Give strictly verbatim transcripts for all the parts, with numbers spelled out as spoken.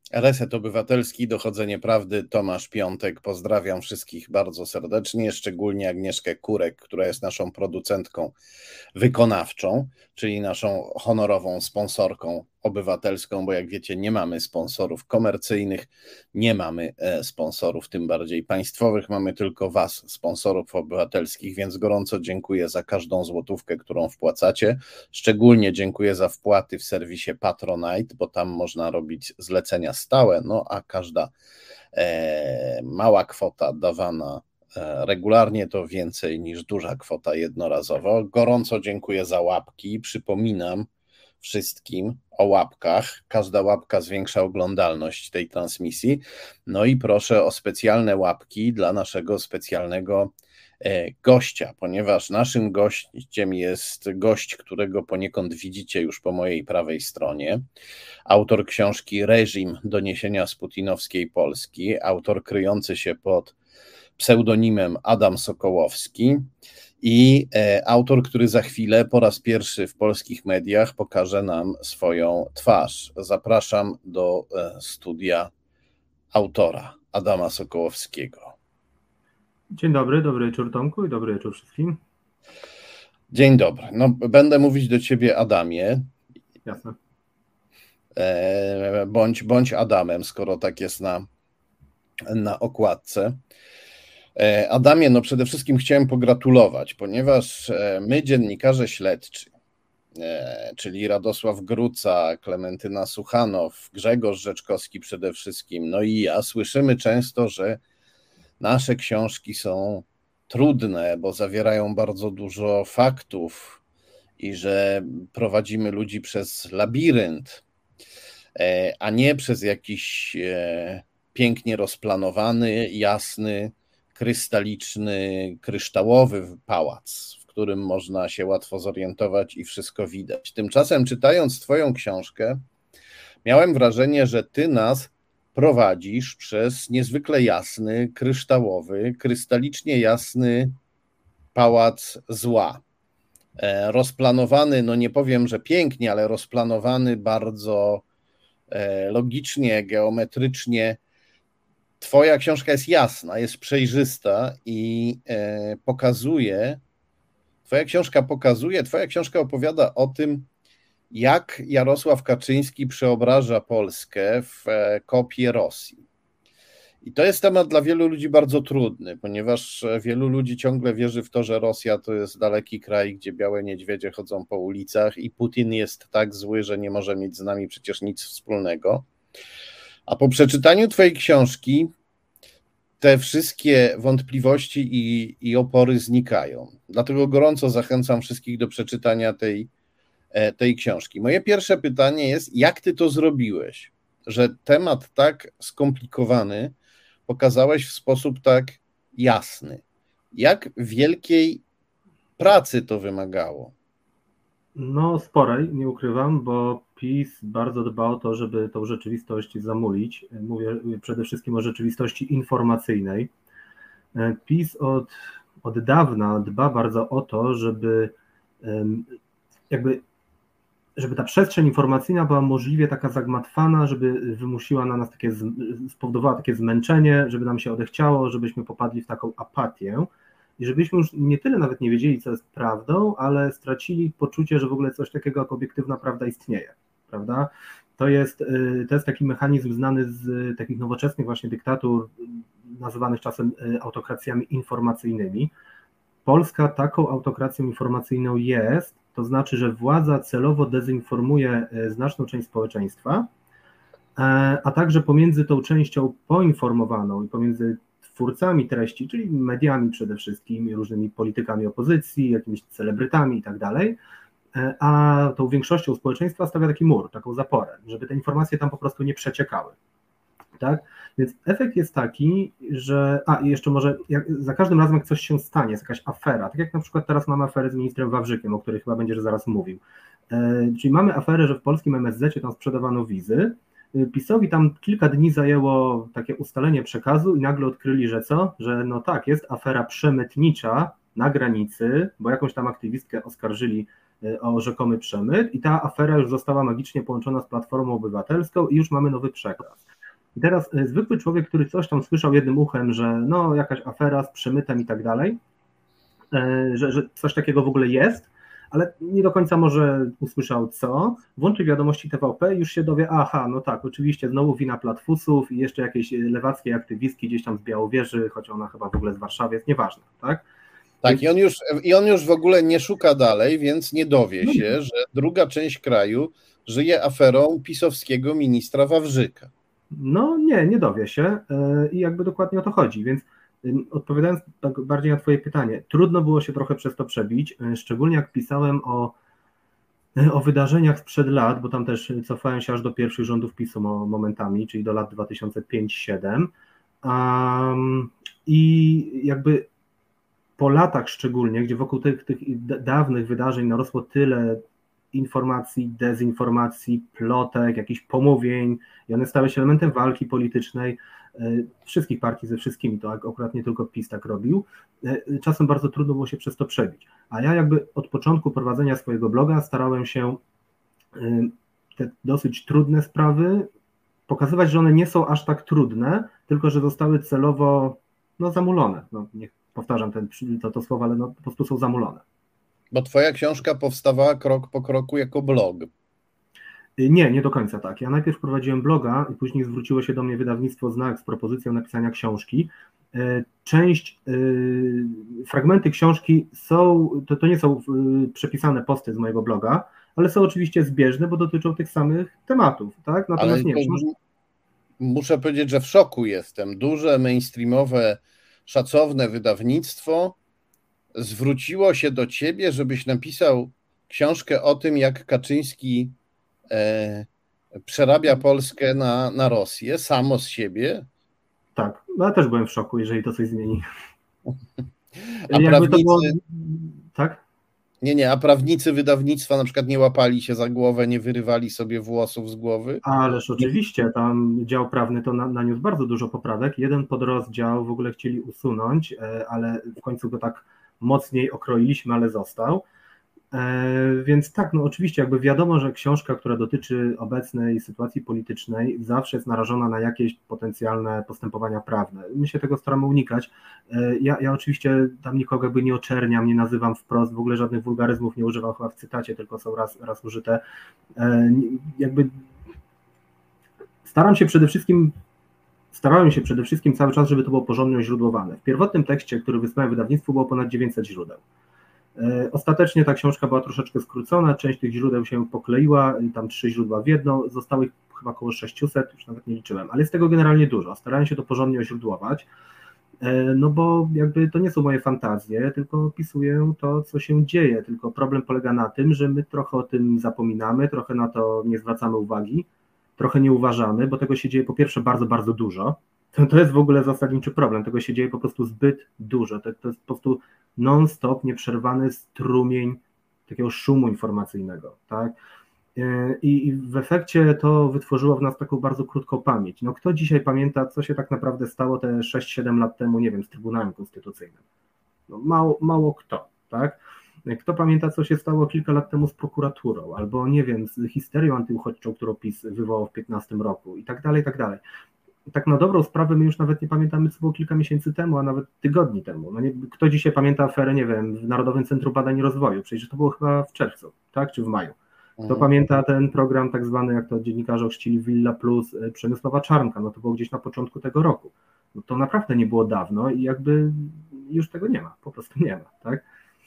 Reset Obywatelski, Dochodzenie Prawdy, Tomasz Piątek. Pozdrawiam wszystkich bardzo serdecznie, szczególnie Agnieszkę Kurek, która jest naszą producentką wykonawczą, czyli naszą honorową sponsorką obywatelską, bo jak wiecie, nie mamy sponsorów komercyjnych, nie mamy sponsorów, tym bardziej państwowych, mamy tylko was, sponsorów obywatelskich, więc gorąco dziękuję za każdą złotówkę, którą wpłacacie. Szczególnie dziękuję za wpłaty w serwisie Patronite, bo tam można robić zlecenia stałe, no a każda e, mała kwota dawana regularnie to więcej niż duża kwota jednorazowo. Gorąco dziękuję za łapki. Przypominam wszystkim o łapkach. Każda łapka zwiększa oglądalność tej transmisji. No i proszę o specjalne łapki dla naszego specjalnego gościa, ponieważ naszym gościem jest gość, którego poniekąd widzicie już po mojej prawej stronie. Autor książki Reżim doniesienia z putinowskiej Polski, autor kryjący się pod pseudonimem Adam Sokołowski i autor, który za chwilę po raz pierwszy w polskich mediach pokaże nam swoją twarz. Zapraszam do studia autora Adama Sokołowskiego. Dzień dobry, dobry wieczór Tomku i dobry wieczór wszystkim. Dzień dobry. No, będę mówić do ciebie Adamie. Jasne. Bądź, bądź Adamem, skoro tak jest na, na okładce. Adamie, no przede wszystkim chciałem pogratulować, ponieważ my, dziennikarze śledczy, czyli Radosław Gruca, Klementyna Suchanow, Grzegorz Rzeczkowski przede wszystkim, no i ja, słyszymy często, że nasze książki są trudne, bo zawierają bardzo dużo faktów i że prowadzimy ludzi przez labirynt, a nie przez jakiś pięknie rozplanowany, jasny, krystaliczny, kryształowy pałac, w którym można się łatwo zorientować i wszystko widać. Tymczasem, czytając twoją książkę, miałem wrażenie, że ty nas prowadzisz przez niezwykle jasny, kryształowy, krystalicznie jasny pałac zła. Rozplanowany, no nie powiem, że pięknie, ale rozplanowany bardzo logicznie, geometrycznie. Twoja książka jest jasna, jest przejrzysta i pokazuje, twoja książka pokazuje, twoja książka opowiada o tym, jak Jarosław Kaczyński przeobraża Polskę w kopię Rosji. I to jest temat dla wielu ludzi bardzo trudny, ponieważ wielu ludzi ciągle wierzy w to, że Rosja to jest daleki kraj, gdzie białe niedźwiedzie chodzą po ulicach i Putin jest tak zły, że nie może mieć z nami przecież nic wspólnego. A po przeczytaniu twojej książki te wszystkie wątpliwości i, i opory znikają. Dlatego gorąco zachęcam wszystkich do przeczytania tej, tej książki. Moje pierwsze pytanie jest, jak ty to zrobiłeś, że temat tak skomplikowany pokazałeś w sposób tak jasny? Jak wielkiej pracy to wymagało? No sporej, nie ukrywam, bo PiS bardzo dba o to, żeby tą rzeczywistość zamulić. Mówię przede wszystkim o rzeczywistości informacyjnej. PiS od, od dawna dba bardzo o to, żeby jakby żeby ta przestrzeń informacyjna była możliwie taka zagmatwana, żeby wymusiła na nas takie, spowodowała takie zmęczenie, żeby nam się odechciało, żebyśmy popadli w taką apatię i żebyśmy już nie tyle nawet nie wiedzieli, co jest prawdą, ale stracili poczucie, że w ogóle coś takiego jak obiektywna prawda istnieje, prawda? To jest, to jest taki mechanizm znany z takich nowoczesnych właśnie dyktatur, nazywanych czasem autokracjami informacyjnymi. Polska taką autokracją informacyjną jest, to znaczy, że władza celowo dezinformuje znaczną część społeczeństwa, a także pomiędzy tą częścią poinformowaną i pomiędzy twórcami treści, czyli mediami przede wszystkim, różnymi politykami opozycji, jakimiś celebrytami i tak dalej, a tą większością społeczeństwa stawia taki mur, taką zaporę, żeby te informacje tam po prostu nie przeciekały. Tak? Więc efekt jest taki, że, a i jeszcze może jak, za każdym razem jak coś się stanie, jest jakaś afera, tak jak na przykład teraz mamy aferę z ministrem Wawrzykiem, o której chyba będziesz zaraz mówił, e, czyli mamy aferę, że w polskim M S Z-cie tam sprzedawano wizy, PiS-owi tam kilka dni zajęło takie ustalenie przekazu i nagle odkryli, że co? Że no tak, jest afera przemytnicza na granicy, bo jakąś tam aktywistkę oskarżyli o rzekomy przemyt i ta afera już została magicznie połączona z Platformą Obywatelską i już mamy nowy przekaz. I teraz zwykły człowiek, który coś tam słyszał jednym uchem, że no jakaś afera z przemytem i tak dalej, że, że coś takiego w ogóle jest, ale nie do końca może usłyszał co, włączy wiadomości T V P i już się dowie, aha, no tak, oczywiście znowu wina Platfusów i jeszcze jakieś lewackie aktywistki gdzieś tam z Białowieży, choć ona chyba w ogóle z Warszawy jest, nieważne, tak? Tak, więc... i, on już, i on już w ogóle nie szuka dalej, więc nie dowie no się, nie. że druga część kraju żyje aferą pisowskiego ministra Wawrzyka. No nie, nie dowie się i jakby dokładnie o to chodzi, więc odpowiadając tak bardziej na twoje pytanie, trudno było się trochę przez to przebić, szczególnie jak pisałem o, o wydarzeniach sprzed lat, bo tam też cofałem się aż do pierwszych rządów PiS-u momentami, czyli do lat dwa tysiące piąty do dwa tysiące siódmego um, i jakby po latach szczególnie, gdzie wokół tych, tych dawnych wydarzeń narosło tyle informacji, dezinformacji, plotek, jakichś pomówień i one stały się elementem walki politycznej wszystkich partii ze wszystkimi, to akurat nie tylko PiS tak robił, czasem bardzo trudno było się przez to przebić, a ja jakby od początku prowadzenia swojego bloga starałem się te dosyć trudne sprawy pokazywać, że one nie są aż tak trudne, tylko że zostały celowo no, zamulone, no, nie powtarzam ten, to, to słowo, ale no, po prostu są zamulone. Bo twoja książka powstawała krok po kroku jako blog. Nie, nie do końca tak. Ja najpierw prowadziłem bloga i później zwróciło się do mnie wydawnictwo Znak z propozycją napisania książki. Część, fragmenty książki są, to, to nie są przepisane posty z mojego bloga, ale są oczywiście zbieżne, bo dotyczą tych samych tematów, tak? Natomiast ale nie, to, książka... muszę powiedzieć, że w szoku jestem. Duże, mainstreamowe, szacowne wydawnictwo zwróciło się do ciebie, żebyś napisał książkę o tym, jak Kaczyński e, przerabia Polskę na, na Rosję, samo z siebie. Tak, no ja też byłem w szoku, jeżeli to coś zmieni. A prawnicy... Było... Tak? Nie, nie, a prawnicy wydawnictwa na przykład nie łapali się za głowę, nie wyrywali sobie włosów z głowy? Ależ oczywiście, tam dział prawny to naniósł bardzo dużo poprawek. Jeden podrozdział w ogóle chcieli usunąć, ale w końcu go tak mocniej okroiliśmy, ale został. Więc tak, no oczywiście jakby wiadomo, że książka, która dotyczy obecnej sytuacji politycznej, zawsze jest narażona na jakieś potencjalne postępowania prawne. My się tego staramy unikać. Ja, ja oczywiście tam nikogo jakby nie oczerniam, nie nazywam wprost, w ogóle żadnych wulgaryzmów nie używam chyba w cytacie, tylko są raz, raz użyte. Jakby staram się przede wszystkim Starałem się przede wszystkim cały czas, żeby to było porządnie oźródłowane. W pierwotnym tekście, który wysłałem wydawnictwu, było ponad dziewięćset źródeł. Ostatecznie ta książka była troszeczkę skrócona, część tych źródeł się pokleiła, tam trzy źródła w jedno, zostało ich chyba około sześćset, już nawet nie liczyłem, ale jest tego generalnie dużo. Starałem się to porządnie oźródłować, no bo jakby to nie są moje fantazje, tylko opisuję to, co się dzieje, tylko problem polega na tym, że my trochę o tym zapominamy, trochę na to nie zwracamy uwagi, trochę nie uważamy, bo tego się dzieje po pierwsze bardzo, bardzo dużo. To, to jest w ogóle zasadniczy problem, tego się dzieje po prostu zbyt dużo. To, to jest po prostu non-stop, nieprzerwany strumień takiego szumu informacyjnego. Tak? I, I w efekcie to wytworzyło w nas taką bardzo krótką pamięć. No kto dzisiaj pamięta, co się tak naprawdę stało te sześć siedem lat temu, nie wiem, z Trybunałem Konstytucyjnym? No mało, mało kto, tak? Kto pamięta, co się stało kilka lat temu z prokuraturą, albo nie wiem, z histerią antyuchodźczą, którą PiS wywołał w piętnastym roku i tak dalej, i tak dalej. Tak na dobrą sprawę my już nawet nie pamiętamy, co było kilka miesięcy temu, a nawet tygodni temu. No nie, kto dzisiaj pamięta aferę, nie wiem, w Narodowym Centrum Badań i Rozwoju? Przecież to było chyba w czerwcu, tak, czy w maju. Kto mhm. pamięta ten program tak zwany, jak to dziennikarze ochrzcili Villa Plus, Przemysława Czarnka, no to było gdzieś na początku tego roku. No to naprawdę nie było dawno i jakby już tego nie ma, po prostu nie ma, tak?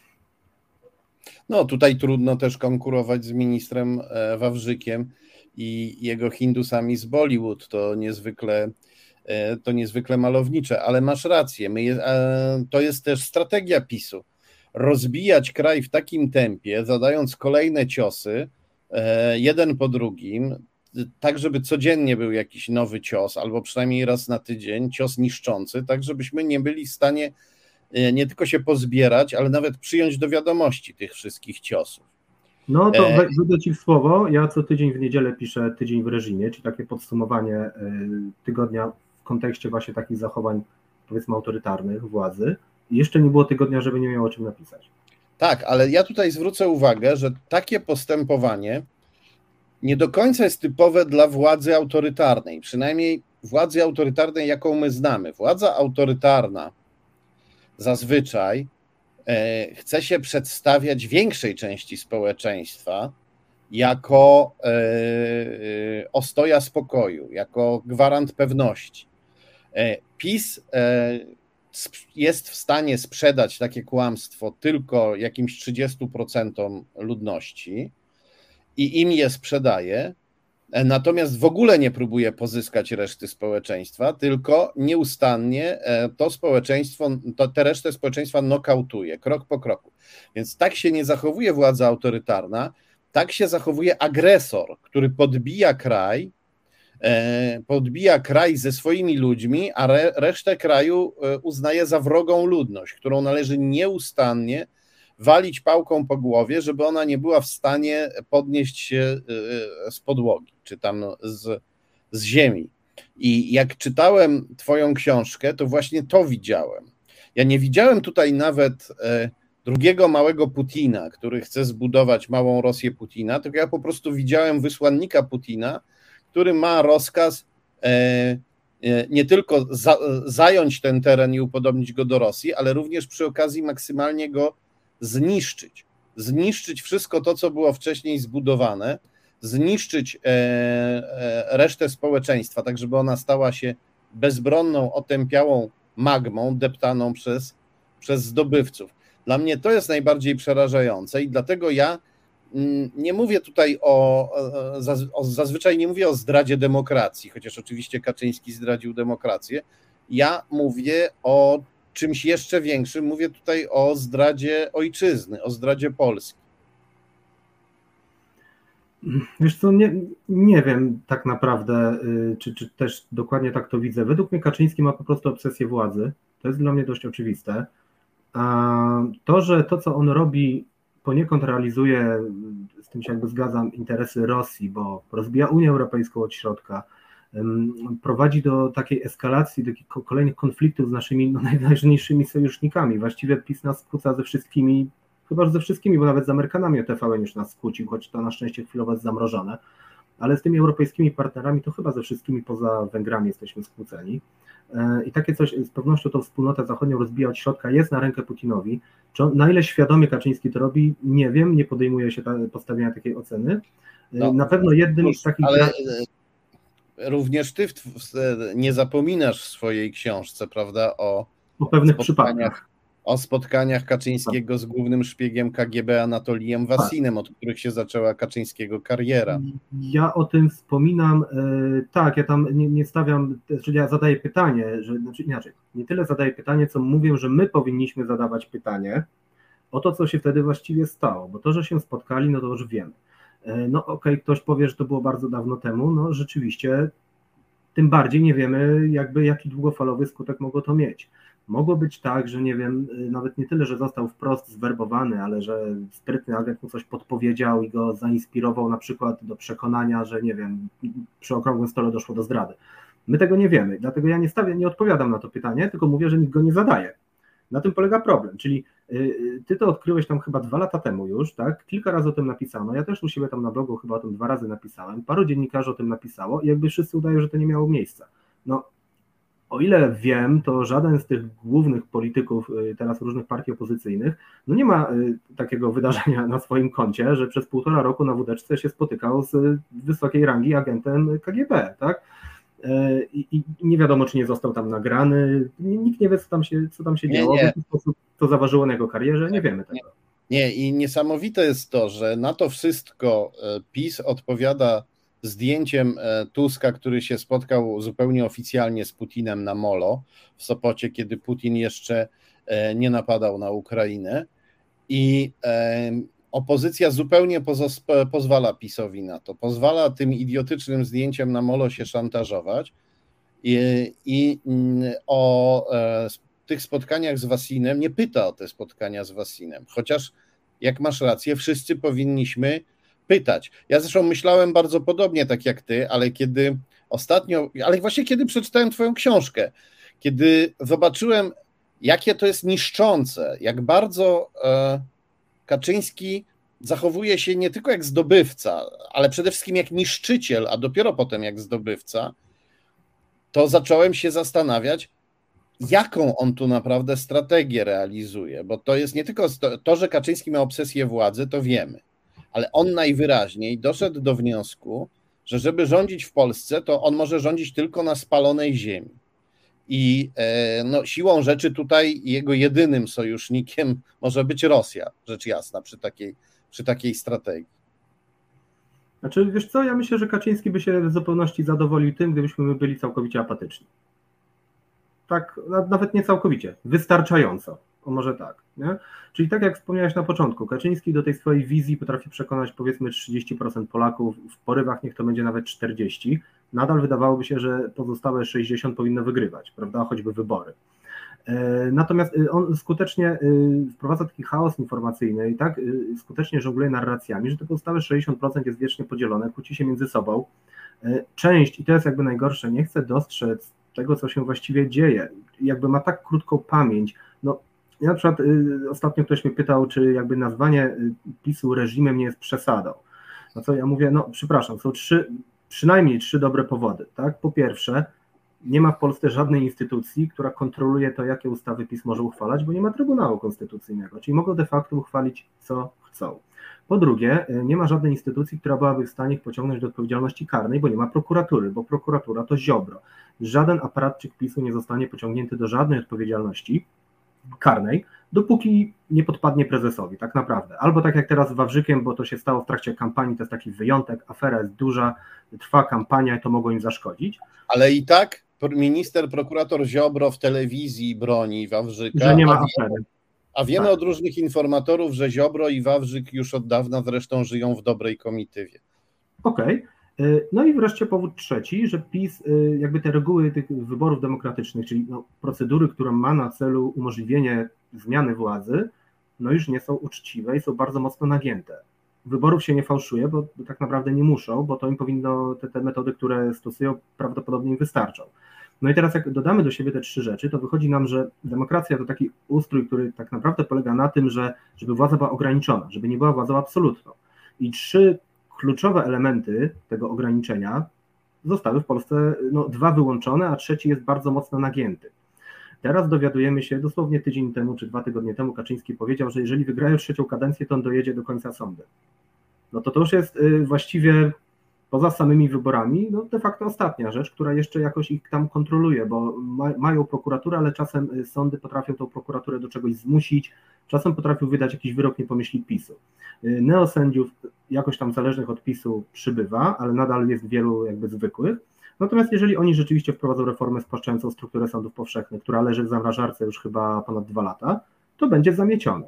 No tutaj trudno też konkurować z ministrem Wawrzykiem i jego Hindusami z Bollywood, to niezwykle, to niezwykle malownicze, ale masz rację, my je, to jest też strategia PiS-u, rozbijać kraj w takim tempie, zadając kolejne ciosy, jeden po drugim, tak żeby codziennie był jakiś nowy cios, albo przynajmniej raz na tydzień, cios niszczący, tak żebyśmy nie byli w stanie nie tylko się pozbierać, ale nawet przyjąć do wiadomości tych wszystkich ciosów. No to wejdę Ci w słowo, ja co tydzień w niedzielę piszę Tydzień w reżimie, czyli takie podsumowanie tygodnia w kontekście właśnie takich zachowań, powiedzmy, autorytarnych władzy. I jeszcze nie było tygodnia, żeby nie miał o czym napisać. Tak, ale ja tutaj zwrócę uwagę, że takie postępowanie nie do końca jest typowe dla władzy autorytarnej, przynajmniej władzy autorytarnej, jaką my znamy. Władza autorytarna zazwyczaj chce się przedstawiać większej części społeczeństwa jako ostoja spokoju, jako gwarant pewności. PiS jest w stanie sprzedać takie kłamstwo tylko jakimś trzydziestu procentom ludności i im je sprzedaje, natomiast w ogóle nie próbuje pozyskać reszty społeczeństwa, tylko nieustannie to społeczeństwo, to, tę resztę społeczeństwa nokautuje, krok po kroku. Więc tak się nie zachowuje władza autorytarna, tak się zachowuje agresor, który podbija kraj, podbija kraj ze swoimi ludźmi, a re, resztę kraju uznaje za wrogą ludność, którą należy nieustannie walić pałką po głowie, żeby ona nie była w stanie podnieść się z podłogi, czy tam z, z ziemi. I jak czytałem twoją książkę, to właśnie to widziałem. Ja nie widziałem tutaj nawet drugiego małego Putina, który chce zbudować małą Rosję Putina, tylko ja po prostu widziałem wysłannika Putina, który ma rozkaz nie tylko za, zająć ten teren i upodobnić go do Rosji, ale również przy okazji maksymalnie go zniszczyć. Zniszczyć wszystko to, co było wcześniej zbudowane, zniszczyć resztę społeczeństwa, tak żeby ona stała się bezbronną, otępiałą magmą deptaną przez, przez zdobywców. Dla mnie to jest najbardziej przerażające i dlatego ja nie mówię tutaj o, o, zazwyczaj nie mówię o zdradzie demokracji, chociaż oczywiście Kaczyński zdradził demokrację. Ja mówię o czymś jeszcze większym, mówię tutaj o zdradzie ojczyzny, o zdradzie Polski. Wiesz co, nie, nie wiem tak naprawdę, czy, czy też dokładnie tak to widzę. Według mnie Kaczyński ma po prostu obsesję władzy. To jest dla mnie dość oczywiste. A to, że to, co on robi, poniekąd realizuje, z tym się jakby zgadzam, interesy Rosji, bo rozbija Unię Europejską od środka, prowadzi do takiej eskalacji, do kolejnych konfliktów z naszymi no, najważniejszymi sojusznikami. Właściwie PiS nas skłóca ze wszystkimi, chyba że ze wszystkimi, bo nawet z Amerykanami o T V N już nas skłócił, choć to na szczęście chwilowo jest zamrożone, ale z tymi europejskimi partnerami to chyba ze wszystkimi poza Węgrami jesteśmy skłóceni. I takie coś, z pewnością tą wspólnotę zachodnią rozbija od środka, jest na rękę Putinowi. Czy on, na ile świadomie Kaczyński to robi, nie wiem, nie podejmuje się ta, postawienia takiej oceny. No, na pewno jednym z takich... Ale również ty w, w, nie zapominasz w swojej książce, prawda, o, o pewnych przypadkach. O spotkaniach Kaczyńskiego z głównym szpiegiem K G B Anatolijem Wasinem, od których się zaczęła Kaczyńskiego kariera. Ja o tym wspominam, tak, ja tam nie, nie stawiam, czyli ja zadaję pytanie, że, znaczy inaczej, nie tyle zadaję pytanie, co mówię, że my powinniśmy zadawać pytanie o to, co się wtedy właściwie stało, bo to, że się spotkali, no to już wiemy. No okej, okay, ktoś powie, że to było bardzo dawno temu, no rzeczywiście, tym bardziej nie wiemy jakby jaki długofalowy skutek mogło to mieć. Mogło być tak, że nie wiem, nawet nie tyle, że został wprost zwerbowany, ale że sprytny agent mu coś podpowiedział i go zainspirował na przykład do przekonania, że nie wiem, przy okrągłym stole doszło do zdrady. My tego nie wiemy, dlatego ja nie stawiam, nie odpowiadam na to pytanie, tylko mówię, że nikt go nie zadaje. Na tym polega problem, czyli ty to odkryłeś tam chyba dwa lata temu już, tak? Kilka razy o tym napisano, ja też u siebie tam na blogu chyba o tym dwa razy napisałem, paru dziennikarzy o tym napisało i jakby wszyscy udają, że to nie miało miejsca. No, o ile wiem, to żaden z tych głównych polityków teraz różnych partii opozycyjnych no nie ma takiego wydarzenia na swoim koncie, że przez półtora roku na wódeczce się spotykał z wysokiej rangi agentem K G B, tak? I, i nie wiadomo, czy nie został tam nagrany, nikt nie wie, co tam się, co tam się nie, działo, nie. w jaki sposób to zaważyło na jego karierze, nie wiemy tego. Nie, i niesamowite jest to, że na to wszystko PiS odpowiada zdjęciem Tuska, który się spotkał zupełnie oficjalnie z Putinem na Molo w Sopocie, kiedy Putin jeszcze nie napadał na Ukrainę i opozycja zupełnie pozos- pozwala PiS-owi na to, pozwala tym idiotycznym zdjęciem na Molo się szantażować i, i o tych spotkaniach z Wasinem nie pyta o te spotkania z Wasinem, chociaż jak masz rację, wszyscy powinniśmy pytać. Ja zresztą myślałem bardzo podobnie, tak jak ty, ale kiedy ostatnio, ale właśnie kiedy przeczytałem twoją książkę, kiedy zobaczyłem, jakie to jest niszczące, jak bardzo e, Kaczyński zachowuje się nie tylko jak zdobywca, ale przede wszystkim jak niszczyciel, a dopiero potem jak zdobywca, to zacząłem się zastanawiać, jaką on tu naprawdę strategię realizuje, bo to jest nie tylko to, to, że Kaczyński ma obsesję władzy, to wiemy, ale on najwyraźniej doszedł do wniosku, że żeby rządzić w Polsce, to on może rządzić tylko na spalonej ziemi. I no, siłą rzeczy tutaj jego jedynym sojusznikiem może być Rosja, rzecz jasna, przy takiej, przy takiej strategii. Znaczy, wiesz co, ja myślę, że Kaczyński by się w zupełności zadowolił tym, gdybyśmy my byli całkowicie apatyczni. Tak, nawet nie całkowicie, wystarczająco, o może tak, nie? Czyli tak jak wspomniałeś na początku, Kaczyński do tej swojej wizji potrafi przekonać powiedzmy trzydzieści procent Polaków, w porywach niech to będzie nawet czterdzieści procent, nadal wydawałoby się, że pozostałe sześćdziesiąt procent powinno wygrywać, prawda, choćby wybory. Natomiast on skutecznie wprowadza taki chaos informacyjny i tak skutecznie żongluje narracjami, że te pozostałe sześćdziesiąt procent jest wiecznie podzielone, kłóci się między sobą. Część, i to jest jakby najgorsze, nie chce dostrzec tego, co się właściwie dzieje. Jakby ma tak krótką pamięć. No, ja na przykład y, ostatnio ktoś mnie pytał, czy jakby nazwanie PiS-u reżimem nie jest przesadą. No co ja mówię, no przepraszam, są trzy, przynajmniej trzy dobre powody. Tak? Po pierwsze, nie ma w Polsce żadnej instytucji, która kontroluje to, jakie ustawy PiS może uchwalać, bo nie ma Trybunału Konstytucyjnego, czyli mogą de facto uchwalić, co chcą. Po drugie, nie ma żadnej instytucji, która byłaby w stanie ich pociągnąć do odpowiedzialności karnej, bo nie ma prokuratury, bo prokuratura to Ziobro. Żaden aparatczyk PiS-u nie zostanie pociągnięty do żadnej odpowiedzialności karnej, dopóki nie podpadnie prezesowi, tak naprawdę. Albo tak jak teraz z Wawrzykiem, bo to się stało w trakcie kampanii, to jest taki wyjątek, afera jest duża, trwa kampania i to mogło im zaszkodzić. Ale i tak minister, prokurator Ziobro w telewizji broni Wawrzyka. Że nie ma afery. A wiemy tak. od różnych informatorów, że Ziobro i Wawrzyk już od dawna zresztą żyją w dobrej komitywie. Okej. Okay. No i wreszcie powód trzeci, że PiS, jakby te reguły tych wyborów demokratycznych, czyli no, procedury, która ma na celu umożliwienie zmiany władzy, no już nie są uczciwe i są bardzo mocno nagięte. Wyborów się nie fałszuje, bo, bo tak naprawdę nie muszą, bo to im powinno, te, te metody, które stosują, prawdopodobnie im wystarczą. No i teraz jak dodamy do siebie te trzy rzeczy, to wychodzi nam, że demokracja to taki ustrój, który tak naprawdę polega na tym, że żeby władza była ograniczona, żeby nie była władzą absolutną. I trzy kluczowe elementy tego ograniczenia zostały w Polsce no, dwa wyłączone, a trzeci jest bardzo mocno nagięty. Teraz dowiadujemy się, dosłownie tydzień temu czy dwa tygodnie temu Kaczyński powiedział, że jeżeli wygrają trzecią kadencję, to on dojedzie do końca sądy. No to to już jest właściwie poza samymi wyborami, no de facto ostatnia rzecz, która jeszcze jakoś ich tam kontroluje, bo ma, mają prokuraturę, ale czasem sądy potrafią tą prokuraturę do czegoś zmusić, czasem potrafią wydać jakiś wyrok nie po myśli PiS-u. Neosędziów jakoś tam zależnych od PiS-u przybywa, ale nadal jest wielu jakby zwykłych. Natomiast jeżeli oni rzeczywiście wprowadzą reformę spłaszczającą strukturę sądów powszechnych, która leży w zamrażarce już chyba ponad dwa lata, to będzie zamiecione.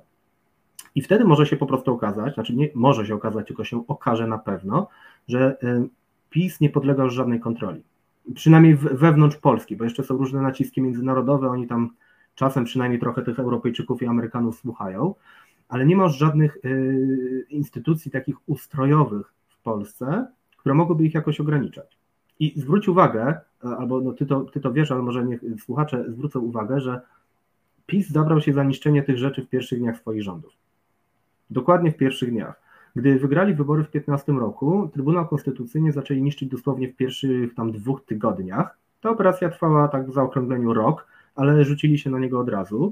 I wtedy może się po prostu okazać, znaczy nie może się okazać, tylko się okaże na pewno, że PiS nie podlega już żadnej kontroli. Przynajmniej wewnątrz Polski, bo jeszcze są różne naciski międzynarodowe, oni tam czasem przynajmniej trochę tych Europejczyków i Amerykanów słuchają, ale nie ma już żadnych instytucji takich ustrojowych w Polsce, które mogłyby ich jakoś ograniczać. I zwróć uwagę, albo no ty, to, ty to wiesz, ale może niech słuchacze zwrócą uwagę, że PiS zabrał się za niszczenie tych rzeczy w pierwszych dniach swoich rządów. Dokładnie w pierwszych dniach. Gdy wygrali wybory w piętnastym roku, Trybunał Konstytucyjny zaczęli niszczyć dosłownie w pierwszych tam dwóch tygodniach. Ta operacja trwała tak w zaokrągleniu rok, ale rzucili się na niego od razu.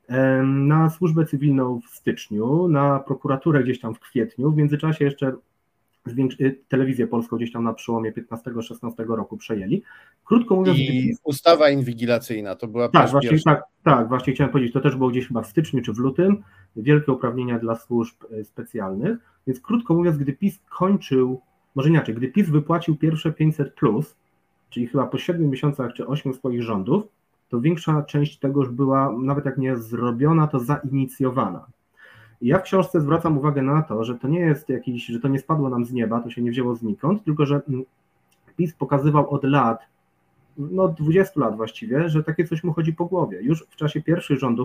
Na służbę cywilną w styczniu, na prokuraturę gdzieś tam w kwietniu, w międzyczasie jeszcze telewizję polską gdzieś tam na przełomie piętnastego szesnastego roku przejęli. Krótko mówiąc... I gdy... ustawa inwigilacyjna to była tak, właśnie, tak, tak, właśnie chciałem powiedzieć, to też było gdzieś chyba w styczniu czy w lutym, wielkie uprawnienia dla służb specjalnych, więc krótko mówiąc, gdy PiS kończył, może inaczej, gdy PiS wypłacił pierwsze pięćset plus, czyli chyba po siedmiu miesiącach czy ośmiu swoich rządów, to większa część tego już była, nawet jak nie zrobiona, to zainicjowana. I ja w książce zwracam uwagę na to, że to nie jest jakiś, że to nie spadło nam z nieba, to się nie wzięło znikąd, tylko że PiS pokazywał od lat, no dwudziestu lat właściwie, że takie coś mu chodzi po głowie. Już w czasie pierwszych rządów,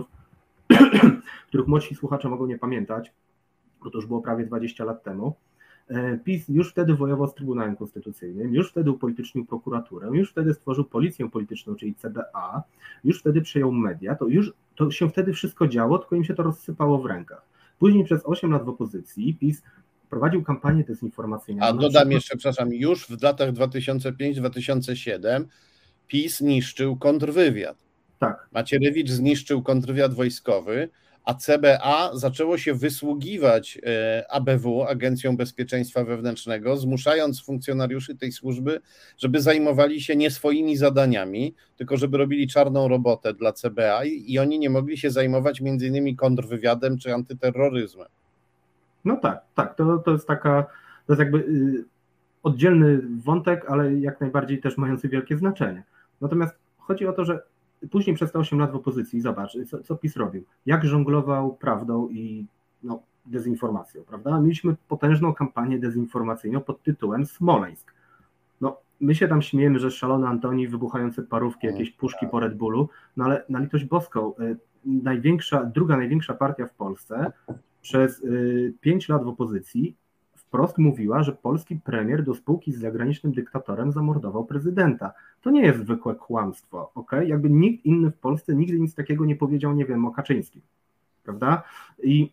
których młodsi słuchacze mogą nie pamiętać, bo to już było prawie dwadzieścia lat temu, PiS już wtedy wojował z Trybunałem Konstytucyjnym, już wtedy upolitycznił prokuraturę, już wtedy stworzył policję polityczną, czyli C B A, już wtedy przejął media, to już to się wtedy wszystko działo, tylko im się to rozsypało w rękach. Później przez osiem lat w opozycji PiS prowadził kampanię dezinformacyjną. A dodam przykład... jeszcze, przepraszam, już w latach dwa tysiące piąty do dwa tysiące siódmego PiS niszczył kontrwywiad. Tak. Macierewicz zniszczył kontrwywiad wojskowy, a C B A zaczęło się wysługiwać A B W, Agencją Bezpieczeństwa Wewnętrznego, zmuszając funkcjonariuszy tej służby, żeby zajmowali się nie swoimi zadaniami, tylko żeby robili czarną robotę dla C B A i oni nie mogli się zajmować między innymi kontrwywiadem czy antyterroryzmem. No tak, tak, to, to jest taka, to jest jakby oddzielny wątek, ale jak najbardziej też mający wielkie znaczenie. Natomiast chodzi o to, że później przez te osiem lat w opozycji, zobacz, co, co PiS robił, jak żonglował prawdą i no, dezinformacją, prawda? Mieliśmy potężną kampanię dezinformacyjną pod tytułem Smoleńsk. No, my się tam śmiejemy, że szalony Antoni, wybuchające parówki, jakieś puszki po Red Bullu, no ale na litość boską, największa, druga największa partia w Polsce przez pięć lat w opozycji wprost mówiła, że polski premier do spółki z zagranicznym dyktatorem zamordował prezydenta. To nie jest zwykłe kłamstwo, ok? Jakby nikt inny w Polsce nigdy nic takiego nie powiedział, nie wiem, o Kaczyńskim, prawda? I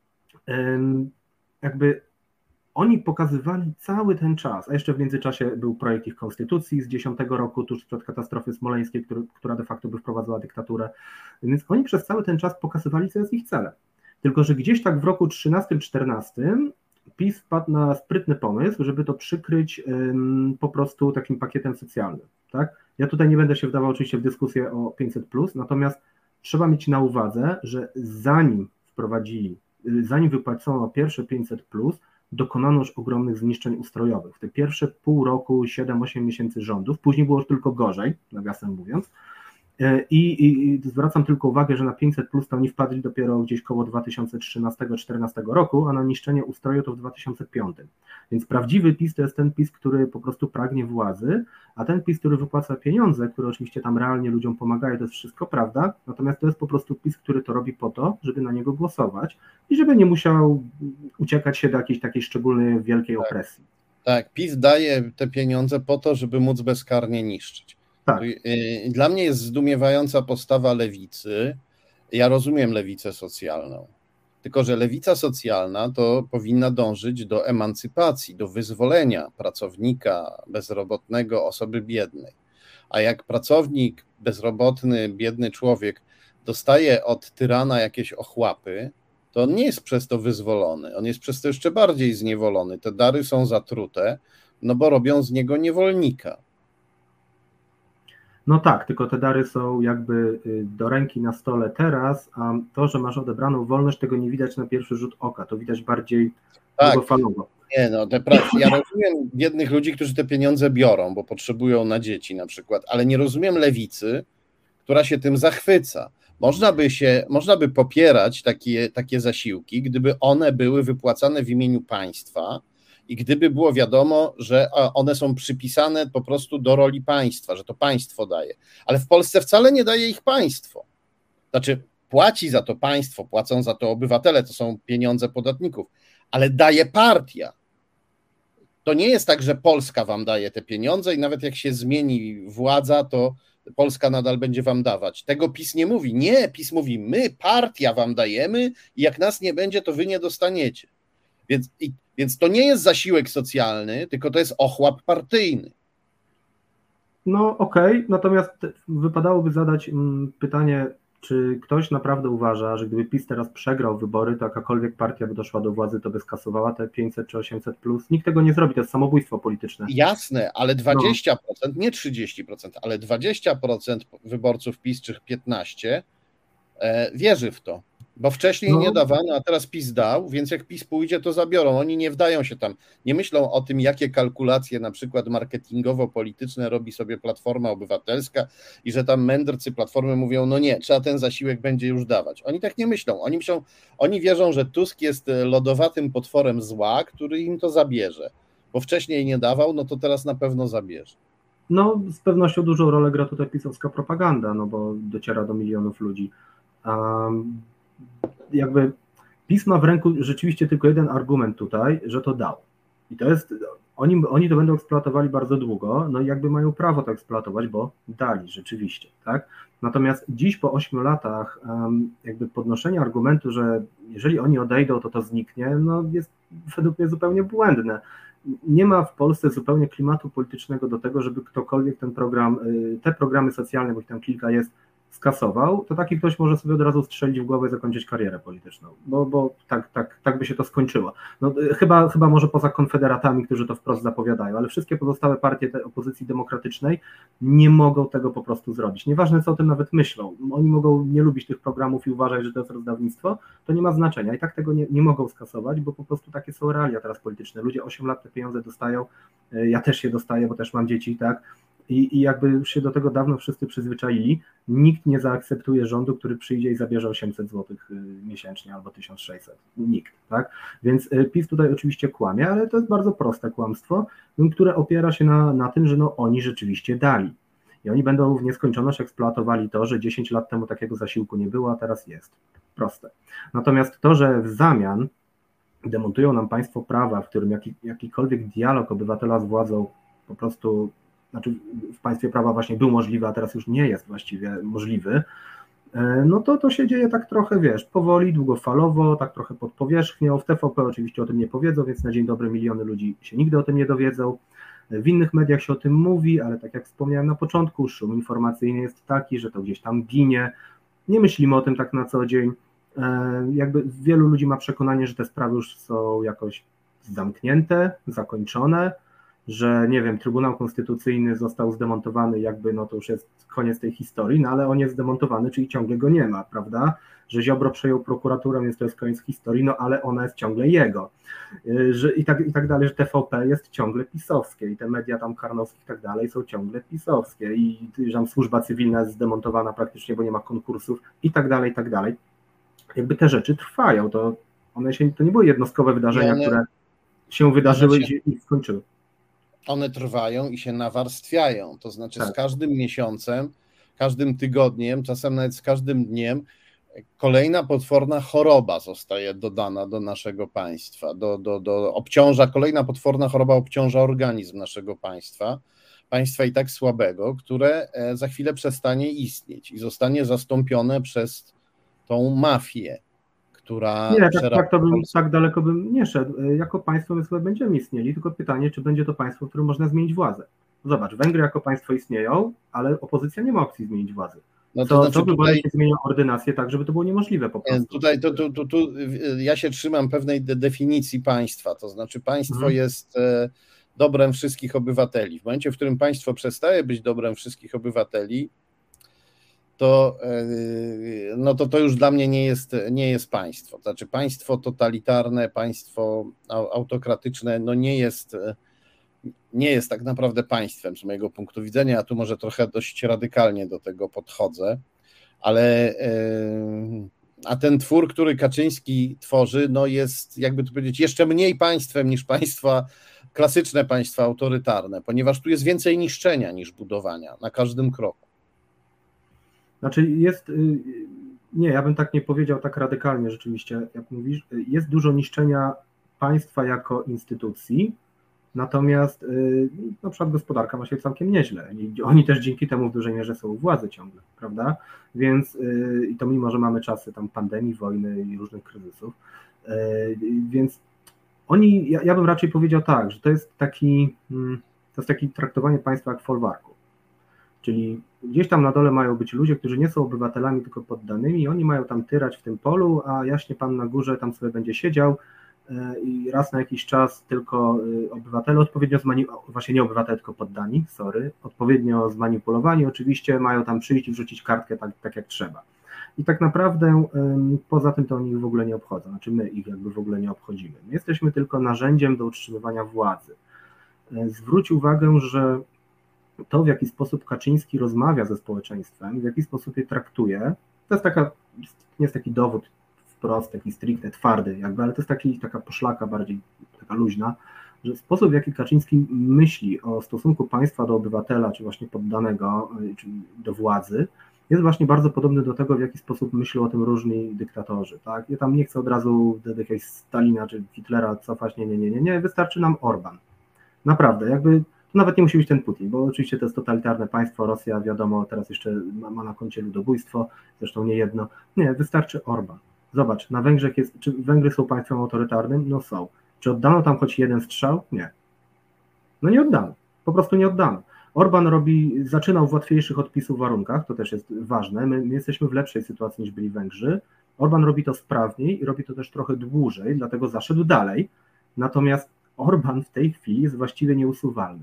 ym, jakby oni pokazywali cały ten czas, a jeszcze w międzyczasie był projekt ich konstytucji z dziesiątego roku, tuż przed katastrofy smoleńskiej, który, która de facto by wprowadzała dyktaturę, więc oni przez cały ten czas pokazywali, co jest ich celem. Tylko że gdzieś tak w roku trzynastym czternastym PiS wpadł na sprytny pomysł, żeby to przykryć ym, po prostu takim pakietem socjalnym. Tak? Ja tutaj nie będę się wdawał oczywiście w dyskusję o pięćset plus, natomiast trzeba mieć na uwadze, że zanim wprowadzili, zanim wypłacono pierwsze pięćset plus, dokonano już ogromnych zniszczeń ustrojowych. W te pierwsze pół roku, siedem osiem miesięcy rządów, później było już tylko gorzej, nawiasem mówiąc. I, i, I zwracam tylko uwagę, że na pięćset plus to oni wpadli dopiero gdzieś koło dwa tysiące trzynastego czternastego roku, a na niszczenie ustroju to w dwa tysiące piątym. Więc prawdziwy PiS to jest ten PiS, który po prostu pragnie władzy, a ten PiS, który wypłaca pieniądze, które oczywiście tam realnie ludziom pomagają, to jest wszystko prawda, natomiast to jest po prostu PiS, który to robi po to, żeby na niego głosować i żeby nie musiał uciekać się do jakiejś takiej szczególnej wielkiej tak, opresji. Tak, PiS daje te pieniądze po to, żeby móc bezkarnie niszczyć. Tak. Dla mnie jest zdumiewająca postawa lewicy. Ja rozumiem lewicę socjalną, tylko że lewica socjalna to powinna dążyć do emancypacji, do wyzwolenia pracownika bezrobotnego, osoby biednej. A jak pracownik, bezrobotny, biedny człowiek dostaje od tyrana jakieś ochłapy, to on nie jest przez to wyzwolony, on jest przez to jeszcze bardziej zniewolony. Te dary są zatrute, no bo robią z niego niewolnika. No tak, tylko te dary są jakby do ręki na stole teraz, a to, że masz odebraną wolność, tego nie widać na pierwszy rzut oka, to widać bardziej tak, długofalowo. Nie no, te pra... ja rozumiem biednych ludzi, którzy te pieniądze biorą, bo potrzebują na dzieci na przykład, ale nie rozumiem lewicy, która się tym zachwyca. Można by się, można by popierać takie, takie zasiłki, gdyby one były wypłacane w imieniu państwa, i gdyby było wiadomo, że one są przypisane po prostu do roli państwa, że to państwo daje. Ale w Polsce wcale nie daje ich państwo. Znaczy płaci za to państwo, płacą za to obywatele, to są pieniądze podatników, ale daje partia. To nie jest tak, że Polska wam daje te pieniądze i nawet jak się zmieni władza, to Polska nadal będzie wam dawać. Tego PiS nie mówi. Nie, PiS mówi, my partia wam dajemy i jak nas nie będzie, to wy nie dostaniecie. Więc, i, więc to nie jest zasiłek socjalny, tylko to jest ochłap partyjny. No okej, okay. Natomiast wypadałoby zadać pytanie, czy ktoś naprawdę uważa, że gdyby PiS teraz przegrał wybory, to jakakolwiek partia by doszła do władzy, to by skasowała te pięćset czy osiemset plus? Nikt tego nie zrobi, to jest samobójstwo polityczne. Jasne, ale dwadzieścia procent, no. Nie trzydzieści procent, ale dwadzieścia procent wyborców PiS czy piętnaście procent e, wierzy w to. Bo wcześniej no. nie dawano, a teraz PiS dał, więc jak PiS pójdzie, to zabiorą. Oni nie wdają się tam, nie myślą o tym, jakie kalkulacje na przykład marketingowo-polityczne robi sobie Platforma Obywatelska i że tam mędrcy Platformy mówią, no nie, trzeba ten zasiłek będzie już dawać. Oni tak nie myślą. Oni myślą, oni wierzą, że Tusk jest lodowatym potworem zła, który im to zabierze. Bo wcześniej nie dawał, no to teraz na pewno zabierze. No z pewnością dużą rolę gra tutaj pisowska propaganda, no bo dociera do milionów ludzi. Um... Jakby PiS ma w ręku rzeczywiście tylko jeden argument tutaj, że to dał. I to jest, oni, oni to będą eksploatowali bardzo długo, no i jakby mają prawo to eksploatować, bo dali rzeczywiście, tak? Natomiast dziś po ośmiu latach um, jakby podnoszenie argumentu, że jeżeli oni odejdą, to to zniknie, no jest według mnie zupełnie błędne. nie ma w Polsce zupełnie klimatu politycznego do tego, żeby ktokolwiek ten program, te programy socjalne, bo ich tam kilka jest, skasował, to taki ktoś może sobie od razu strzelić w głowę i zakończyć karierę polityczną, bo, bo tak, tak, tak by się to skończyło. No, chyba, chyba może poza konfederatami, którzy to wprost zapowiadają, ale wszystkie pozostałe partie tej opozycji demokratycznej nie mogą tego po prostu zrobić. Nieważne, co o tym nawet myślą. Oni mogą nie lubić tych programów i uważać, że to jest rozdawnictwo, to nie ma znaczenia. I tak tego nie, nie mogą skasować, bo po prostu takie są realia teraz polityczne. Ludzie osiem lat te pieniądze dostają, ja też je dostaję, bo też mam dzieci, tak? I, I jakby już się do tego dawno wszyscy przyzwyczaili, nikt nie zaakceptuje rządu, który przyjdzie i zabierze osiemset złotych miesięcznie albo tysiąc sześćset. Nikt, tak? Więc PiS tutaj oczywiście kłamie, ale to jest bardzo proste kłamstwo, które opiera się na, na tym, że no oni rzeczywiście dali. I oni będą w nieskończoność eksploatowali to, że dziesięć lat temu takiego zasiłku nie było, a teraz jest. Proste. Natomiast to, że w zamian demontują nam państwo prawa, w którym jaki, jakikolwiek dialog obywatela z władzą po prostu, znaczy w państwie prawa właśnie był możliwy, a teraz już nie jest właściwie możliwy, no to to się dzieje tak trochę, wiesz, powoli, długofalowo, tak trochę pod powierzchnią. W T V P oczywiście o tym nie powiedzą, więc na dzień dobry miliony ludzi się nigdy o tym nie dowiedzą. W innych mediach się o tym mówi, ale tak jak wspomniałem na początku, szum informacyjny jest taki, że to gdzieś tam ginie. Nie myślimy o tym tak na co dzień. Jakby wielu ludzi ma przekonanie, że te sprawy już są jakoś zamknięte, zakończone, że nie wiem, Trybunał Konstytucyjny został zdemontowany, jakby no to już jest koniec tej historii, no ale on jest zdemontowany, czyli ciągle go nie ma, prawda? Że Ziobro przejął prokuraturę, więc to jest koniec historii, no ale ona jest ciągle jego. Że i, tak, i tak dalej, że T V P jest ciągle pisowskie i te media tam karnowskie i tak dalej są ciągle pisowskie i że tam służba cywilna jest zdemontowana praktycznie, bo nie ma konkursów i tak dalej, i tak dalej. Jakby te rzeczy trwają, to one się, to nie były jednostkowe wydarzenia, one, które się wydarzyły się, i skończyły. One trwają i się nawarstwiają, to znaczy tak. z każdym miesiącem, każdym tygodniem, czasem nawet z każdym dniem kolejna potworna choroba zostaje dodana do naszego państwa, do, do, do obciąża, kolejna potworna choroba obciąża organizm naszego państwa, państwa i tak słabego, które za chwilę przestanie istnieć i zostanie zastąpione przez tą mafię, która... Nie, tak, tak, to bym, tak daleko bym nie szedł. Jako państwo my sobie będziemy istnieli, tylko pytanie, czy będzie to państwo, w którym można zmienić władzę. Zobacz, Węgry jako państwo istnieją, ale opozycja nie ma opcji zmienić władzy. No to, to znaczy, to tutaj się zmienia ordynację tak, żeby to było niemożliwe po prostu. Tutaj to, to, to, to, ja się trzymam pewnej de- definicji państwa, to znaczy państwo mhm. jest e, dobrem wszystkich obywateli. W momencie, w którym państwo przestaje być dobrem wszystkich obywateli, to, no to to już dla mnie nie jest, nie jest państwo. To znaczy państwo totalitarne, państwo autokratyczne, no nie jest, nie jest tak naprawdę państwem z mojego punktu widzenia. Ja tu może trochę dość radykalnie do tego podchodzę, ale a ten twór, który Kaczyński tworzy, no jest, jakby to powiedzieć, jeszcze mniej państwem niż państwa, klasyczne państwa autorytarne, ponieważ tu jest więcej niszczenia niż budowania na każdym kroku. Znaczy jest, nie, ja bym tak nie powiedział tak radykalnie rzeczywiście, jak mówisz, jest dużo niszczenia państwa jako instytucji, natomiast na przykład gospodarka ma się całkiem nieźle. Oni też dzięki temu w dużej mierze są u władzy ciągle, prawda? Więc i to mimo, że mamy czasy tam pandemii, wojny i różnych kryzysów, więc oni, ja, ja bym raczej powiedział tak, że to jest taki, to jest taki traktowanie państwa jak w folwarku. Czyli gdzieś tam na dole mają być ludzie, którzy nie są obywatelami, tylko poddanymi i oni mają tam tyrać w tym polu, a jaśnie pan na górze tam sobie będzie siedział i raz na jakiś czas tylko obywatele odpowiednio zmanipulowani, właśnie nie obywatele, tylko poddani, sorry, odpowiednio zmanipulowani oczywiście mają tam przyjść i wrzucić kartkę tak, tak jak trzeba. I tak naprawdę poza tym to oni ich w ogóle nie obchodzą, znaczy my ich jakby w ogóle nie obchodzimy. My jesteśmy tylko narzędziem do utrzymywania władzy. Zwróć uwagę, że to, w jaki sposób Kaczyński rozmawia ze społeczeństwem, w jaki sposób je traktuje, to jest taka, nie jest taki dowód wprost, taki stricte twardy jakby, ale to jest taki, taka poszlaka bardziej, taka luźna, że sposób, w jaki Kaczyński myśli o stosunku państwa do obywatela, czy właśnie poddanego, czy do władzy, jest właśnie bardzo podobny do tego, w jaki sposób myślą o tym różni dyktatorzy. Tak? Ja tam nie chcę od razu do jakiegoś Stalina czy Hitlera cofać, nie, nie, nie, nie, nie, wystarczy nam Orban. Naprawdę, jakby to nawet nie musi być ten Putin, bo oczywiście to jest totalitarne państwo, Rosja wiadomo, teraz jeszcze ma, ma na koncie ludobójstwo, zresztą nie jedno. Nie, wystarczy Orban. Zobacz, na Węgrzech jest, czy Węgry są państwem autorytarnym? No są. Czy oddano tam choć jeden strzał? Nie. No nie oddamy, po prostu nie oddamy. Orban robi, zaczynał w łatwiejszych odpisów warunkach, to też jest ważne, my, my jesteśmy w lepszej sytuacji niż byli Węgrzy. Orban robi to sprawniej i robi to też trochę dłużej, dlatego zaszedł dalej, natomiast Orban w tej chwili jest właściwie nieusuwalny.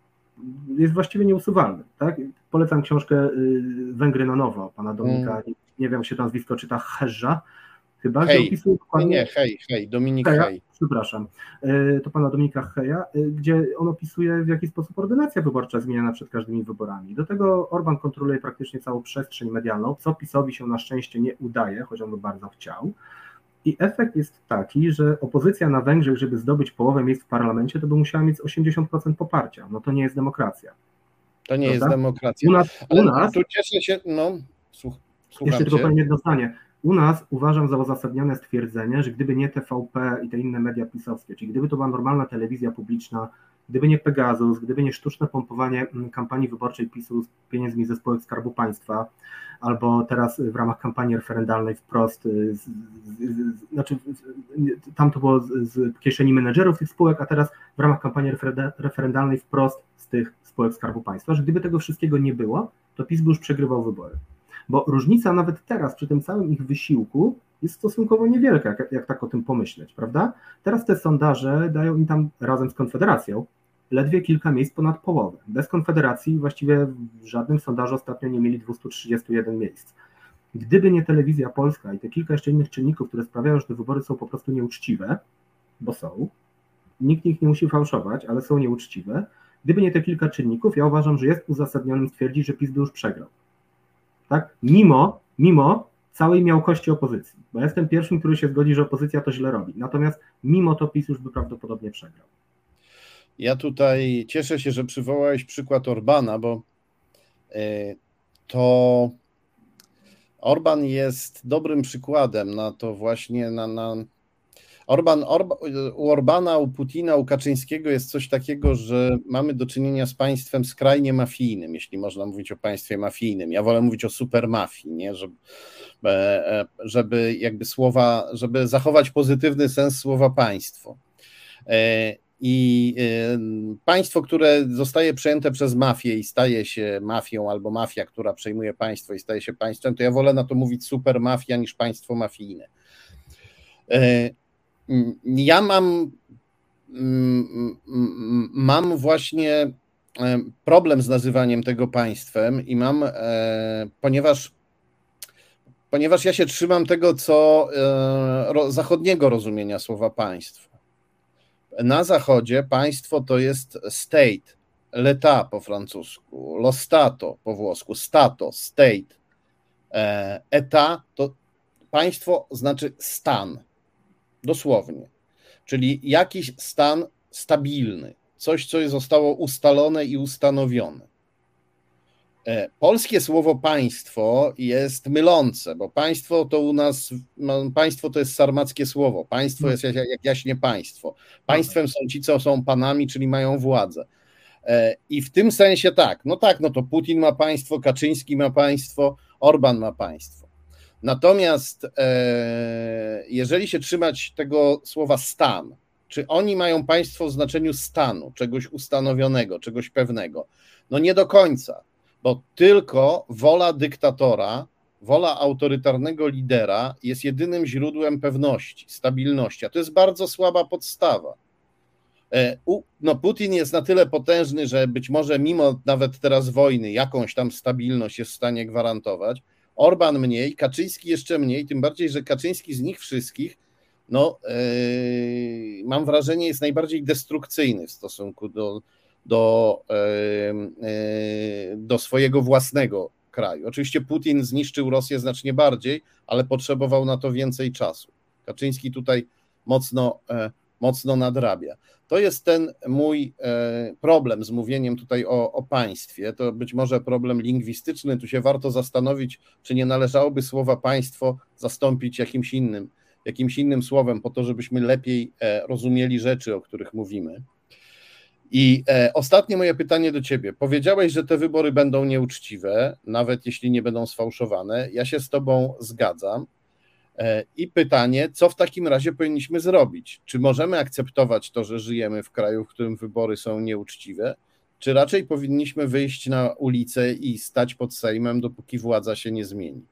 Jest właściwie nieusuwalny, tak? Polecam książkę Węgry na nowo, pana Dominika, hmm. nie wiem jak się to nazwisko czyta, Herza, chyba, hej. Gdzie opisuje dokładnie... Nie, hej, hej, Dominik Heja, Hej. Przepraszam, to pana Dominika Heja, gdzie on opisuje, w jaki sposób ordynacja wyborcza jest zmieniana przed każdymi wyborami. Do tego Orban kontroluje praktycznie całą przestrzeń medialną, co PiS-owi się na szczęście nie udaje, choć on by bardzo chciał. I efekt jest taki, że opozycja na Węgrzech, żeby zdobyć połowę miejsc w parlamencie, to by musiała mieć osiemdziesiąt procent poparcia. No to nie jest demokracja. To nie Prawda? jest demokracja. U nas, Ale u nas tu cieszę się, no, słuch, słucham Jeszcze cię. tylko powiem jedno zdanie. U nas uważam za uzasadnione stwierdzenie, że gdyby nie T V P i te inne media pisowskie, czyli gdyby to była normalna telewizja publiczna, gdyby nie Pegasus, gdyby nie sztuczne pompowanie kampanii wyborczej PiSu z pieniędzmi ze spółek Skarbu Państwa, albo teraz w ramach kampanii referendalnej wprost, z, z, z, znaczy tam to było z, z kieszeni menedżerów tych spółek, a teraz w ramach kampanii referendalnej wprost z tych spółek Skarbu Państwa, że gdyby tego wszystkiego nie było, to PiS by już przegrywał wybory. Bo różnica nawet teraz, przy tym całym ich wysiłku, jest stosunkowo niewielka, jak, jak tak o tym pomyśleć, prawda? Teraz te sondaże dają im tam razem z Konfederacją ledwie kilka miejsc ponad połowę. Bez Konfederacji właściwie w żadnym sondażu ostatnio nie mieli dwieście trzydzieści jeden miejsc. Gdyby nie Telewizja Polska i te kilka jeszcze innych czynników, które sprawiają, że te wybory są po prostu nieuczciwe, bo są, nikt ich nie musi fałszować, ale są nieuczciwe, gdyby nie te kilka czynników, ja uważam, że jest uzasadnionym stwierdzić, że PiS by już przegrał. Tak? Mimo, mimo całej miałkości opozycji, bo ja jestem pierwszym, który się zgodzi, że opozycja to źle robi, natomiast mimo to PiS już by prawdopodobnie przegrał. Ja tutaj cieszę się, że przywołałeś przykład Orbana, bo to Orban jest dobrym przykładem na to właśnie, na, na Orban, Orba, u Orbana, u Putina, u Kaczyńskiego jest coś takiego, że mamy do czynienia z państwem skrajnie mafijnym, jeśli można mówić o państwie mafijnym. Ja wolę mówić o supermafii, nie? Żeby, żeby jakby słowa, żeby zachować pozytywny sens słowa państwo. I państwo, które zostaje przejęte przez mafię i staje się mafią, albo mafia, która przejmuje państwo i staje się państwem, to ja wolę na to mówić supermafia niż państwo mafijne. Ja mam, mam właśnie problem z nazywaniem tego państwem i mam, ponieważ, ponieważ ja się trzymam tego, co zachodniego rozumienia słowa państwo. Na zachodzie państwo to jest state, l'état po francusku, lo stato po włosku, stato, state, état to państwo znaczy stan. Dosłownie, czyli jakiś stan stabilny, coś, co zostało ustalone i ustanowione. Polskie słowo państwo jest mylące, bo państwo to u nas, państwo to jest sarmackie słowo, państwo jest jak jaśnie państwo. Państwem są ci, co są panami, czyli mają władzę. I w tym sensie tak, no tak, no to Putin ma państwo, Kaczyński ma państwo, Orban ma państwo. Natomiast e, jeżeli się trzymać tego słowa stan, czy oni mają państwo w znaczeniu stanu, czegoś ustanowionego, czegoś pewnego? No nie do końca, bo tylko wola dyktatora, wola autorytarnego lidera jest jedynym źródłem pewności, stabilności, a to jest bardzo słaba podstawa. E, u, no Putin jest na tyle potężny, że być może mimo nawet teraz wojny jakąś tam stabilność jest w stanie gwarantować, Orban mniej, Kaczyński jeszcze mniej, tym bardziej, że Kaczyński z nich wszystkich, no yy, mam wrażenie, jest najbardziej destrukcyjny w stosunku do, do, yy, yy, do swojego własnego kraju. Oczywiście Putin zniszczył Rosję znacznie bardziej, ale potrzebował na to więcej czasu. Kaczyński tutaj mocno, yy, mocno nadrabia. To jest ten mój problem z mówieniem tutaj o, o państwie. To być może problem lingwistyczny. Tu się warto zastanowić, czy nie należałoby słowa państwo zastąpić jakimś innym, jakimś innym słowem, po to, żebyśmy lepiej rozumieli rzeczy, o których mówimy. I ostatnie moje pytanie do ciebie. Powiedziałeś, że te wybory będą nieuczciwe, nawet jeśli nie będą sfałszowane. Ja się z tobą zgadzam. I pytanie, co w takim razie powinniśmy zrobić? Czy możemy akceptować to, że żyjemy w kraju, w którym wybory są nieuczciwe, czy raczej powinniśmy wyjść na ulicę i stać pod Sejmem, dopóki władza się nie zmieni?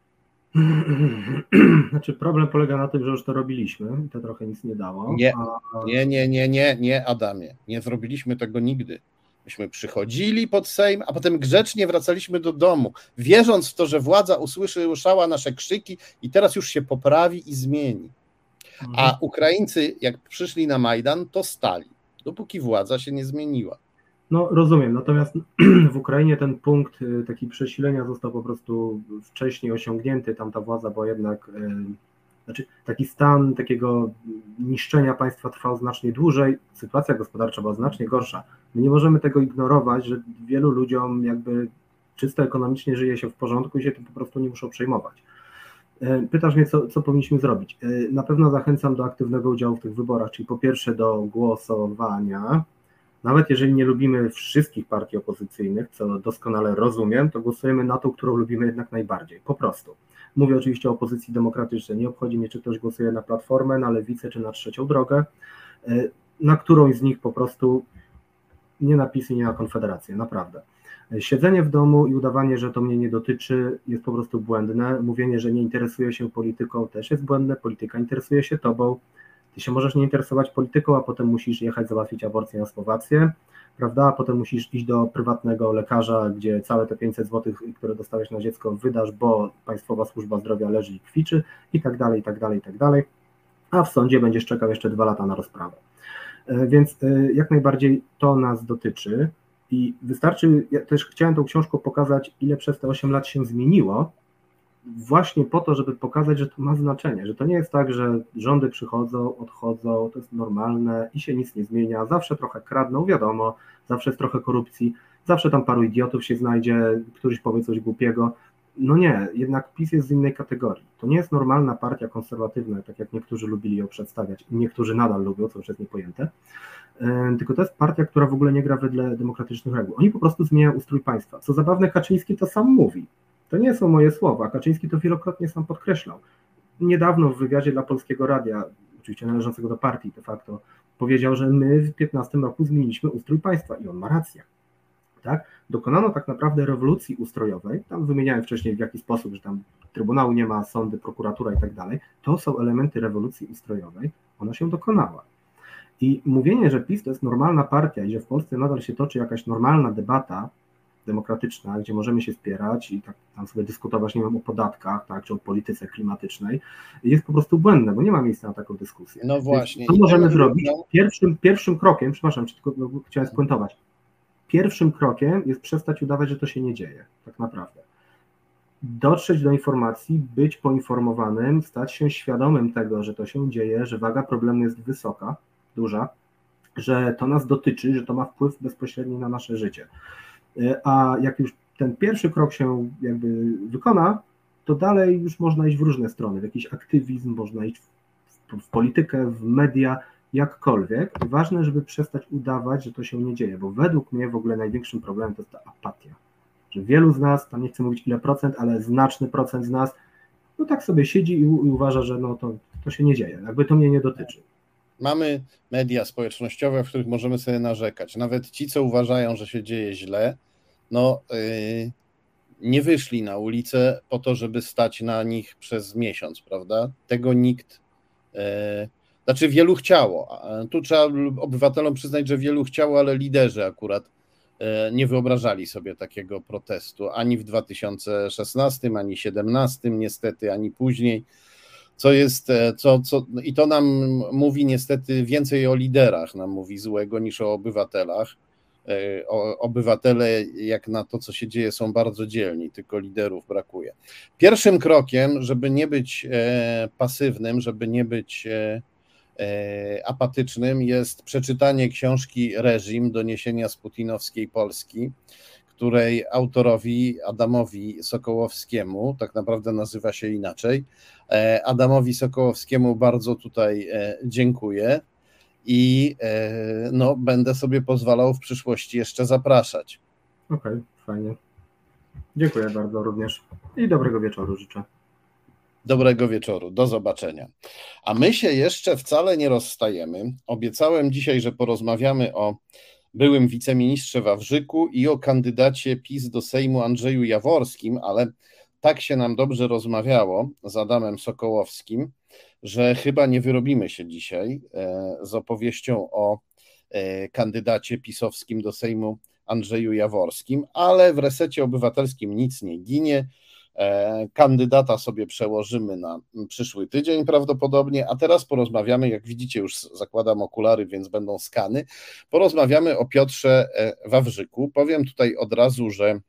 Znaczy problem polega na tym, że już to robiliśmy i to trochę nic nie dało. Nie, a... nie, nie, nie, nie, nie, Adamie, nie zrobiliśmy tego nigdy. Myśmy przychodzili pod Sejm, a potem grzecznie wracaliśmy do domu, wierząc w to, że władza usłyszała nasze krzyki i teraz już się poprawi i zmieni. A Ukraińcy, jak przyszli na Majdan, to stali, dopóki władza się nie zmieniła. No rozumiem, natomiast w Ukrainie ten punkt taki przesilenia został po prostu wcześniej osiągnięty, tam ta władza była jednak, znaczy taki stan takiego niszczenia państwa trwał znacznie dłużej, sytuacja gospodarcza była znacznie gorsza. My nie możemy tego ignorować, że wielu ludziom jakby czysto ekonomicznie żyje się w porządku i się tym po prostu nie muszą przejmować. Pytasz mnie, co, co powinniśmy zrobić? Na pewno zachęcam do aktywnego udziału w tych wyborach, czyli po pierwsze do głosowania. Nawet jeżeli nie lubimy wszystkich partii opozycyjnych, co doskonale rozumiem, to głosujemy na tą, którą lubimy jednak najbardziej, po prostu. Mówię oczywiście o opozycji demokratycznej, nie obchodzi mnie, czy ktoś głosuje na Platformę, na Lewicę, czy na Trzecią Drogę, na którąś z nich po prostu nie na PiS i nie na Konfederację, naprawdę. Siedzenie w domu i udawanie, że to mnie nie dotyczy, jest po prostu błędne. Mówienie, że nie interesuje się polityką, też jest błędne. Polityka interesuje się tobą. Ty się możesz nie interesować polityką, a potem musisz jechać załatwić aborcję na Słowację, prawda? A potem musisz iść do prywatnego lekarza, gdzie całe te pięćset złotych, które dostałeś na dziecko, wydasz, bo Państwowa Służba Zdrowia leży i kwiczy i tak dalej, i tak dalej, i tak dalej. A w sądzie będziesz czekał jeszcze dwa lata na rozprawę. Więc jak najbardziej to nas dotyczy. I wystarczy, ja też chciałem tą książką pokazać, ile przez te osiem lat się zmieniło, właśnie po to, żeby pokazać, że to ma znaczenie, że to nie jest tak, że rządy przychodzą, odchodzą, to jest normalne i się nic nie zmienia, zawsze trochę kradną, wiadomo, zawsze jest trochę korupcji, zawsze tam paru idiotów się znajdzie, któryś powie coś głupiego. No nie, jednak PiS jest z innej kategorii. To nie jest normalna partia konserwatywna, tak jak niektórzy lubili ją przedstawiać i niektórzy nadal lubią, co już jest niepojęte. Tylko to jest partia, która w ogóle nie gra wedle demokratycznych reguł. Oni po prostu zmieniają ustrój państwa. Co zabawne, Kaczyński to sam mówi. To nie są moje słowa. Kaczyński to wielokrotnie sam podkreślał. Niedawno w wywiadzie dla Polskiego Radia, oczywiście należącego do partii de facto, powiedział, że my w piętnastym roku zmieniliśmy ustrój państwa i on ma rację. Tak? Dokonano tak naprawdę rewolucji ustrojowej, tam wymieniałem wcześniej w jaki sposób, że tam Trybunału nie ma, sądy, prokuratura i tak dalej. To są elementy rewolucji ustrojowej, ona się dokonała. I mówienie, że PiS to jest normalna partia i że w Polsce nadal się toczy jakaś normalna debata demokratyczna, gdzie możemy się spierać i tak tam sobie dyskutować, nie wiem, o podatkach, tak, czy o polityce klimatycznej, jest po prostu błędne, bo nie ma miejsca na taką dyskusję. No właśnie. Więc co możemy zrobić? Pierwszym, pierwszym krokiem, przepraszam, czy tylko no, chciałem spuentować, pierwszym krokiem jest przestać udawać, że to się nie dzieje, tak naprawdę. Dotrzeć do informacji, być poinformowanym, stać się świadomym tego, że to się dzieje, że waga problemu jest wysoka, duża, że to nas dotyczy, że to ma wpływ bezpośredni na nasze życie. A jak już ten pierwszy krok się jakby wykona, to dalej już można iść w różne strony, w jakiś aktywizm, można iść w, w politykę, w media, jakkolwiek. Ważne, żeby przestać udawać, że to się nie dzieje, bo według mnie w ogóle największym problemem to jest ta apatia, że wielu z nas, tam nie chcę mówić ile procent, ale znaczny procent z nas, no tak sobie siedzi i, i uważa, że no to, to się nie dzieje, jakby to mnie nie dotyczy. Mamy media społecznościowe, w których możemy sobie narzekać. Nawet ci, co uważają, że się dzieje źle, no yy, nie wyszli na ulicę po to, żeby stać na nich przez miesiąc, prawda? Tego nikt, yy, znaczy wielu chciało. Tu trzeba obywatelom przyznać, że wielu chciało, ale liderzy akurat yy, nie wyobrażali sobie takiego protestu ani w dwa tysiące szesnastym, ani siedemnastym niestety, ani później. Co jest, co, co, i to nam mówi niestety więcej o liderach, nam mówi złego niż o obywatelach. O, obywatele jak na to, co się dzieje, są bardzo dzielni, tylko liderów brakuje. Pierwszym krokiem, żeby nie być pasywnym, żeby nie być apatycznym, jest przeczytanie książki Reżim, doniesienia z putinowskiej Polski, której autorowi Adamowi Sokołowskiemu, tak naprawdę nazywa się inaczej, Adamowi Sokołowskiemu bardzo tutaj dziękuję i no, będę sobie pozwalał w przyszłości jeszcze zapraszać. Okej, okay, fajnie. Dziękuję bardzo również i dobrego wieczoru życzę. Dobrego wieczoru, do zobaczenia. A my się jeszcze wcale nie rozstajemy. Obiecałem dzisiaj, że porozmawiamy o byłym wiceministrze Wawrzyku i o kandydacie PiS do Sejmu Andrzeju Jaworskim, ale tak się nam dobrze rozmawiało z Adamem Sokołowskim, że chyba nie wyrobimy się dzisiaj z opowieścią o kandydacie pisowskim do Sejmu Andrzeju Jaworskim, ale w Resecie Obywatelskim nic nie ginie. Kandydata sobie przełożymy na przyszły tydzień prawdopodobnie, a teraz porozmawiamy, jak widzicie już zakładam okulary, więc będą skany, porozmawiamy o Piotrze Wawrzyku. Powiem tutaj od razu, że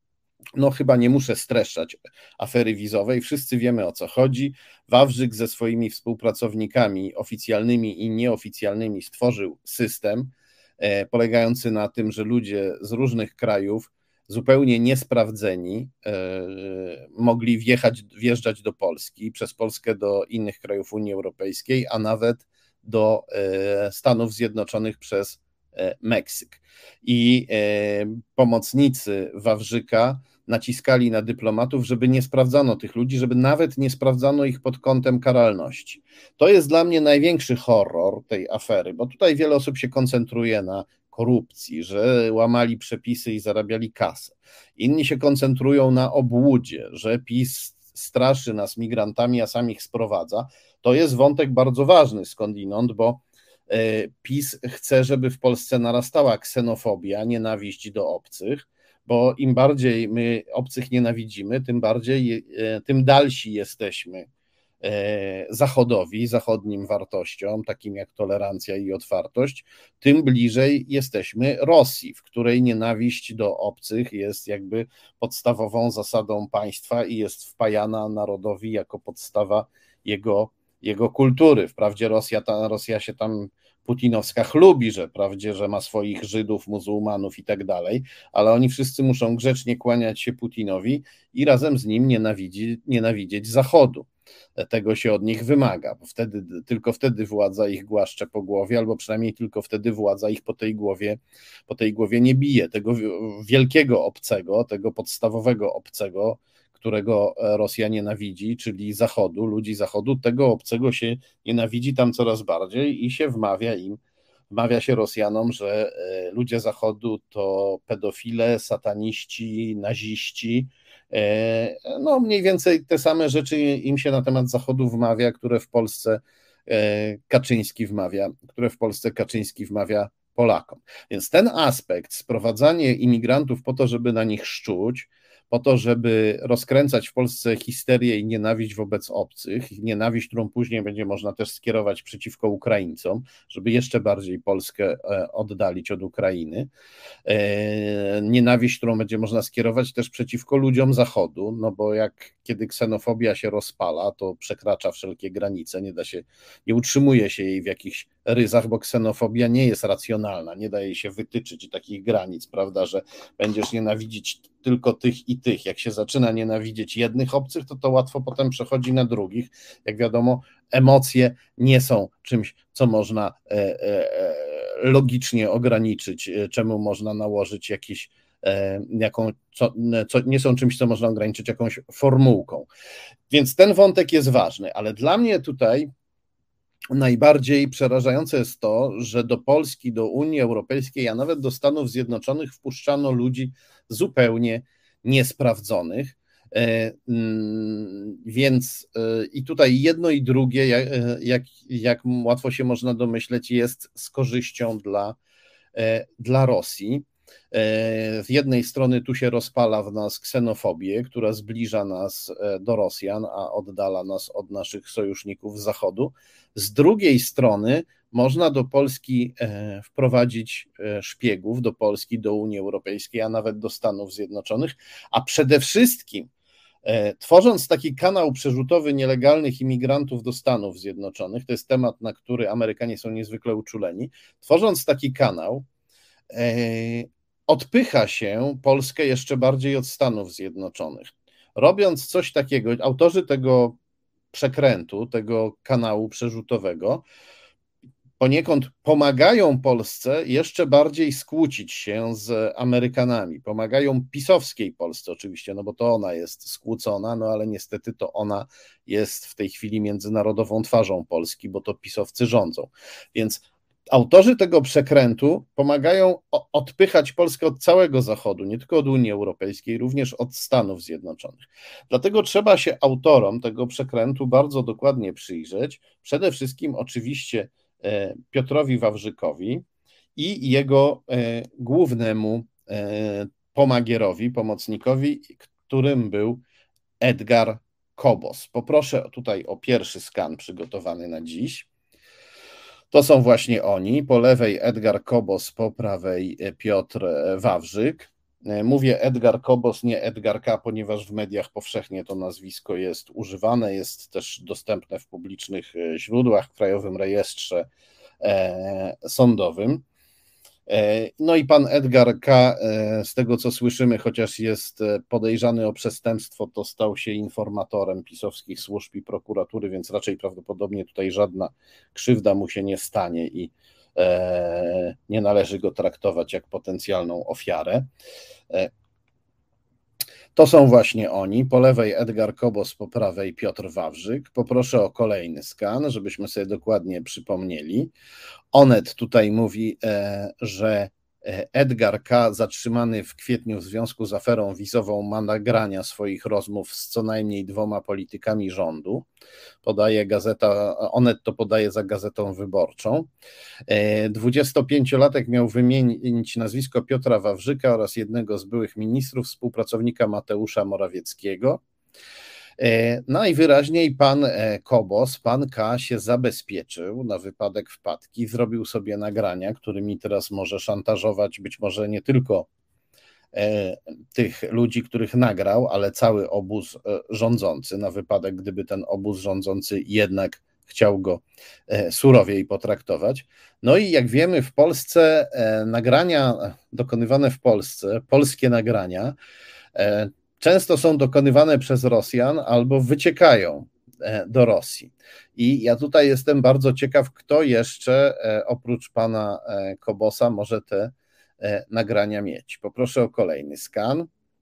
no chyba nie muszę streszczać afery wizowej, wszyscy wiemy o co chodzi. Wawrzyk ze swoimi współpracownikami oficjalnymi i nieoficjalnymi stworzył system polegający na tym, że ludzie z różnych krajów zupełnie niesprawdzeni mogli wjechać, wjeżdżać do Polski, przez Polskę do innych krajów Unii Europejskiej, a nawet do Stanów Zjednoczonych przez Meksyk. I pomocnicy Wawrzyka naciskali na dyplomatów, żeby nie sprawdzano tych ludzi, żeby nawet nie sprawdzano ich pod kątem karalności. To jest dla mnie największy horror tej afery, bo tutaj wiele osób się koncentruje na korupcji, że łamali przepisy i zarabiali kasę. Inni się koncentrują na obłudzie, że PiS straszy nas migrantami, a sam ich sprowadza. To jest wątek bardzo ważny skądinąd, bo PiS chce, żeby w Polsce narastała ksenofobia, nienawiść do obcych, bo im bardziej my obcych nienawidzimy, tym bardziej, tym dalsi jesteśmy Zachodowi, zachodnim wartościom, takim jak tolerancja i otwartość, tym bliżej jesteśmy Rosji, w której nienawiść do obcych jest jakby podstawową zasadą państwa i jest wpajana narodowi jako podstawa jego, jego kultury. Wprawdzie Rosja, ta, Rosja się tam putinowska chlubi, że wprawdzie, że ma swoich Żydów, muzułmanów i tak dalej, ale oni wszyscy muszą grzecznie kłaniać się Putinowi i razem z nim nienawidzi, nienawidzieć Zachodu. Tego się od nich wymaga, bo wtedy, tylko wtedy władza ich głaszcze po głowie, albo przynajmniej tylko wtedy władza ich po tej głowie, po tej głowie nie bije. Tego wielkiego obcego, tego podstawowego obcego, którego Rosja nienawidzi, czyli Zachodu, ludzi Zachodu, tego obcego się nienawidzi tam coraz bardziej i się wmawia im, wmawia się Rosjanom, że ludzie Zachodu to pedofile, sataniści, naziści. No mniej więcej te same rzeczy im się na temat Zachodu wmawia, które w Polsce Kaczyński wmawia, które w Polsce Kaczyński wmawia Polakom. Więc ten aspekt, sprowadzanie imigrantów po to, żeby na nich szczuć, po to, żeby rozkręcać w Polsce histerię i nienawiść wobec obcych, nienawiść, którą później będzie można też skierować przeciwko Ukraińcom, żeby jeszcze bardziej Polskę oddalić od Ukrainy. Nienawiść, którą będzie można skierować też przeciwko ludziom Zachodu, no bo jak kiedy ksenofobia się rozpala, to przekracza wszelkie granice, nie da się, nie utrzymuje się jej w jakichś ryzach, bo ksenofobia nie jest racjonalna, nie da jej się wytyczyć takich granic, prawda, że będziesz nienawidzić tylko tych i tych. Jak się zaczyna nienawidzieć jednych obcych, to to łatwo potem przechodzi na drugich. Jak wiadomo, emocje nie są czymś, co można e, e, logicznie ograniczyć, czemu można nałożyć jakiś e, jaką, co, co, nie są czymś, co można ograniczyć jakąś formułką. Więc ten wątek jest ważny, ale dla mnie tutaj najbardziej przerażające jest to, że do Polski, do Unii Europejskiej, a nawet do Stanów Zjednoczonych wpuszczano ludzi zupełnie niesprawdzonych. Więc i tutaj jedno i drugie, jak, jak, jak łatwo się można domyśleć, jest z korzyścią dla, dla Rosji. Z jednej strony tu się rozpala w nas ksenofobię, która zbliża nas do Rosjan, a oddala nas od naszych sojuszników z Zachodu. Z drugiej strony można do Polski wprowadzić szpiegów, do Polski, do Unii Europejskiej, a nawet do Stanów Zjednoczonych, a przede wszystkim tworząc taki kanał przerzutowy nielegalnych imigrantów do Stanów Zjednoczonych, to jest temat, na który Amerykanie są niezwykle uczuleni, tworząc taki kanał, odpycha się Polskę jeszcze bardziej od Stanów Zjednoczonych. Robiąc coś takiego, autorzy tego przekrętu, tego kanału przerzutowego, poniekąd pomagają Polsce jeszcze bardziej skłócić się z Amerykanami. Pomagają pisowskiej Polsce oczywiście, no bo to ona jest skłócona, no ale niestety to ona jest w tej chwili międzynarodową twarzą Polski, bo to pisowcy rządzą. Więc autorzy tego przekrętu pomagają odpychać Polskę od całego Zachodu, nie tylko od Unii Europejskiej, również od Stanów Zjednoczonych. Dlatego trzeba się autorom tego przekrętu bardzo dokładnie przyjrzeć. Przede wszystkim oczywiście Piotrowi Wawrzykowi i jego głównemu pomagierowi, pomocnikowi, którym był Edgar Kobos. Poproszę tutaj o pierwszy skan przygotowany na dziś. To są właśnie oni, po lewej Edgar Kobos, po prawej Piotr Wawrzyk. Mówię Edgar Kobos, nie Edgar K., ponieważ w mediach powszechnie to nazwisko jest używane, jest też dostępne w publicznych źródłach, w Krajowym Rejestrze Sądowym. No i pan Edgar K., z tego co słyszymy, chociaż jest podejrzany o przestępstwo, to stał się informatorem pisowskich służb i prokuratury, więc raczej prawdopodobnie tutaj żadna krzywda mu się nie stanie i nie należy go traktować jak potencjalną ofiarę. To są właśnie oni, po lewej Edgar Kobos, po prawej Piotr Wawrzyk. Poproszę o kolejny skan, żebyśmy sobie dokładnie przypomnieli. Onet tutaj mówi, że Edgar K., zatrzymany w kwietniu w związku z aferą wizową, ma nagrania swoich rozmów z co najmniej dwoma politykami rządu. Podaje gazeta, Onet to podaje za Gazetą Wyborczą. dwudziestopięciolatek miał wymienić nazwisko Piotra Wawrzyka oraz jednego z byłych ministrów, współpracownika Mateusza Morawieckiego. Najwyraźniej pan Kobos, pan K. się zabezpieczył na wypadek wpadki, zrobił sobie nagrania, którymi teraz może szantażować być może nie tylko tych ludzi, których nagrał, ale cały obóz rządzący, na wypadek, gdyby ten obóz rządzący jednak chciał go surowiej potraktować. No i jak wiemy, w Polsce nagrania dokonywane w Polsce, polskie nagrania, często są dokonywane przez Rosjan albo wyciekają do Rosji. I ja tutaj jestem bardzo ciekaw, kto jeszcze oprócz pana Kobosa może te nagrania mieć. Poproszę o kolejny skan.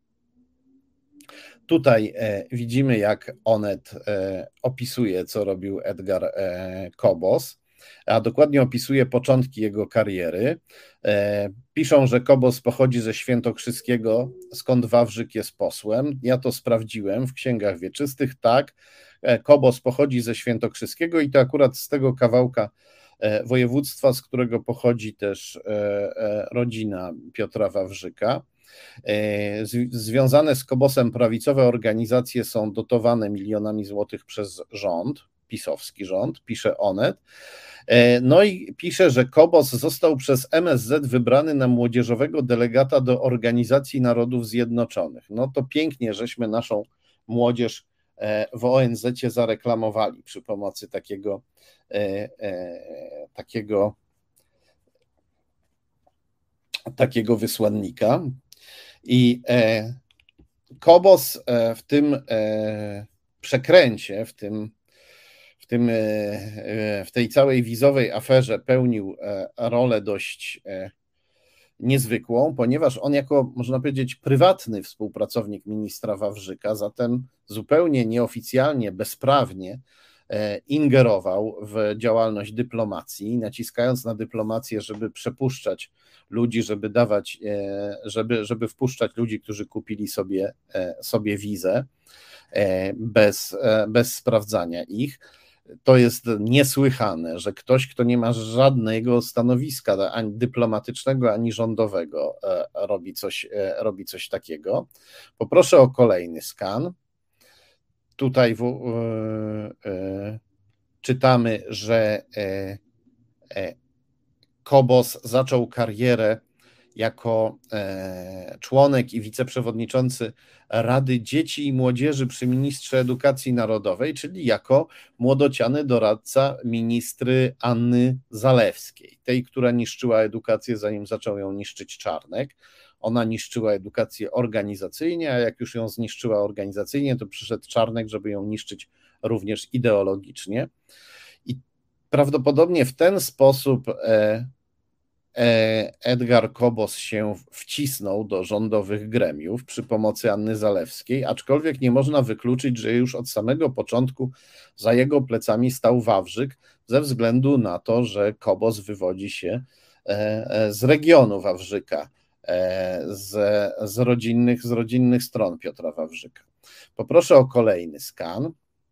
Tutaj widzimy, jak Onet opisuje, co robił Edgar Kobos, a dokładnie opisuje początki jego kariery. Piszą, że Kobos pochodzi ze Świętokrzyskiego, skąd Wawrzyk jest posłem. Ja to sprawdziłem w księgach wieczystych. Tak, Kobos pochodzi ze Świętokrzyskiego i to akurat z tego kawałka województwa, z którego pochodzi też rodzina Piotra Wawrzyka. Związane z Kobosem prawicowe organizacje są dotowane milionami złotych przez rząd, pisowski rząd, pisze Onet. No i pisze, że Kobos został przez M S Z wybrany na młodzieżowego delegata do Organizacji Narodów Zjednoczonych. No to pięknie, żeśmy naszą młodzież w O N Z-cie zareklamowali przy pomocy takiego takiego takiego wysłannika. I Kobos w tym przekręcie, w tym W, tym, w tej całej wizowej aferze pełnił rolę dość niezwykłą, ponieważ on jako, można powiedzieć, prywatny współpracownik ministra Wawrzyka, zatem zupełnie nieoficjalnie, bezprawnie ingerował w działalność dyplomacji, naciskając na dyplomację, żeby przepuszczać ludzi, żeby dawać, żeby, żeby wpuszczać ludzi, którzy kupili sobie, sobie wizę bez, bez sprawdzania ich. To jest niesłychane, że ktoś, kto nie ma żadnego stanowiska ani dyplomatycznego, ani rządowego, robi coś, robi coś takiego. Poproszę o kolejny skan. Tutaj w, e, e, czytamy, że e, e, Kobos zaczął karierę jako e, członek i wiceprzewodniczący Rady Dzieci i Młodzieży przy Ministrze Edukacji Narodowej, czyli jako młodociany doradca ministry Anny Zalewskiej, tej, która niszczyła edukację, zanim zaczął ją niszczyć Czarnek. Ona niszczyła edukację organizacyjnie, a jak już ją zniszczyła organizacyjnie, to przyszedł Czarnek, żeby ją niszczyć również ideologicznie. I prawdopodobnie w ten sposób Edgar Kobos się wcisnął do rządowych gremiów przy pomocy Anny Zalewskiej, aczkolwiek nie można wykluczyć, że już od samego początku za jego plecami stał Wawrzyk, ze względu na to, że Kobos wywodzi się z regionu Wawrzyka, z, z, rodzinnych, z rodzinnych stron Piotra Wawrzyka. Poproszę o kolejny skan.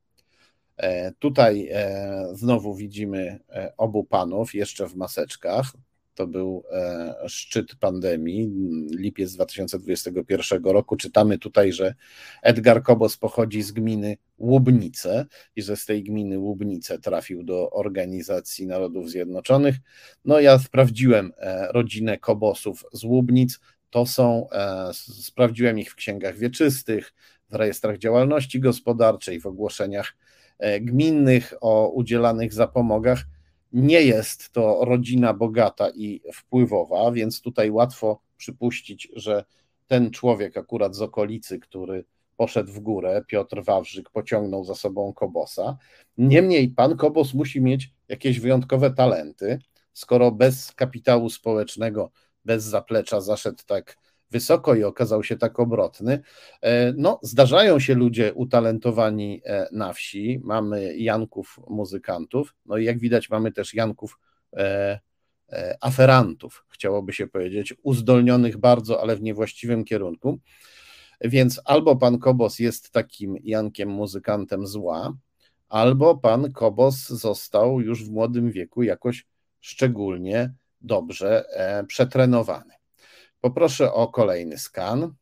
Tutaj znowu widzimy obu panów jeszcze w maseczkach. To był szczyt pandemii, lipiec dwa tysiące dwudziestego pierwszego roku. Czytamy tutaj, że Edgar Kobos pochodzi z gminy Łubnice i że z tej gminy Łubnice trafił do Organizacji Narodów Zjednoczonych. No ja sprawdziłem rodzinę Kobosów z Łubnic. To są, sprawdziłem ich w księgach wieczystych, w rejestrach działalności gospodarczej, w ogłoszeniach gminnych o udzielanych zapomogach. Nie jest to rodzina bogata i wpływowa, więc tutaj łatwo przypuścić, że ten człowiek akurat z okolicy, który poszedł w górę, Piotr Wawrzyk, pociągnął za sobą Kobosa. Niemniej pan Kobos musi mieć jakieś wyjątkowe talenty, skoro bez kapitału społecznego, bez zaplecza zaszedł tak wysoko i okazał się tak obrotny. No, zdarzają się ludzie utalentowani na wsi, mamy Janków muzykantów, no i jak widać mamy też Janków e, e, aferantów, chciałoby się powiedzieć, uzdolnionych bardzo, ale w niewłaściwym kierunku, więc albo pan Kobos jest takim Jankiem muzykantem zła, albo pan Kobos został już w młodym wieku jakoś szczególnie dobrze e, przetrenowany. Poproszę o kolejny skan.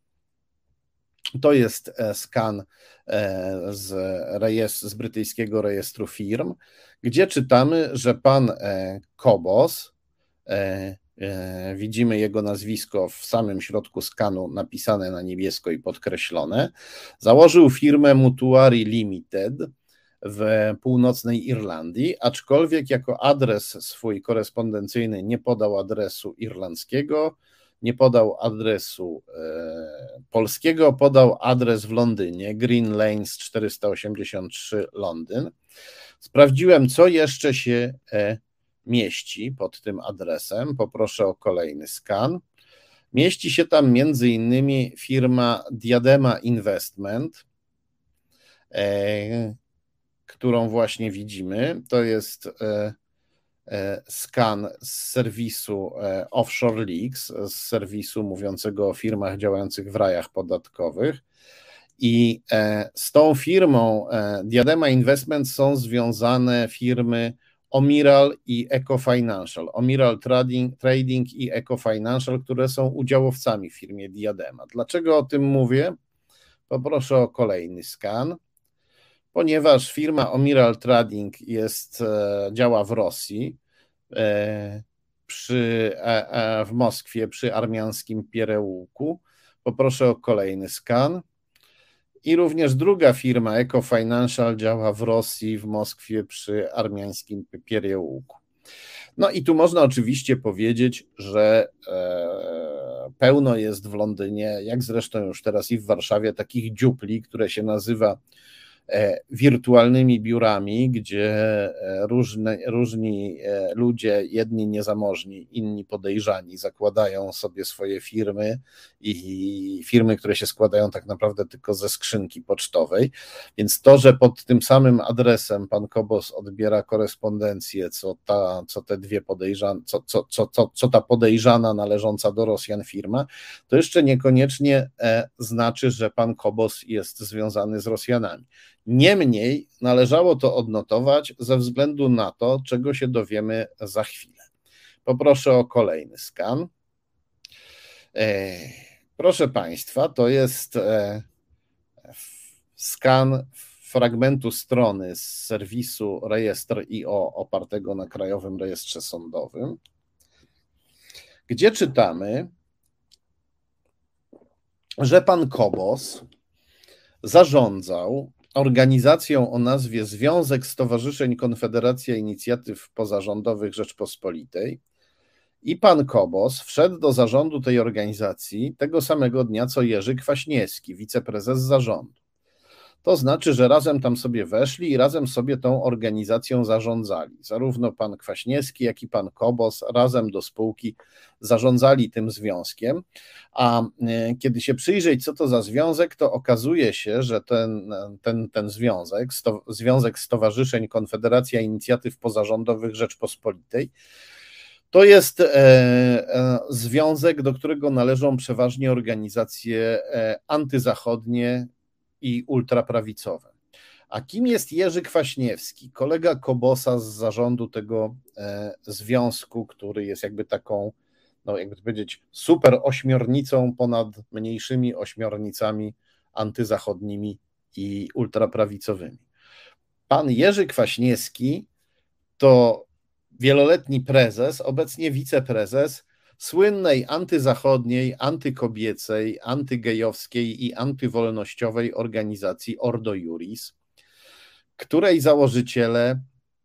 To jest skan z, rejestru, z brytyjskiego rejestru firm, gdzie czytamy, że pan Kobos, widzimy jego nazwisko w samym środku skanu napisane na niebiesko i podkreślone, założył firmę Mutuary Limited w północnej Irlandii, aczkolwiek jako adres swój korespondencyjny nie podał adresu irlandzkiego, nie podał adresu e, polskiego, podał adres w Londynie, Green Lanes czterysta osiemdziesiąt trzy Londyn. Sprawdziłem, co jeszcze się e, mieści pod tym adresem. Poproszę o kolejny skan. Mieści się tam między innymi firma Diadema Investment, e, którą właśnie widzimy. To jest e, skan z serwisu Offshore Leaks, z serwisu mówiącego o firmach działających w rajach podatkowych. I z tą firmą Diadema Investment są związane firmy Omiral i Eco Financial. Omiral Trading, Trading i Eco Financial, które są udziałowcami w firmie Diadema. Dlaczego o tym mówię? Poproszę o kolejny skan. Ponieważ firma Omiral Trading jest, działa w Rosji, przy, w Moskwie przy armiańskim Pierełuku. Poproszę o kolejny skan. I również druga firma Eco Financial działa w Rosji, w Moskwie przy armiańskim Pierełuku. No i tu można oczywiście powiedzieć, że pełno jest w Londynie, jak zresztą już teraz i w Warszawie, takich dziupli, które się nazywa wirtualnymi biurami, gdzie różne, różni ludzie, jedni niezamożni, inni podejrzani, zakładają sobie swoje firmy i firmy, które się składają tak naprawdę tylko ze skrzynki pocztowej. Więc to, że pod tym samym adresem pan Kobos odbiera korespondencję, co ta, co te dwie podejrzane, co, co, co, co, co ta podejrzana należąca do Rosjan firma, to jeszcze niekoniecznie znaczy, że pan Kobos jest związany z Rosjanami. Niemniej należało to odnotować ze względu na to, czego się dowiemy za chwilę. Poproszę o kolejny skan. Proszę Państwa, to jest skan fragmentu strony z serwisu Rejestr kropka i o opartego na Krajowym Rejestrze Sądowym, gdzie czytamy, że pan Kobos zarządzał organizacją o nazwie Związek Stowarzyszeń Konfederacja Inicjatyw Pozarządowych Rzeczpospolitej i pan Kobos wszedł do zarządu tej organizacji tego samego dnia, co Jerzy Kwaśniewski, wiceprezes zarządu. To znaczy, że razem tam sobie weszli i razem sobie tą organizacją zarządzali. Zarówno pan Kwaśniewski, jak i pan Kobos razem do spółki zarządzali tym związkiem, a kiedy się przyjrzeć, co to za związek, to okazuje się, że ten, ten, ten związek, sto, Związek Stowarzyszeń Konfederacja Inicjatyw Pozarządowych Rzeczpospolitej, to jest e, e, związek, do którego należą przeważnie organizacje e, antyzachodnie i ultraprawicowe. A kim jest Jerzy Kwaśniewski, kolega Kobosa z zarządu tego e, związku, który jest jakby taką, no jakby to powiedzieć, super ośmiornicą ponad mniejszymi ośmiornicami antyzachodnimi i ultraprawicowymi. Pan Jerzy Kwaśniewski to wieloletni prezes, obecnie wiceprezes słynnej antyzachodniej, antykobiecej, antygejowskiej i antywolnościowej organizacji Ordo Iuris, której założyciele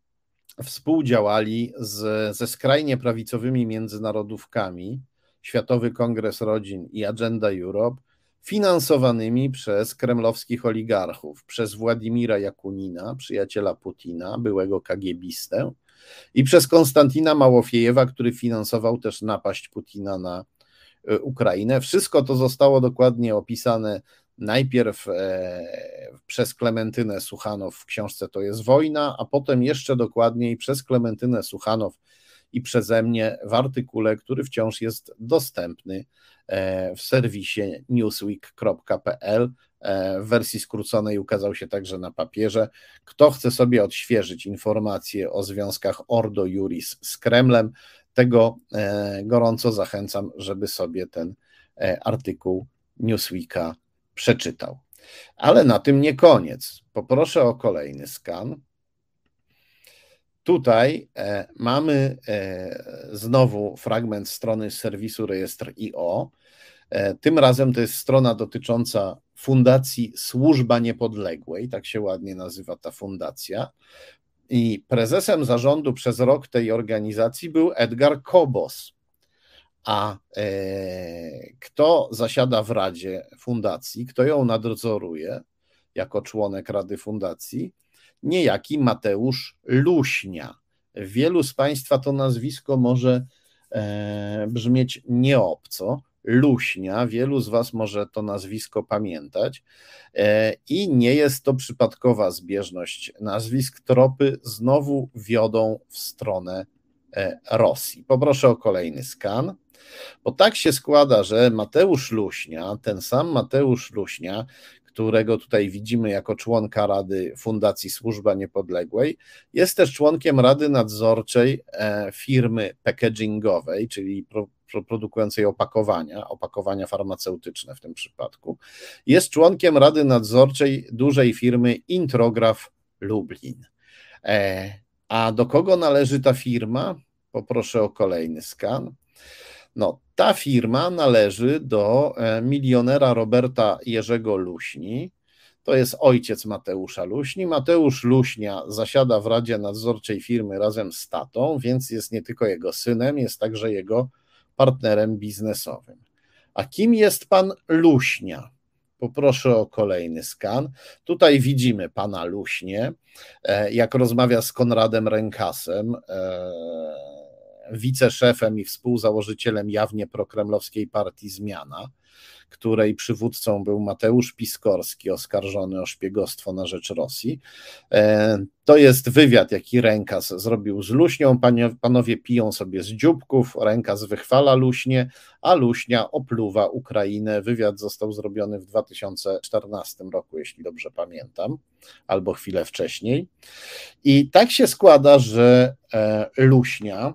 współdziałali z, ze skrajnie prawicowymi międzynarodówkami, Światowy Kongres Rodzin i Agenda Europe, finansowanymi przez kremlowskich oligarchów, przez Władimira Jakunina, przyjaciela Putina, byłego kagiebistę, i przez Konstantina Małofiejewa, który finansował też napaść Putina na Ukrainę. Wszystko to zostało dokładnie opisane najpierw e, przez Klementynę Suchanow w książce To jest wojna, a potem jeszcze dokładniej przez Klementynę Suchanow i przeze mnie w artykule, który wciąż jest dostępny e, w serwisie newsweek kropka p l. W wersji skróconej ukazał się także na papierze. Kto chce sobie odświeżyć informacje o związkach Ordo Iuris z Kremlem, tego gorąco zachęcam, żeby sobie ten artykuł Newsweeka przeczytał. Ale na tym nie koniec. Poproszę o kolejny skan. Tutaj mamy znowu fragment strony serwisu rejestr kropka i o. Tym razem to jest strona dotycząca Fundacji Służba Niepodległej, tak się ładnie nazywa ta fundacja. I prezesem zarządu przez rok tej organizacji był Edgar Kobos. A e, kto zasiada w Radzie Fundacji, kto ją nadzoruje jako członek Rady Fundacji? Niejaki Mateusz Luśnia. Wielu z Państwa to nazwisko może e, brzmieć nieobco. Luśnia, wielu z Was może to nazwisko pamiętać i nie jest to przypadkowa zbieżność nazwisk. Tropy znowu wiodą w stronę Rosji. Poproszę o kolejny skan, bo tak się składa, że Mateusz Luśnia, ten sam Mateusz Luśnia, którego tutaj widzimy jako członka Rady Fundacji Służba Niepodległej, jest też członkiem Rady Nadzorczej firmy packagingowej, czyli pro produkującej opakowania, opakowania farmaceutyczne w tym przypadku. Jest członkiem Rady Nadzorczej dużej firmy Intrograf Lublin. A do kogo należy ta firma? Poproszę o kolejny skan. No, ta firma należy do milionera Roberta Jerzego Luśni. To jest ojciec Mateusza Luśni. Mateusz Luśnia zasiada w Radzie Nadzorczej firmy razem z tatą, więc jest nie tylko jego synem, jest także jego partnerem biznesowym. A kim jest pan Luśnia? Poproszę o kolejny skan. Tutaj widzimy pana Luśnię, jak rozmawia z Konradem Rękasem, wiceszefem i współzałożycielem jawnie prokremlowskiej partii Zmiana, której przywódcą był Mateusz Piskorski, oskarżony o szpiegostwo na rzecz Rosji. To jest wywiad, jaki Rękas zrobił z Luśnią. Panie, panowie piją sobie z dzióbków, Rękas wychwala Luśnię, a Luśnia opluwa Ukrainę. Wywiad został zrobiony w dwa tysiące czternastym roku, jeśli dobrze pamiętam, albo chwilę wcześniej. I tak się składa, że Luśnia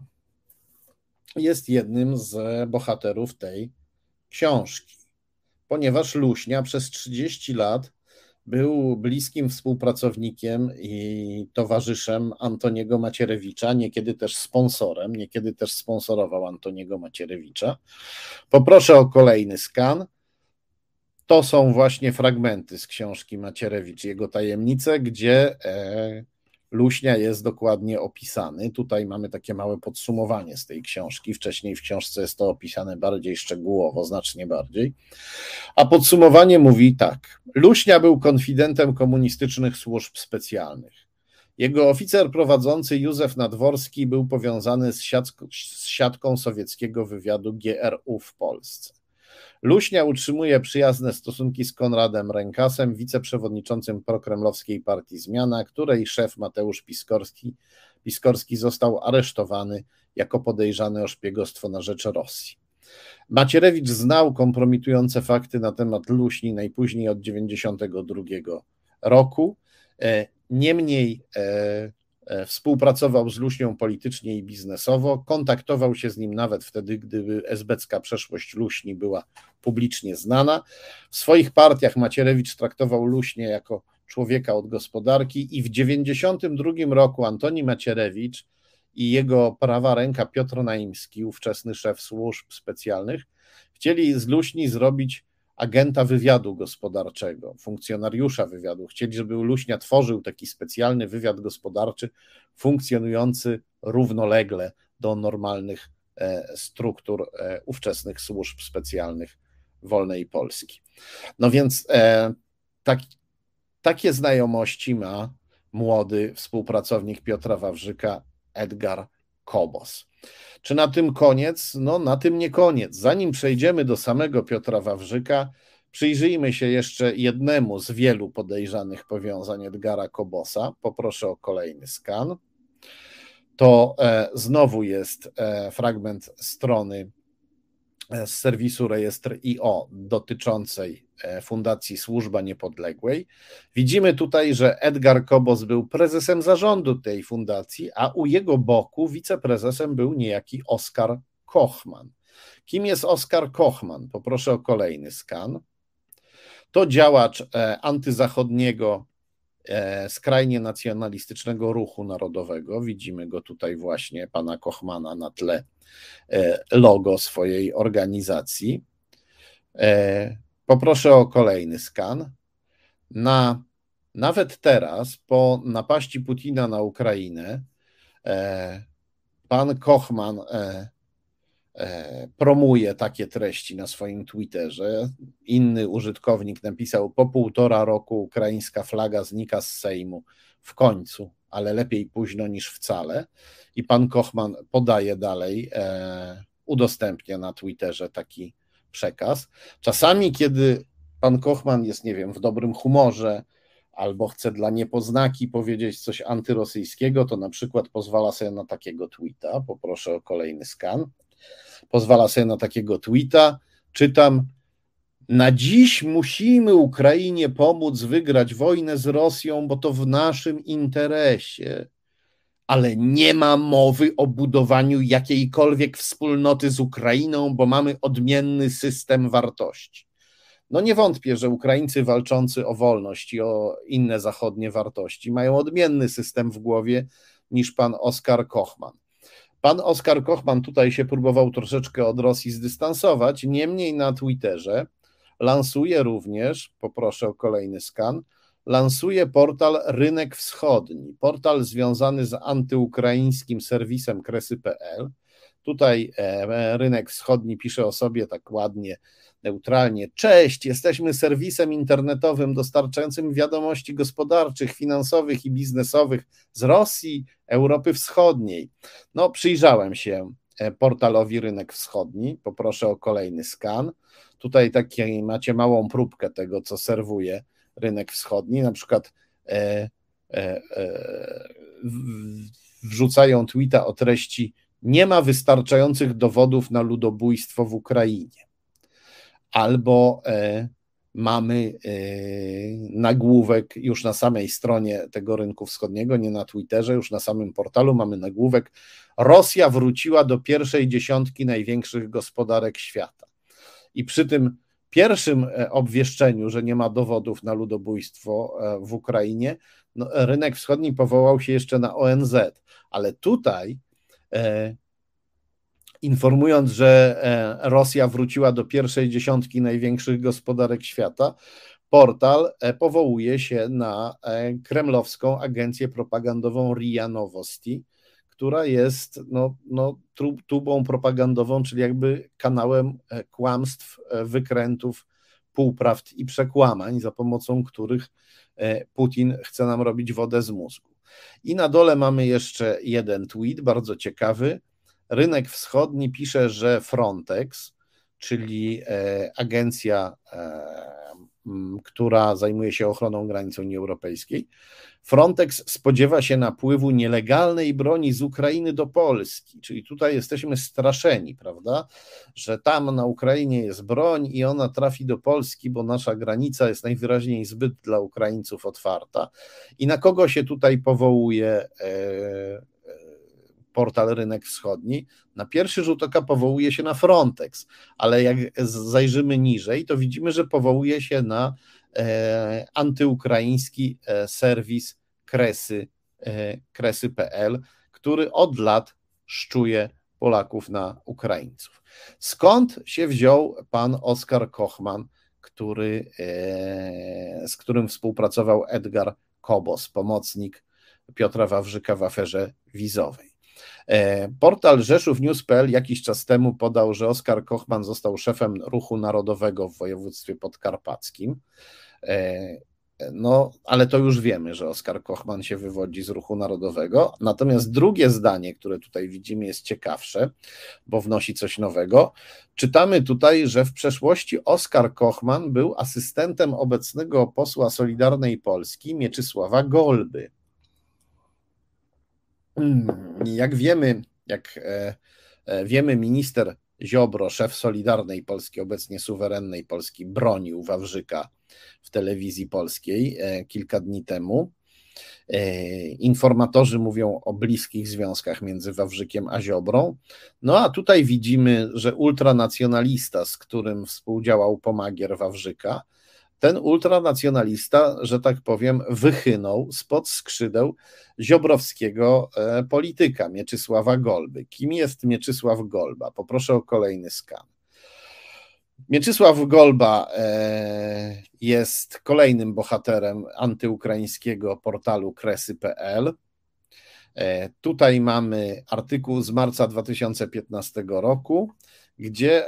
jest jednym z bohaterów tej książki, ponieważ Luśnia przez trzydzieści lat był bliskim współpracownikiem i towarzyszem Antoniego Macierewicza, niekiedy też sponsorem, niekiedy też sponsorował Antoniego Macierewicza. Poproszę o kolejny skan. To są właśnie fragmenty z książki Macierewicz, jego tajemnice, gdzie Luśnia jest dokładnie opisany. Tutaj mamy takie małe podsumowanie z tej książki. Wcześniej w książce jest to opisane bardziej szczegółowo, znacznie bardziej. A podsumowanie mówi tak. Luśnia był konfidentem komunistycznych służb specjalnych. Jego oficer prowadzący Józef Nadworski był powiązany z, siatką, z siatką sowieckiego wywiadu G R U w Polsce. Luśnia utrzymuje przyjazne stosunki z Konradem Rękasem, wiceprzewodniczącym prokremlowskiej partii Zmiana, której szef Mateusz Piskorski, Piskorski został aresztowany jako podejrzany o szpiegostwo na rzecz Rosji. Macierewicz znał kompromitujące fakty na temat Luśni najpóźniej od dziewięćdziesiątego drugiego roku. Niemniej współpracował z Luśnią politycznie i biznesowo, kontaktował się z nim nawet wtedy, gdy esbecka przeszłość Luśni była publicznie znana. W swoich partiach Macierewicz traktował Luśnię jako człowieka od gospodarki i w dziewięćdziesiątym drugim roku Antoni Macierewicz i jego prawa ręka Piotr Naimski, ówczesny szef służb specjalnych, chcieli z Luśni zrobić agenta wywiadu gospodarczego, funkcjonariusza wywiadu. Chcieli, żeby Luśnia tworzył taki specjalny wywiad gospodarczy funkcjonujący równolegle do normalnych struktur ówczesnych służb specjalnych wolnej Polski. No więc tak, takie znajomości ma młody współpracownik Piotra Wawrzyka, Edgar Kobos. Czy na tym koniec? No na tym nie koniec. Zanim przejdziemy do samego Piotra Wawrzyka, przyjrzyjmy się jeszcze jednemu z wielu podejrzanych powiązań Edgara Kobosa. Poproszę o kolejny skan. To e, znowu jest e, fragment strony z serwisu Rejestr kropka i o dotyczącej Fundacji Służba Niepodległej. Widzimy tutaj, że Edgar Kobos był prezesem zarządu tej fundacji, a u jego boku wiceprezesem był niejaki Oskar Kochman. Kim jest Oskar Kochman? Poproszę o kolejny skan. To działacz antyzachodniego, skrajnie nacjonalistycznego ruchu narodowego. Widzimy go tutaj właśnie, pana Kochmana, na tle logo swojej organizacji. Poproszę o kolejny skan. Na, nawet teraz, po napaści Putina na Ukrainę, pan Kochman promuje takie treści na swoim Twitterze. Inny użytkownik napisał: po półtora roku ukraińska flaga znika z Sejmu. W końcu, ale lepiej późno niż wcale. I pan Kochman podaje dalej, e, udostępnia na Twitterze taki przekaz. Czasami, kiedy pan Kochman jest, nie wiem, w dobrym humorze albo chce dla niepoznaki powiedzieć coś antyrosyjskiego, to na przykład pozwala sobie na takiego tweeta. Poproszę o kolejny skan. Pozwala sobie na takiego tweeta. Czytam: na dziś musimy Ukrainie pomóc wygrać wojnę z Rosją, bo to w naszym interesie, ale nie ma mowy o budowaniu jakiejkolwiek wspólnoty z Ukrainą, bo mamy odmienny system wartości. No nie wątpię, że Ukraińcy walczący o wolność i o inne zachodnie wartości mają odmienny system w głowie niż pan Oskar Kochman. Pan Oskar Kochman tutaj się próbował troszeczkę od Rosji zdystansować, niemniej na Twitterze lansuje również, poproszę o kolejny skan, lansuje portal Rynek Wschodni, portal związany z antyukraińskim serwisem kresy kropka pe el. Tutaj Rynek Wschodni pisze o sobie tak ładnie, neutralnie: cześć, jesteśmy serwisem internetowym dostarczającym wiadomości gospodarczych, finansowych i biznesowych z Rosji, Europy Wschodniej. No, przyjrzałem się portalowi Rynek Wschodni, poproszę o kolejny skan. Tutaj taki macie małą próbkę tego, co serwuje Rynek Wschodni. Na przykład e, e, e, wrzucają tweeta o treści: nie ma wystarczających dowodów na ludobójstwo w Ukrainie. Albo e, mamy e, nagłówek już na samej stronie tego Rynku Wschodniego, nie na Twitterze, już na samym portalu mamy nagłówek: Rosja wróciła do pierwszej dziesiątki największych gospodarek świata. I przy tym pierwszym obwieszczeniu, że nie ma dowodów na ludobójstwo w Ukrainie, no, Rynek Wschodni powołał się jeszcze na O N Z, ale tutaj e, informując, że e, Rosja wróciła do pierwszej dziesiątki największych gospodarek świata, portal powołuje się na kremlowską agencję propagandową R I A Novosti, która jest no, no, tubą propagandową, czyli jakby kanałem kłamstw, wykrętów, półprawd i przekłamań, za pomocą których Putin chce nam robić wodę z mózgu. I na dole mamy jeszcze jeden tweet, bardzo ciekawy. Rynek Wschodni pisze, że Frontex, czyli agencja, która zajmuje się ochroną granic Unii Europejskiej, Frontex spodziewa się napływu nielegalnej broni z Ukrainy do Polski, czyli tutaj jesteśmy straszeni, prawda, że tam na Ukrainie jest broń i ona trafi do Polski, bo nasza granica jest najwyraźniej zbyt dla Ukraińców otwarta. I na kogo się tutaj powołuje portal Rynek Wschodni? Na pierwszy rzut oka powołuje się na Frontex, ale jak zajrzymy niżej, to widzimy, że powołuje się na e, antyukraiński e, serwis Kresy, e, kresy kropka pe el, który od lat szczuje Polaków na Ukraińców. Skąd się wziął pan Oskar Kochman, który, e, z którym współpracował Edgar Kobos, pomocnik Piotra Wawrzyka w aferze wizowej? Portal Rzeszów News kropka pe el jakiś czas temu podał, że Oskar Kochman został szefem Ruchu Narodowego w województwie podkarpackim. No, ale to już wiemy, że Oskar Kochman się wywodzi z Ruchu Narodowego. Natomiast drugie zdanie, które tutaj widzimy, jest ciekawsze, bo wnosi coś nowego. Czytamy tutaj, że w przeszłości Oskar Kochman był asystentem obecnego posła Solidarnej Polski Mieczysława Golby. Jak wiemy, jak wiemy, minister Ziobro, szef Solidarnej Polski, obecnie suwerennej Polski, bronił Wawrzyka w telewizji polskiej kilka dni temu. Informatorzy mówią o bliskich związkach między Wawrzykiem a Ziobrą. No a tutaj widzimy, że ultranacjonalista, z którym współdziałał pomagier Wawrzyka, ten ultranacjonalista, że tak powiem, wychynął spod skrzydeł ziobrowskiego polityka Mieczysława Golby. Kim jest Mieczysław Golba? Poproszę o kolejny skan. Mieczysław Golba jest kolejnym bohaterem antyukraińskiego portalu kresy kropka pe el. Tutaj mamy artykuł z marca dwa tysiące piętnastego roku, gdzie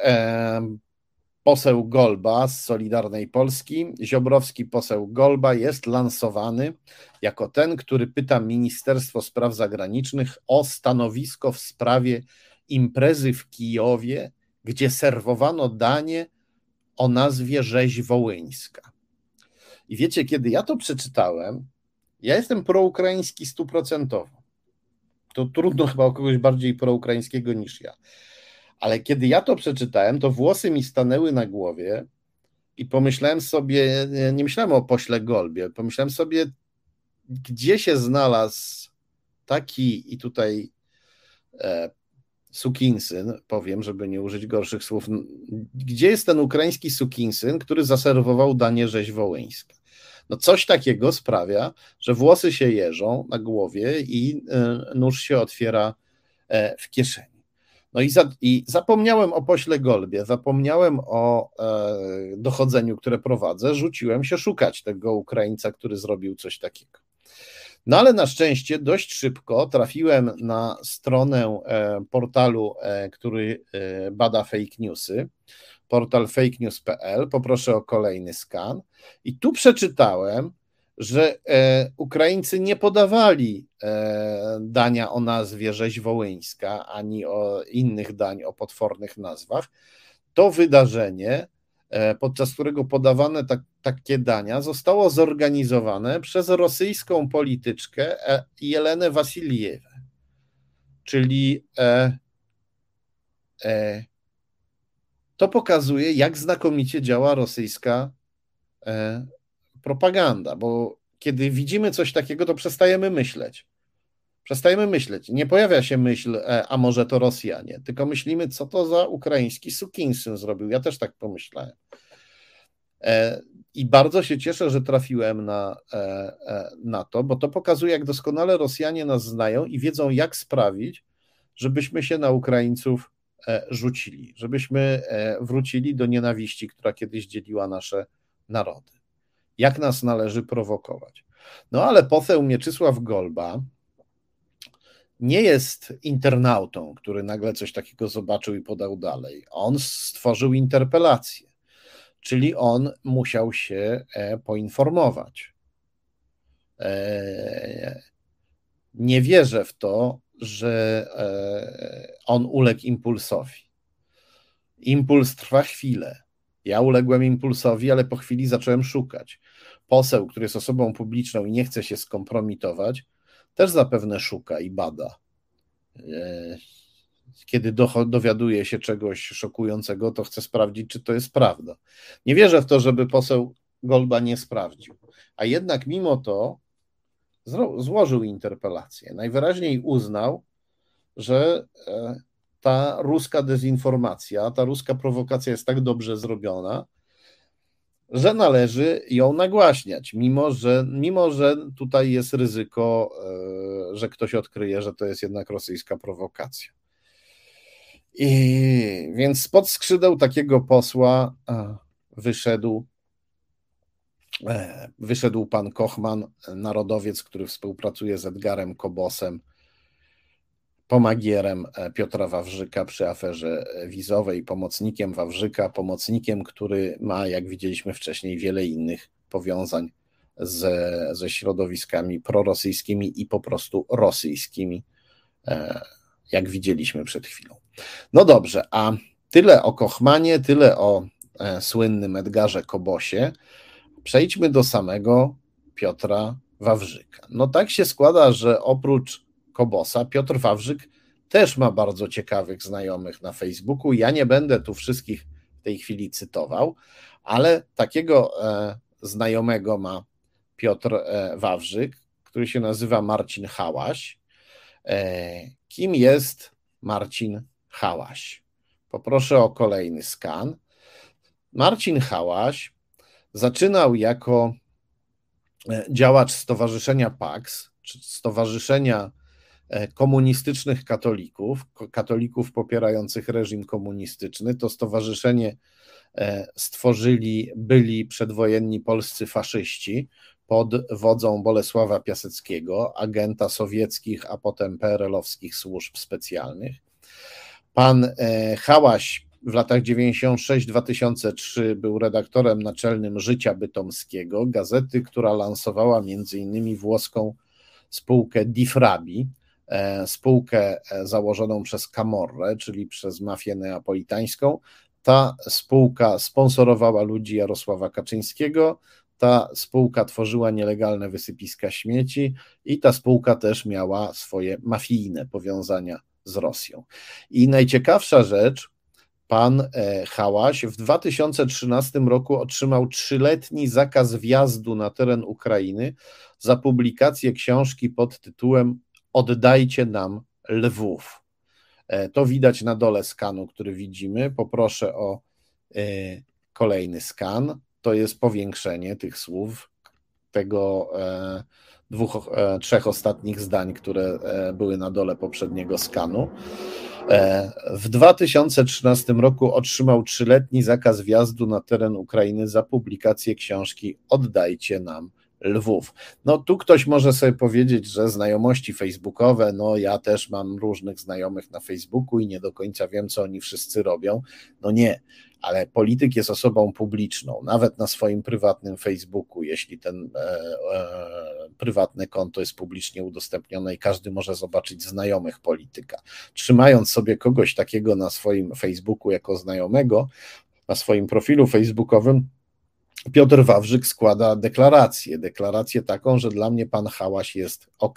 poseł Golba z Solidarnej Polski, ziobrowski poseł Golba, jest lansowany jako ten, który pyta Ministerstwo Spraw Zagranicznych o stanowisko w sprawie imprezy w Kijowie, gdzie serwowano danie o nazwie rzeź wołyńska. I wiecie, kiedy ja to przeczytałem, ja jestem proukraiński stuprocentowo. To trudno chyba o kogoś bardziej proukraińskiego niż ja. Ale kiedy ja to przeczytałem, to włosy mi stanęły na głowie i pomyślałem sobie, nie myślałem o pośle Golbie, pomyślałem sobie, gdzie się znalazł taki i tutaj e, sukinsyn, powiem, żeby nie użyć gorszych słów, gdzie jest ten ukraiński sukinsyn, który zaserwował danie rzeź wołyńska? No coś takiego sprawia, że włosy się jeżą na głowie i e, nóż się otwiera e, w kieszeni. No i, za, i zapomniałem o pośle Golbie, zapomniałem o e, dochodzeniu, które prowadzę, rzuciłem się szukać tego Ukraińca, który zrobił coś takiego. No ale na szczęście dość szybko trafiłem na stronę e, portalu, e, który e, bada fake newsy, portal fake news kropka pe el, poproszę o kolejny skan i tu przeczytałem, że e, Ukraińcy nie podawali e, dania o nazwie rzeź wołyńska, ani o innych dań o potwornych nazwach. To wydarzenie, e, podczas którego podawane tak, takie dania, zostało zorganizowane przez rosyjską polityczkę e, Jelenę Wasiliewę, czyli e, e, to pokazuje, jak znakomicie działa rosyjska e, propaganda, bo kiedy widzimy coś takiego, to przestajemy myśleć. Przestajemy myśleć. Nie pojawia się myśl, a może to Rosjanie, tylko myślimy, co to za ukraiński sukinsyn zrobił. Ja też tak pomyślałem. I bardzo się cieszę, że trafiłem na, na to, bo to pokazuje, jak doskonale Rosjanie nas znają i wiedzą, jak sprawić, żebyśmy się na Ukraińców rzucili, żebyśmy wrócili do nienawiści, która kiedyś dzieliła nasze narody. jak nas należy prowokować. No ale poseł Mieczysław Golba nie jest internautą, który nagle coś takiego zobaczył i podał dalej. On stworzył interpelację, czyli on musiał się poinformować. Nie wierzę w to, że on uległ impulsowi. Impuls trwa chwilę. Ja uległem impulsowi, ale po chwili zacząłem szukać. Poseł, który jest osobą publiczną i nie chce się skompromitować, też zapewne szuka i bada. Kiedy dowiaduje się czegoś szokującego, to chce sprawdzić, czy to jest prawda. Nie wierzę w to, żeby poseł Golba nie sprawdził. A jednak mimo to złożył interpelację. Najwyraźniej uznał, że ta ruska dezinformacja, ta ruska prowokacja jest tak dobrze zrobiona, że należy ją nagłaśniać, mimo że, mimo że tutaj jest ryzyko, że ktoś odkryje, że to jest jednak rosyjska prowokacja. I więc spod skrzydeł takiego posła wyszedł, wyszedł pan Kochman, narodowiec, który współpracuje z Edgarem Kobosem, pomagierem Piotra Wawrzyka przy aferze wizowej, pomocnikiem Wawrzyka, pomocnikiem, który ma, jak widzieliśmy wcześniej, wiele innych powiązań ze, ze środowiskami prorosyjskimi i po prostu rosyjskimi, jak widzieliśmy przed chwilą. No dobrze, a tyle o Kochmanie, tyle o słynnym Edgarze Kobosie. Przejdźmy do samego Piotra Wawrzyka. No tak się składa, że oprócz Kobosa, Piotr Wawrzyk też ma bardzo ciekawych znajomych na Facebooku. Ja nie będę tu wszystkich w tej chwili cytował, ale takiego e, znajomego ma Piotr e, Wawrzyk, który się nazywa Marcin Hałaś. E, kim jest Marcin Hałaś? Poproszę o kolejny skan. Marcin Hałaś zaczynał jako działacz Stowarzyszenia PAX, czy Stowarzyszenia Komunistycznych Katolików, katolików popierających reżim komunistyczny. To stowarzyszenie stworzyli byli przedwojenni polscy faszyści pod wodzą Bolesława Piaseckiego, agenta sowieckich, a potem P R L-owskich służb specjalnych. Pan Hałaś w latach dziewięćdziesiątym szóstym do dwa tysiące trzeciego był redaktorem naczelnym Życia Bytomskiego, gazety, która lansowała między innymi włoską spółkę Difrabi, spółkę założoną przez Camorrę, czyli przez mafię neapolitańską. Ta spółka sponsorowała ludzi Jarosława Kaczyńskiego, ta spółka tworzyła nielegalne wysypiska śmieci i ta spółka też miała swoje mafijne powiązania z Rosją. I najciekawsza rzecz, pan Hałaś w dwa tysiące trzynastym roku otrzymał trzyletni zakaz wjazdu na teren Ukrainy za publikację książki pod tytułem Oddajcie nam Lwów. To widać na dole skanu, który widzimy. Poproszę o kolejny skan. To jest powiększenie tych słów, tego dwóch, trzech ostatnich zdań, które były na dole poprzedniego skanu. W dwa tysiące trzynastym roku otrzymał trzyletni zakaz wjazdu na teren Ukrainy za publikację książki Oddajcie nam Lwów. No tu ktoś może sobie powiedzieć, że znajomości facebookowe, no ja też mam różnych znajomych na Facebooku i nie do końca wiem, co oni wszyscy robią. No nie, ale polityk jest osobą publiczną, nawet na swoim prywatnym Facebooku, jeśli ten e, e, prywatne konto jest publicznie udostępnione i każdy może zobaczyć znajomych polityka. Trzymając sobie kogoś takiego na swoim Facebooku jako znajomego, na swoim profilu facebookowym, Piotr Wawrzyk składa deklarację, deklarację taką, że dla mnie pan Hałaś jest ok.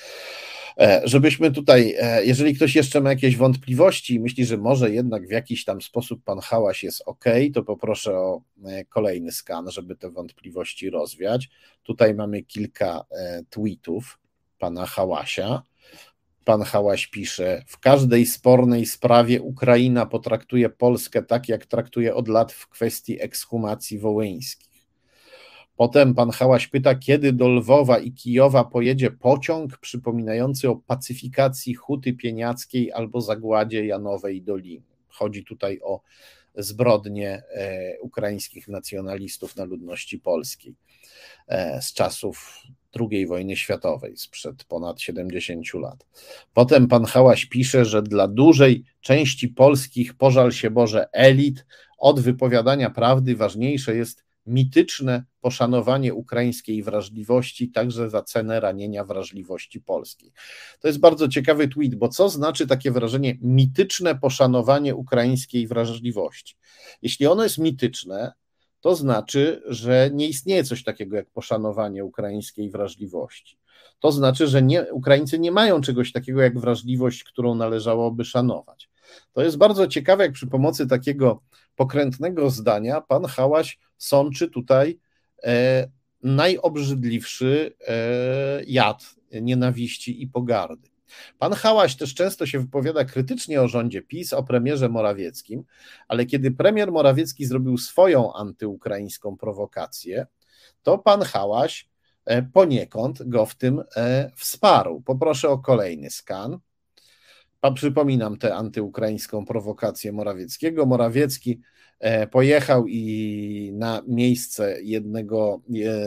Żebyśmy tutaj, jeżeli ktoś jeszcze ma jakieś wątpliwości i myśli, że może jednak w jakiś tam sposób pan Hałaś jest ok, to poproszę o kolejny skan, żeby te wątpliwości rozwiać. Tutaj mamy kilka tweetów pana Hałasia. Pan Hałaś pisze: w każdej spornej sprawie Ukraina potraktuje Polskę tak, jak traktuje od lat w kwestii ekshumacji wołyńskich. Potem pan Hałaś pyta, kiedy do Lwowa i Kijowa pojedzie pociąg przypominający o pacyfikacji Huty Pieniackiej albo zagładzie Janowej Doliny. Chodzi tutaj o zbrodnie e, ukraińskich nacjonalistów na ludności polskiej. z czasów drugiej wojny światowej, sprzed ponad siedemdziesięciu lat. Potem pan Hałaś pisze, że dla dużej części polskich, pożal się Boże, elit od wypowiadania prawdy ważniejsze jest mityczne poszanowanie ukraińskiej wrażliwości, także za cenę ranienia wrażliwości polskiej. To jest bardzo ciekawy tweet, bo co znaczy takie wrażenie mityczne poszanowanie ukraińskiej wrażliwości? Jeśli ono jest mityczne, to znaczy, że nie istnieje coś takiego jak poszanowanie ukraińskiej wrażliwości. To znaczy, że nie, Ukraińcy nie mają czegoś takiego jak wrażliwość, którą należałoby szanować. To jest bardzo ciekawe, jak przy pomocy takiego pokrętnego zdania pan Hałaś sączy tutaj e, najobrzydliwszy e, jad nienawiści i pogardy. Pan Hałaś też często się wypowiada krytycznie o rządzie PiS, o premierze Morawieckim, ale kiedy premier Morawiecki zrobił swoją antyukraińską prowokację, to pan Hałaś poniekąd go w tym wsparł. Poproszę o kolejny skan. Przypominam tę antyukraińską prowokację Morawieckiego. Morawiecki pojechał i na miejsce jednego,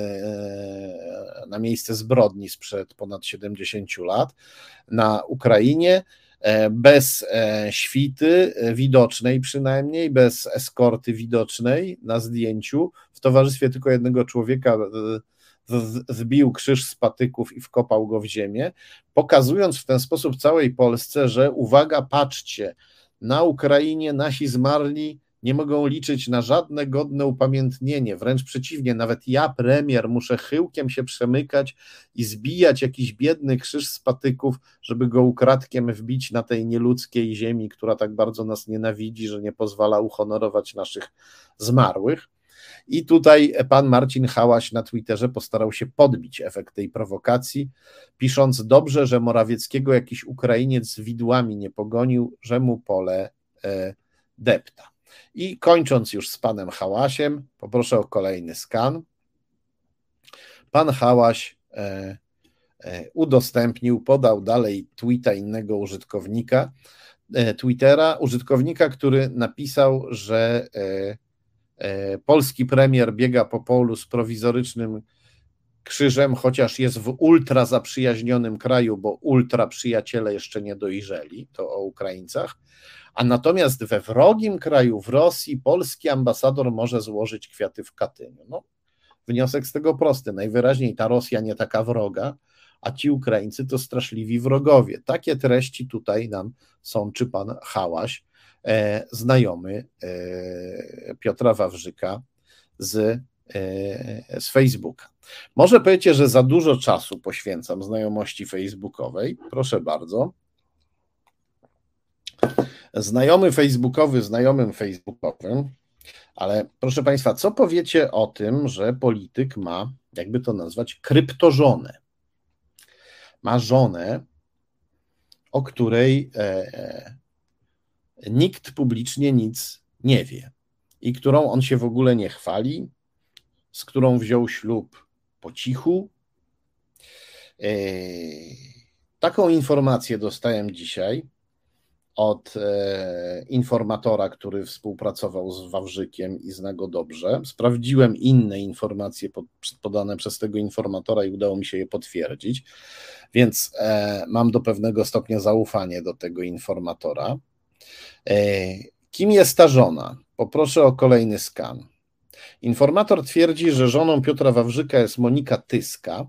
na miejsce zbrodni sprzed ponad siedemdziesięciu lat na Ukrainie, bez świty widocznej przynajmniej, bez eskorty widocznej na zdjęciu, w towarzystwie tylko jednego człowieka wbił krzyż z patyków i wkopał go w ziemię, pokazując w ten sposób całej Polsce, że uwaga, patrzcie, na Ukrainie nasi zmarli nie mogą liczyć na żadne godne upamiętnienie, wręcz przeciwnie, nawet ja, premier, muszę chyłkiem się przemykać i zbijać jakiś biedny krzyż z patyków, żeby go ukradkiem wbić na tej nieludzkiej ziemi, która tak bardzo nas nienawidzi, że nie pozwala uhonorować naszych zmarłych. I tutaj pan Marcin Hałaś na Twitterze postarał się podbić efekt tej prowokacji, pisząc: dobrze, że Morawieckiego jakiś Ukrainiec z widłami nie pogonił, że mu pole e, depta. I kończąc już z panem Hałasiem, poproszę o kolejny skan. Pan Hałaś e, e, udostępnił, podał dalej tweeta innego użytkownika e, Twittera, użytkownika, który napisał, że e, polski premier biega po polu z prowizorycznym krzyżem, chociaż jest w ultra zaprzyjaźnionym kraju, bo ultra przyjaciele jeszcze nie dojrzeli, to o Ukraińcach, a natomiast we wrogim kraju, w Rosji, polski ambasador może złożyć kwiaty w Katyniu. No, wniosek z tego prosty, najwyraźniej ta Rosja nie taka wroga, a ci Ukraińcy to straszliwi wrogowie. Takie treści tutaj nam sączy pan Hałaś, E, znajomy e, Piotra Wawrzyka z, e, z Facebooka. Może powiecie, że za dużo czasu poświęcam znajomości facebookowej. Proszę bardzo. Znajomy facebookowy znajomym facebookowym, ale proszę państwa, co powiecie o tym, że polityk ma, jakby to nazwać, kryptożonę? Ma żonę, o której e, nikt publicznie nic nie wie i którą on się w ogóle nie chwali, z którą wziął ślub po cichu. Taką informację dostałem dzisiaj od informatora, który współpracował z Wawrzykiem i zna go dobrze. Sprawdziłem inne informacje podane przez tego informatora i udało mi się je potwierdzić, więc mam do pewnego stopnia zaufanie do tego informatora. Kim jest ta żona? Poproszę o kolejny skan. Informator twierdzi, że żoną Piotra Wawrzyka jest Monika Tyska.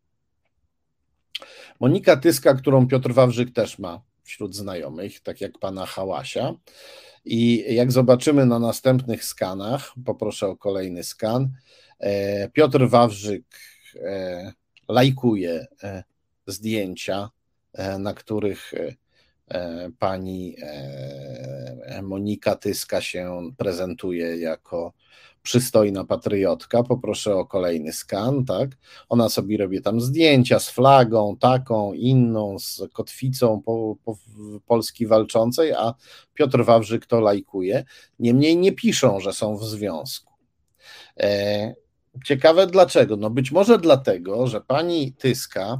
Monika Tyska, którą Piotr Wawrzyk też ma wśród znajomych, tak jak pana Hałasia. I jak zobaczymy na następnych skanach, poproszę o kolejny skan, Piotr Wawrzyk lajkuje zdjęcia, na których pani Monika Tyska się prezentuje jako przystojna patriotka. Poproszę o kolejny skan, tak? Ona sobie robi tam zdjęcia z flagą, taką, inną, z kotwicą po, po Polski walczącej, a Piotr Wawrzyk to lajkuje. Niemniej nie piszą, że są w związku. Ciekawe dlaczego? No być może dlatego, że pani Tyska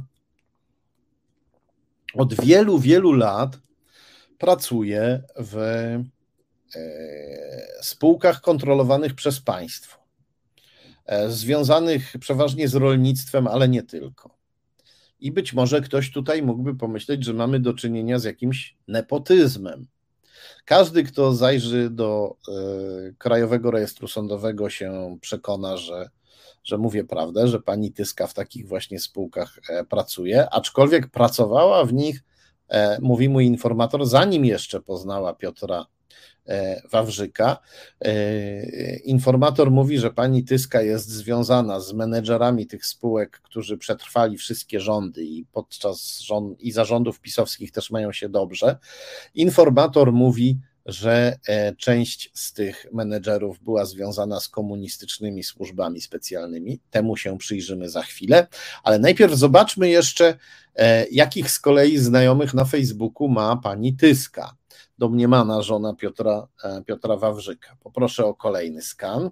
od wielu, wielu lat pracuje w spółkach kontrolowanych przez państwo. związanych przeważnie z rolnictwem, ale nie tylko. I być może ktoś tutaj mógłby pomyśleć, że mamy do czynienia z jakimś nepotyzmem. Każdy, kto zajrzy do Krajowego Rejestru Sądowego, się przekona, że, że mówię prawdę, że pani Tyska w takich właśnie spółkach pracuje, aczkolwiek pracowała w nich, mówi mój informator, zanim jeszcze poznała Piotra Wawrzyka. Informator mówi, że pani Tyska jest związana z menedżerami tych spółek, którzy przetrwali wszystkie rządy i podczas rząd, i zarządów pisowskich też mają się dobrze. Informator mówi, że część z tych menedżerów była związana z komunistycznymi służbami specjalnymi. Temu się przyjrzymy za chwilę, ale najpierw zobaczmy jeszcze, jakich z kolei znajomych na Facebooku ma pani Tyska, domniemana żona Piotra, Piotra Wawrzyka. Poproszę o kolejny skan.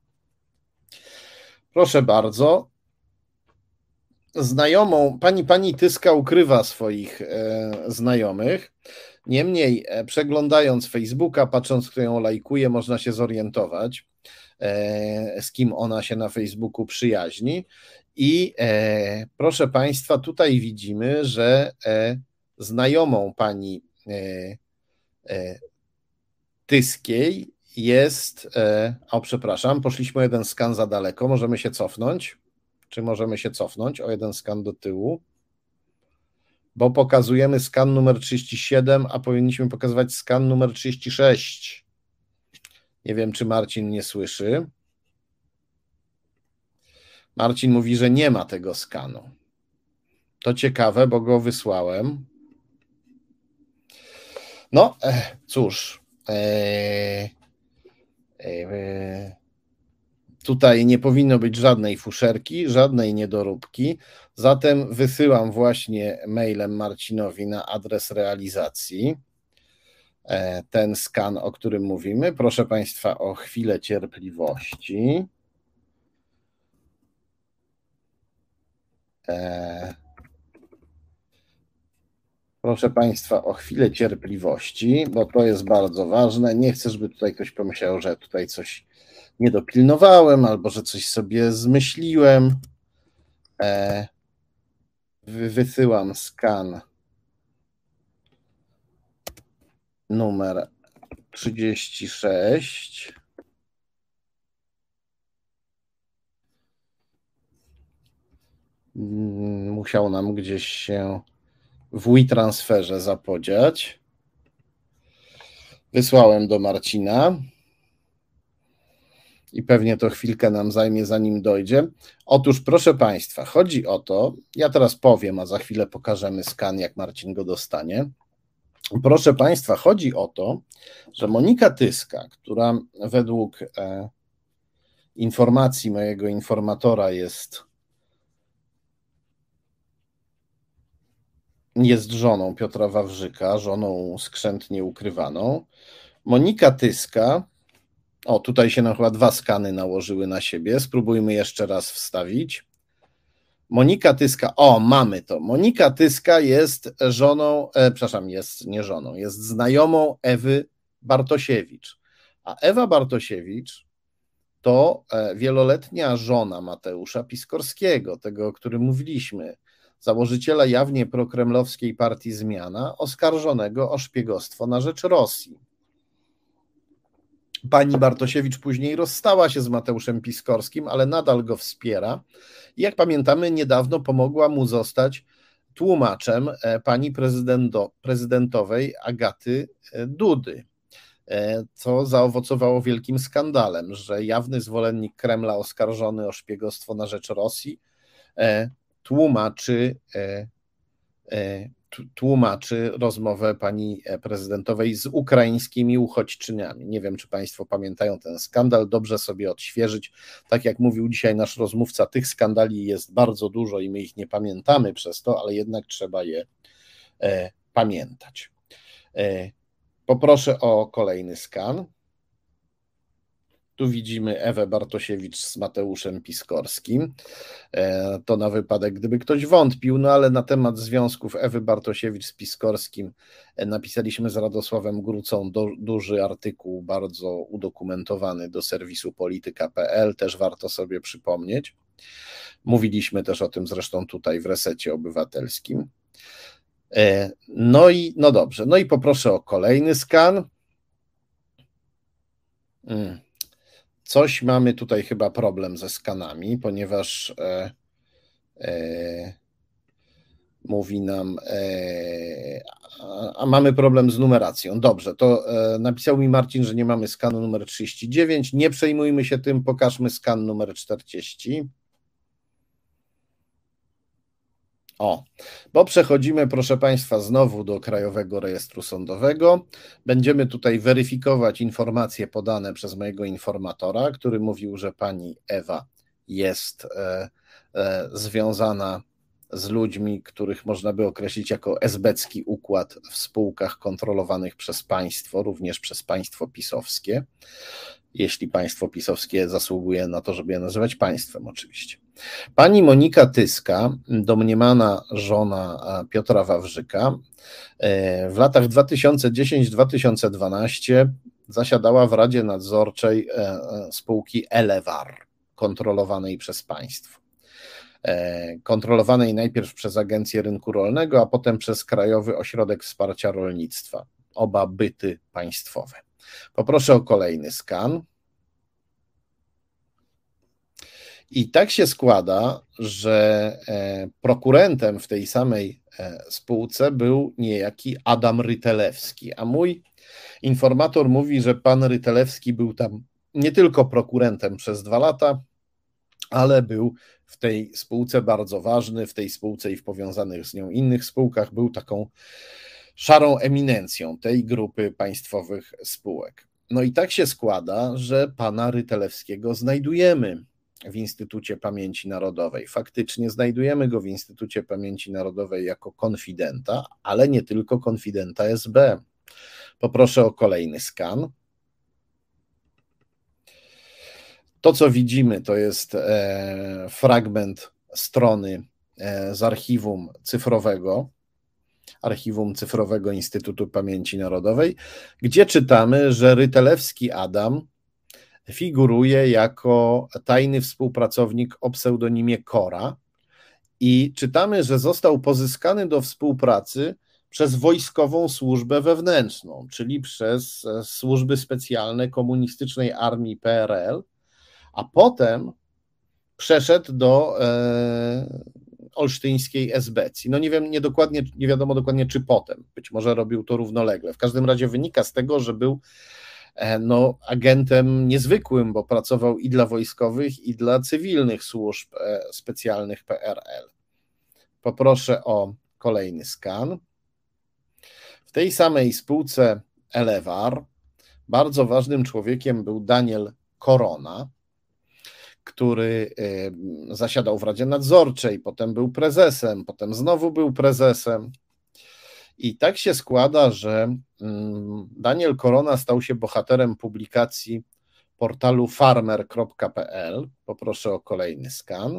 Proszę bardzo. Znajomą, pani, pani Tyska ukrywa swoich e, znajomych. Niemniej, e, przeglądając Facebooka, patrząc, kto ją lajkuje, można się zorientować, e, z kim ona się na Facebooku przyjaźni. I e, proszę Państwa, tutaj widzimy, że e, znajomą pani e, e, Tyskiej jest, e, o przepraszam, poszliśmy o jeden skan za daleko, możemy się cofnąć. Czy możemy się cofnąć o jeden skan do tyłu? Bo pokazujemy skan numer trzydzieści siedem, a powinniśmy pokazywać skan numer trzydzieści sześć. Nie wiem, czy Marcin nie słyszy. Marcin mówi, że nie ma tego skanu. To ciekawe, bo go wysłałem. No, cóż. Eee, eee, Tutaj nie powinno być żadnej fuszerki, żadnej niedoróbki, zatem wysyłam właśnie mailem Marcinowi na adres realizacji ten skan, o którym mówimy. Proszę Państwa o chwilę cierpliwości. Proszę Państwa o chwilę cierpliwości, bo to jest bardzo ważne. Nie chcę, żeby tutaj ktoś pomyślał, że tutaj coś nie dopilnowałem, albo że coś sobie zmyśliłem. E, wysyłam skan numer trzydzieści sześć. Musiał nam gdzieś się w WeTransferze zapodziać. Wysłałem do Marcina. I pewnie to chwilkę nam zajmie, zanim dojdzie. Otóż, proszę Państwa, chodzi o to, ja teraz powiem, a za chwilę pokażemy skan, jak Marcin go dostanie. Proszę Państwa, chodzi o to, że Monika Tyska, która według e, informacji mojego informatora jest, jest żoną Piotra Wawrzyka, żoną skrzętnie ukrywaną. Monika Tyska, o, tutaj się nam chyba dwa skany nałożyły na siebie. Spróbujmy jeszcze raz wstawić. Monika Tyska, o, mamy to. Monika Tyska jest żoną, e, przepraszam, jest nie żoną, jest znajomą Ewy Bartosiewicz. A Ewa Bartosiewicz to wieloletnia żona Mateusza Piskorskiego, tego, o którym mówiliśmy, założyciela jawnie prokremlowskiej partii Zmiana, oskarżonego o szpiegostwo na rzecz Rosji. Pani Bartosiewicz później rozstała się z Mateuszem Piskorskim, ale nadal go wspiera. I jak pamiętamy, niedawno pomogła mu zostać tłumaczem pani prezydentowej Agaty Dudy, co zaowocowało wielkim skandalem, że jawny zwolennik Kremla oskarżony o szpiegostwo na rzecz Rosji tłumaczy tłumaczy rozmowę pani prezydentowej z ukraińskimi uchodźczyniami. Nie wiem, czy Państwo pamiętają ten skandal, dobrze sobie odświeżyć. Tak jak mówił dzisiaj nasz rozmówca, tych skandali jest bardzo dużo i my ich nie pamiętamy przez to, ale jednak trzeba je e, pamiętać. E, poproszę o kolejny skan. Tu widzimy Ewę Bartosiewicz z Mateuszem Piskorskim. To na wypadek, gdyby ktoś wątpił, no ale na temat związków Ewy Bartosiewicz z Piskorskim napisaliśmy z Radosławem Grucą do, duży artykuł, bardzo udokumentowany do serwisu polityka kropka pe el, też warto sobie przypomnieć. Mówiliśmy też o tym zresztą tutaj w Resecie Obywatelskim. No i no dobrze, no i poproszę o kolejny skan. Coś mamy tutaj chyba problem ze skanami, ponieważ e, e, mówi nam, e, a, a mamy problem z numeracją. Dobrze, to e, napisał mi Marcin, że nie mamy skanu numer trzydzieści dziewięć. Nie przejmujmy się tym, pokażmy skan numer czterdzieści. O, bo przechodzimy, proszę Państwa, znowu do Krajowego Rejestru Sądowego. Będziemy tutaj weryfikować informacje podane przez mojego informatora, który mówił, że pani Ewa jest e, e, związana z ludźmi, których można by określić jako esbecki układ w spółkach kontrolowanych przez państwo, również przez państwo pisowskie, jeśli państwo pisowskie zasługuje na to, żeby je nazywać państwem oczywiście. Pani Monika Tyska, domniemana żona Piotra Wawrzyka, w latach dwa tysiące dziesiąty do dwa tysiące dwunastego zasiadała w Radzie Nadzorczej spółki Elewar, kontrolowanej przez państwo. Kontrolowanej najpierw przez Agencję Rynku Rolnego, a potem przez Krajowy Ośrodek Wsparcia Rolnictwa. Oba byty państwowe. Poproszę o kolejny skan. I tak się składa, że prokurentem w tej samej spółce był niejaki Adam Rytelewski, a mój informator mówi, że pan Rytelewski był tam nie tylko prokurentem przez dwa lata, ale był w tej spółce bardzo ważny, w tej spółce i w powiązanych z nią innych spółkach był taką szarą eminencją tej grupy państwowych spółek. No i tak się składa, że pana Rytelewskiego znajdujemy w Instytucie Pamięci Narodowej. Faktycznie znajdujemy go w Instytucie Pamięci Narodowej jako konfidenta, ale nie tylko konfidenta es be. Poproszę o kolejny skan. To, co widzimy, to jest e, fragment strony e, z archiwum cyfrowego, archiwum cyfrowego Instytutu Pamięci Narodowej, gdzie czytamy, że Rytelewski Adam figuruje jako tajny współpracownik o pseudonimie Kora i czytamy, że został pozyskany do współpracy przez Wojskową Służbę Wewnętrzną, czyli przez służby specjalne komunistycznej armii pe er el, a potem przeszedł do e, olsztyńskiej esbecji. No nie wiem, nie, dokładnie, nie wiadomo dokładnie, czy potem, być może robił to równolegle. W każdym razie wynika z tego, że był no, agentem niezwykłym, bo pracował i dla wojskowych, i dla cywilnych służb specjalnych pe er el. Poproszę o kolejny skan. W tej samej spółce Elewar bardzo ważnym człowiekiem był Daniel Korona, który zasiadał w Radzie Nadzorczej, potem był prezesem, potem znowu był prezesem. I tak się składa, że Daniel Korona stał się bohaterem publikacji portalu farmer kropka pe el. Poproszę o kolejny skan.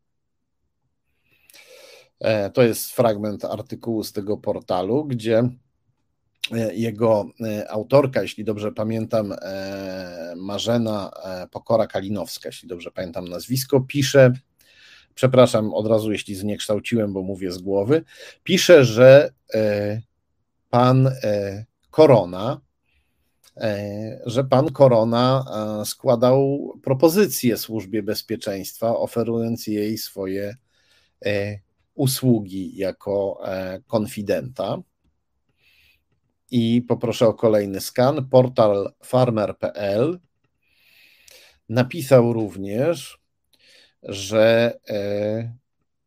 To jest fragment artykułu z tego portalu, gdzie jego autorka, jeśli dobrze pamiętam, Marzena Pokora-Kalinowska, jeśli dobrze pamiętam nazwisko, pisze, przepraszam od razu, jeśli zniekształciłem, bo mówię z głowy, pisze, że pan Korona, że pan Korona składał propozycje Służbie Bezpieczeństwa, oferując jej swoje usługi jako konfidenta. I poproszę o kolejny skan. Portal farmer kropka pe el napisał również, że e,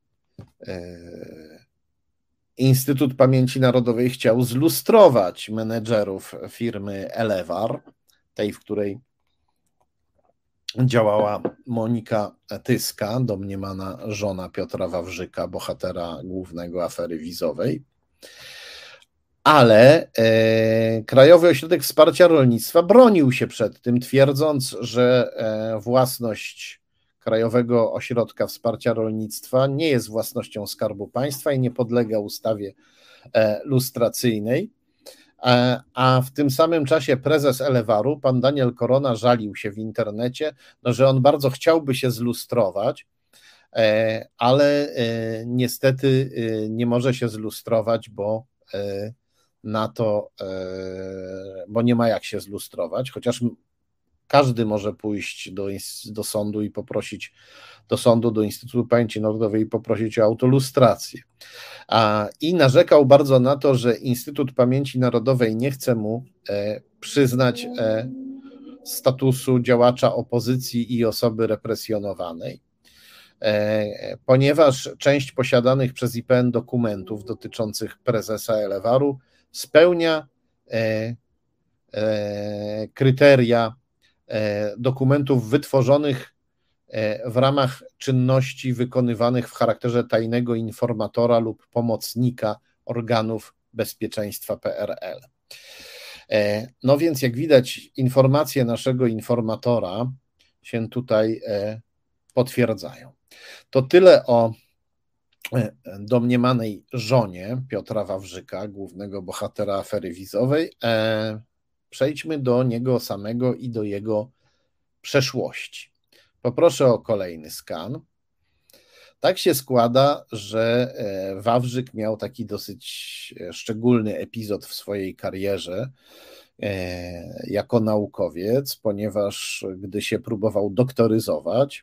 e, Instytut Pamięci Narodowej chciał zlustrować menedżerów firmy Elewar, tej, w której działała Monika Tyska, domniemana żona Piotra Wawrzyka, bohatera głównego afery wizowej. ale e, Krajowy Ośrodek Wsparcia Rolnictwa bronił się przed tym, twierdząc, że e, własność Krajowego Ośrodka Wsparcia Rolnictwa nie jest własnością Skarbu Państwa i nie podlega ustawie e, lustracyjnej. A w tym samym czasie prezes Elewaru, pan Daniel Korona, żalił się w internecie, no, że on bardzo chciałby się zlustrować, ale niestety nie może się zlustrować, bo na to, bo nie ma jak się zlustrować, chociaż każdy może pójść do, do sądu i poprosić, do sądu, do Instytutu Pamięci Narodowej i poprosić o autolustrację. A, I narzekał bardzo na to, że Instytut Pamięci Narodowej nie chce mu e, przyznać e, statusu działacza opozycji i osoby represjonowanej, e, ponieważ część posiadanych przez I P N dokumentów dotyczących prezesa Elewaru spełnia e, e, kryteria dokumentów wytworzonych w ramach czynności wykonywanych w charakterze tajnego informatora lub pomocnika organów bezpieczeństwa P R L. No więc jak widać, informacje naszego informatora się tutaj potwierdzają. To tyle o domniemanej żonie Piotra Wawrzyka, głównego bohatera afery wizowej. Przejdźmy do niego samego i do jego przeszłości. Poproszę o kolejny skan. Tak się składa, że Wawrzyk miał taki dosyć szczególny epizod w swojej karierze jako naukowiec, ponieważ gdy się próbował doktoryzować,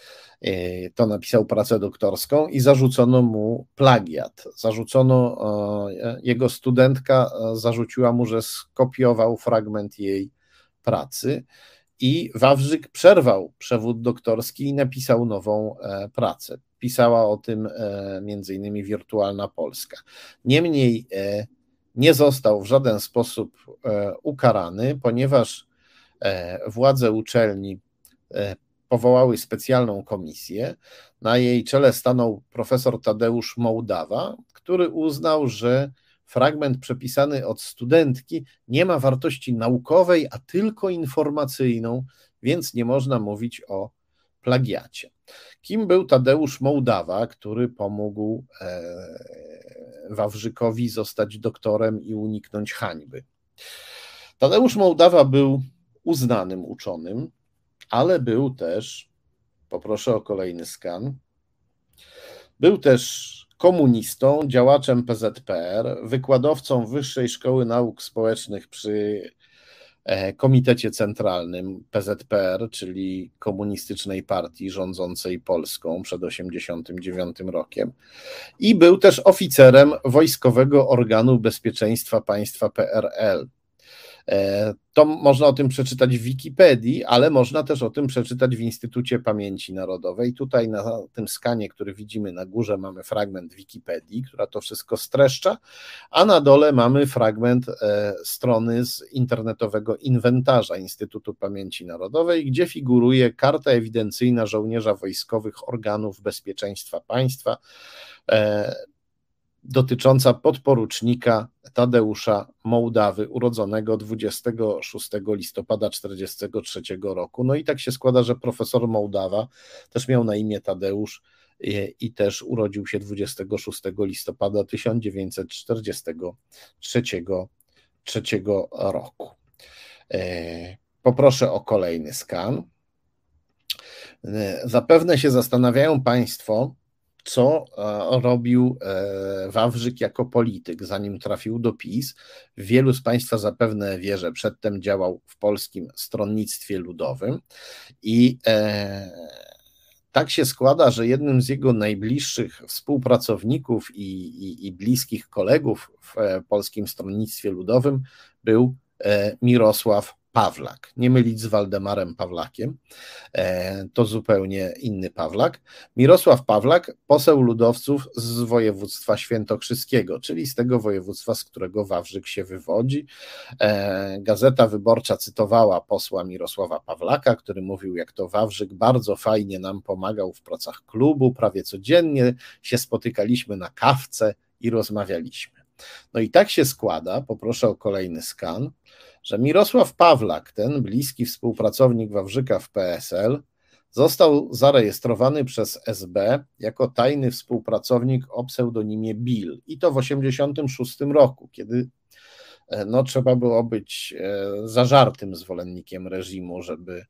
to napisał pracę doktorską i zarzucono mu plagiat. Zarzucono, jego studentka zarzuciła mu, że skopiował fragment jej pracy i Wawrzyk przerwał przewód doktorski i napisał nową pracę. Pisała o tym między innymi Wirtualna Polska. Niemniej nie został w żaden sposób ukarany, ponieważ władze uczelni powołały specjalną komisję. Na jej czele stanął profesor Tadeusz Mołdawa, który uznał, że fragment przepisany od studentki nie ma wartości naukowej, a tylko informacyjną, więc nie można mówić o plagiacie. Kim był Tadeusz Mołdawa, który pomógł Wawrzykowi zostać doktorem i uniknąć hańby? Tadeusz Mołdawa był uznanym uczonym, ale był też, poproszę o kolejny skan, był też komunistą, działaczem P Z P R, wykładowcą Wyższej Szkoły Nauk Społecznych przy Komitecie Centralnym P Z P R, czyli komunistycznej partii rządzącej Polską przed osiemdziesiątym dziewiątym rokiem, i był też oficerem Wojskowego Organu Bezpieczeństwa Państwa P R L. To można o tym przeczytać w Wikipedii, ale można też o tym przeczytać w Instytucie Pamięci Narodowej. Tutaj na tym skanie, który widzimy na górze, mamy fragment Wikipedii, która to wszystko streszcza, a na dole mamy fragment strony z internetowego inwentarza Instytutu Pamięci Narodowej, gdzie figuruje karta ewidencyjna żołnierza wojskowych organów bezpieczeństwa państwa, dotycząca podporucznika Tadeusza Mołdawy, urodzonego dwudziestego szóstego listopada tysiąc dziewięćset czterdziestego trzeciego roku. No i tak się składa, że profesor Mołdawa też miał na imię Tadeusz i, i też urodził się dwudziestego szóstego listopada tysiąc dziewięćset czterdziestego trzeciego roku. Poproszę o kolejny skan. Zapewne się zastanawiają Państwo, co robił Wawrzyk jako polityk, zanim trafił do PiS. Wielu z Państwa zapewne wie, że przedtem działał w Polskim Stronnictwie Ludowym i tak się składa, że jednym z jego najbliższych współpracowników i, i, i bliskich kolegów w Polskim Stronnictwie Ludowym był Mirosław Pawlak. Nie mylić z Waldemarem Pawlakiem, to zupełnie inny Pawlak. Mirosław Pawlak, poseł ludowców z województwa świętokrzyskiego, czyli z tego województwa, z którego Wawrzyk się wywodzi. Gazeta Wyborcza cytowała posła Mirosława Pawlaka, który mówił, jak to Wawrzyk bardzo fajnie nam pomagał w pracach klubu, prawie codziennie się spotykaliśmy na kawce i rozmawialiśmy. No i tak się składa, poproszę o kolejny skan, że Mirosław Pawlak, ten bliski współpracownik Wawrzyka w P S L, został zarejestrowany przez S B jako tajny współpracownik o pseudonimie Bill i to w osiemdziesiątym szóstym roku, kiedy no, trzeba było być zażartym zwolennikiem reżimu, żeby,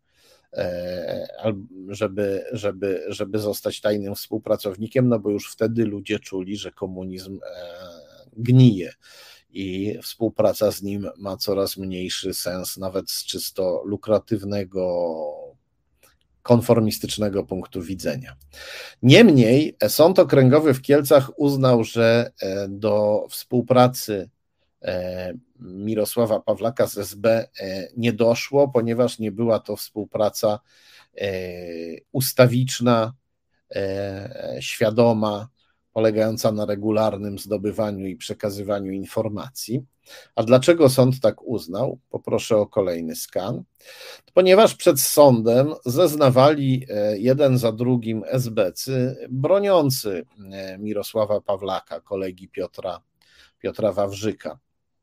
żeby, żeby, żeby zostać tajnym współpracownikiem, no bo już wtedy ludzie czuli, że komunizm gnije i współpraca z nim ma coraz mniejszy sens, nawet z czysto lukratywnego, konformistycznego punktu widzenia. Niemniej Sąd Okręgowy w Kielcach uznał, że do współpracy Mirosława Pawlaka z S B nie doszło, ponieważ nie była to współpraca ustawiczna, świadoma, polegająca na regularnym zdobywaniu i przekazywaniu informacji. A dlaczego sąd tak uznał? Poproszę o kolejny skan. Ponieważ przed sądem zeznawali jeden za drugim S B cy broniący Mirosława Pawlaka, kolegi Piotra, Piotra Wawrzyka.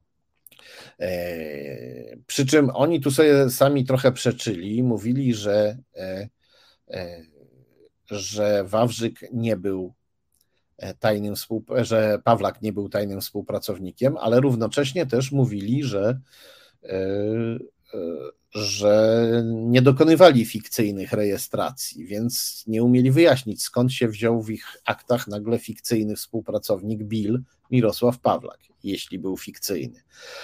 Przy czym oni tu sobie sami trochę przeczyli, mówili, że, że Wawrzyk nie był tajnym współpracownikiem, że Pawlak nie był tajnym współpracownikiem, ale równocześnie też mówili, że, że nie dokonywali fikcyjnych rejestracji, więc nie umieli wyjaśnić, skąd się wziął w ich aktach nagle fikcyjny współpracownik Bill Mirosław Pawlak, jeśli był fikcyjny.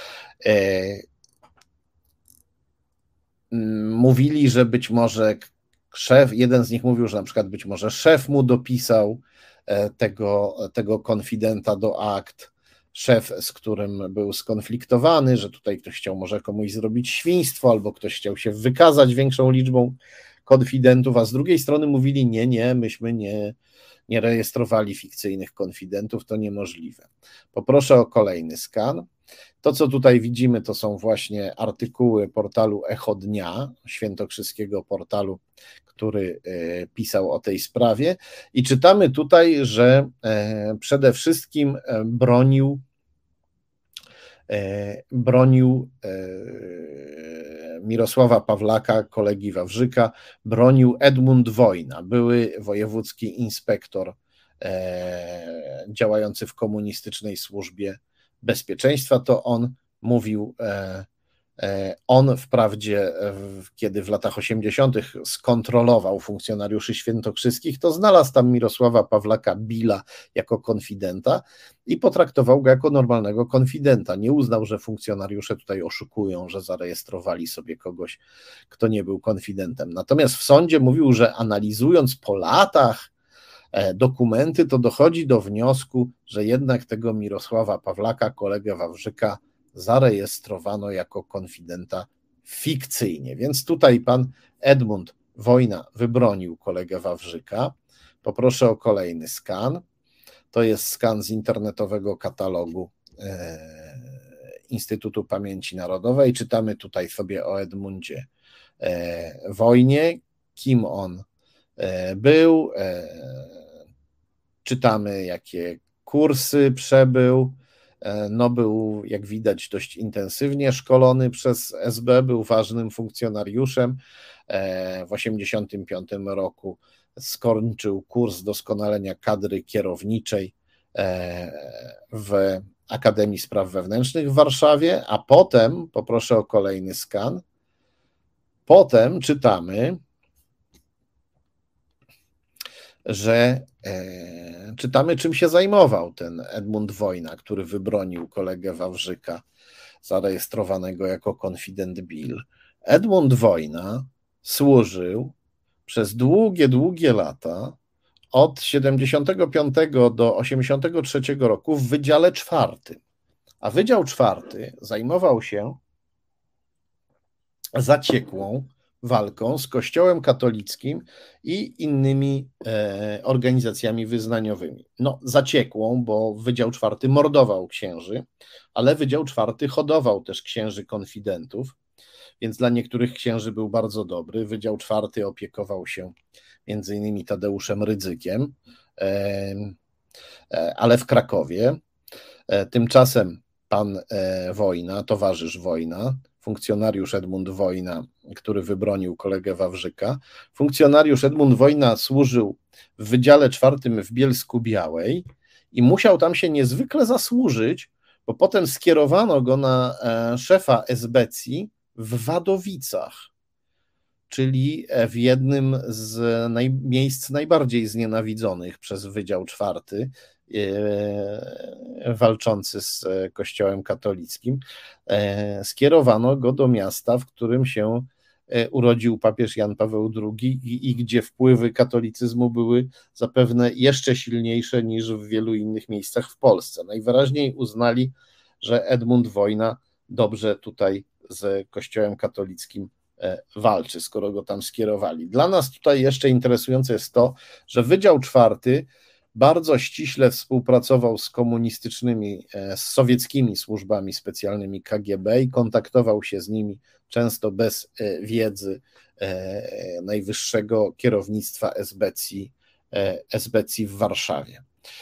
Mówili, że być może szef, jeden z nich mówił, że na przykład być może szef mu dopisał tego, tego konfidenta do akt, szef, z którym był skonfliktowany, że tutaj ktoś chciał może komuś zrobić świństwo, albo ktoś chciał się wykazać większą liczbą konfidentów, a z drugiej strony mówili, nie, nie, myśmy nie, nie rejestrowali fikcyjnych konfidentów, to niemożliwe. Poproszę o kolejny skan. To, co tutaj widzimy, to są właśnie artykuły portalu Echo Dnia, świętokrzyskiego portalu, który pisał o tej sprawie i czytamy tutaj, że przede wszystkim bronił bronił Mirosława Pawlaka, kolegi Wawrzyka, bronił Edmund Wojna, były wojewódzki inspektor działający w komunistycznej służbie bezpieczeństwa. To on mówił, on wprawdzie, kiedy w latach osiemdziesiątych skontrolował funkcjonariuszy świętokrzyskich, to znalazł tam Mirosława Pawlaka Billa jako konfidenta i potraktował go jako normalnego konfidenta. Nie uznał, że funkcjonariusze tutaj oszukują, że zarejestrowali sobie kogoś, kto nie był konfidentem. Natomiast w sądzie mówił, że analizując po latach dokumenty, to dochodzi do wniosku, że jednak tego Mirosława Pawlaka, kolegę Wawrzyka, zarejestrowano jako konfidenta fikcyjnie. Więc tutaj pan Edmund Wojna wybronił kolegę Wawrzyka. Poproszę o kolejny skan. To jest skan z internetowego katalogu Instytutu Pamięci Narodowej. Czytamy tutaj sobie o Edmundzie Wojnie, kim on był, czytamy, jakie kursy przebył. No, był, jak widać, dość intensywnie szkolony przez S B, był ważnym funkcjonariuszem. W osiemdziesiątym piątym roku skończył kurs doskonalenia kadry kierowniczej w Akademii Spraw Wewnętrznych w Warszawie, a potem, poproszę o kolejny skan, potem czytamy, że e, czytamy, czym się zajmował ten Edmund Wojna, który wybronił kolegę Wawrzyka, zarejestrowanego jako konfident Bill. Edmund Wojna służył przez długie, długie lata, od siedemdziesiątego piątego do osiemdziesiątego trzeciego roku w Wydziale Czwartym. A Wydział Czwarty zajmował się zaciekłą walką z Kościołem katolickim i innymi e, organizacjami wyznaniowymi. No, zaciekłą, bo Wydział Czwarty mordował księży, ale Wydział Czwarty hodował też księży konfidentów, więc dla niektórych księży był bardzo dobry. Wydział Czwarty opiekował się między innymi Tadeuszem Rydzykiem, e, e, ale w Krakowie. Tymczasem pan Wojna, towarzysz Wojna, funkcjonariusz Edmund Wojna, który wybronił kolegę Wawrzyka, funkcjonariusz Edmund Wojna służył w Wydziale czwartym w Bielsku Białej i musiał tam się niezwykle zasłużyć, bo potem skierowano go na szefa esbecji w Wadowicach, czyli w jednym z naj, miejsc najbardziej znienawidzonych przez Wydział czwarty, walczący z Kościołem katolickim. Skierowano go do miasta, w którym się urodził papież Jan Paweł drugi i, i gdzie wpływy katolicyzmu były zapewne jeszcze silniejsze niż w wielu innych miejscach w Polsce. Najwyraźniej uznali, że Edmund Wojna dobrze tutaj z Kościołem katolickim walczy, skoro go tam skierowali. Dla nas tutaj jeszcze interesujące jest to, że Wydział czwarty bardzo ściśle współpracował z komunistycznymi, z sowieckimi służbami specjalnymi K G B i kontaktował się z nimi często bez wiedzy najwyższego kierownictwa esbecji, esbecji w Warszawie.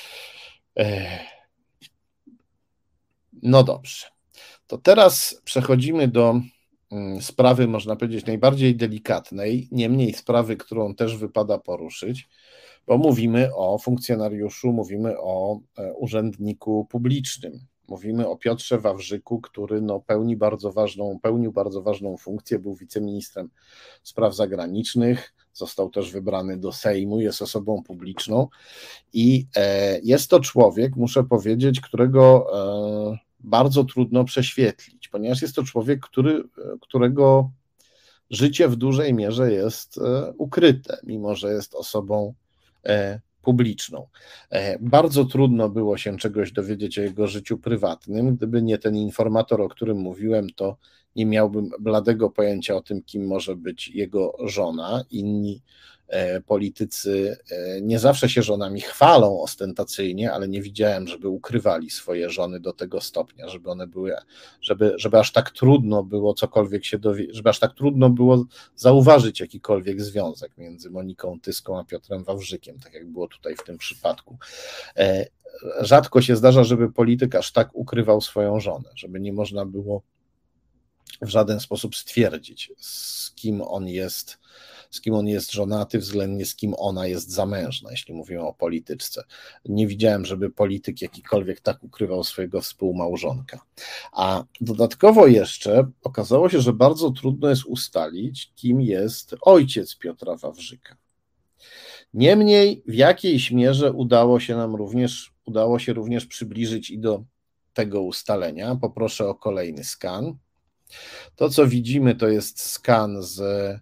No dobrze, to teraz przechodzimy do sprawy, można powiedzieć, najbardziej delikatnej, niemniej sprawy, którą też wypada poruszyć, bo mówimy o funkcjonariuszu, mówimy o urzędniku publicznym, mówimy o Piotrze Wawrzyku, który no pełni bardzo ważną, pełnił bardzo ważną funkcję, był wiceministrem spraw zagranicznych, został też wybrany do Sejmu, jest osobą publiczną i jest to człowiek, muszę powiedzieć, którego bardzo trudno prześwietlić, ponieważ jest to człowiek, który, którego życie w dużej mierze jest ukryte, mimo że jest osobą publiczną. Bardzo trudno było się czegoś dowiedzieć o jego życiu prywatnym. Gdyby nie ten informator, o którym mówiłem, to nie miałbym bladego pojęcia o tym, kim może być jego żona. Inni politycy nie zawsze się żonami chwalą ostentacyjnie, ale nie widziałem, żeby ukrywali swoje żony do tego stopnia, żeby one były, żeby, żeby aż tak trudno było cokolwiek się dowiedzieć, żeby aż tak trudno było zauważyć jakikolwiek związek między Moniką Tyską a Piotrem Wawrzykiem, tak jak było tutaj w tym przypadku. Rzadko się zdarza, żeby polityk aż tak ukrywał swoją żonę, żeby nie można było w żaden sposób stwierdzić, z kim on jest, z kim on jest żonaty, względnie z kim ona jest zamężna, jeśli mówimy o polityczce. Nie widziałem, żeby polityk jakikolwiek tak ukrywał swojego współmałżonka. A dodatkowo jeszcze okazało się, że bardzo trudno jest ustalić, kim jest ojciec Piotra Wawrzyka. Niemniej w jakiejś mierze udało się nam również, udało się również przybliżyć i do tego ustalenia. Poproszę o kolejny skan. To, co widzimy, to jest skan z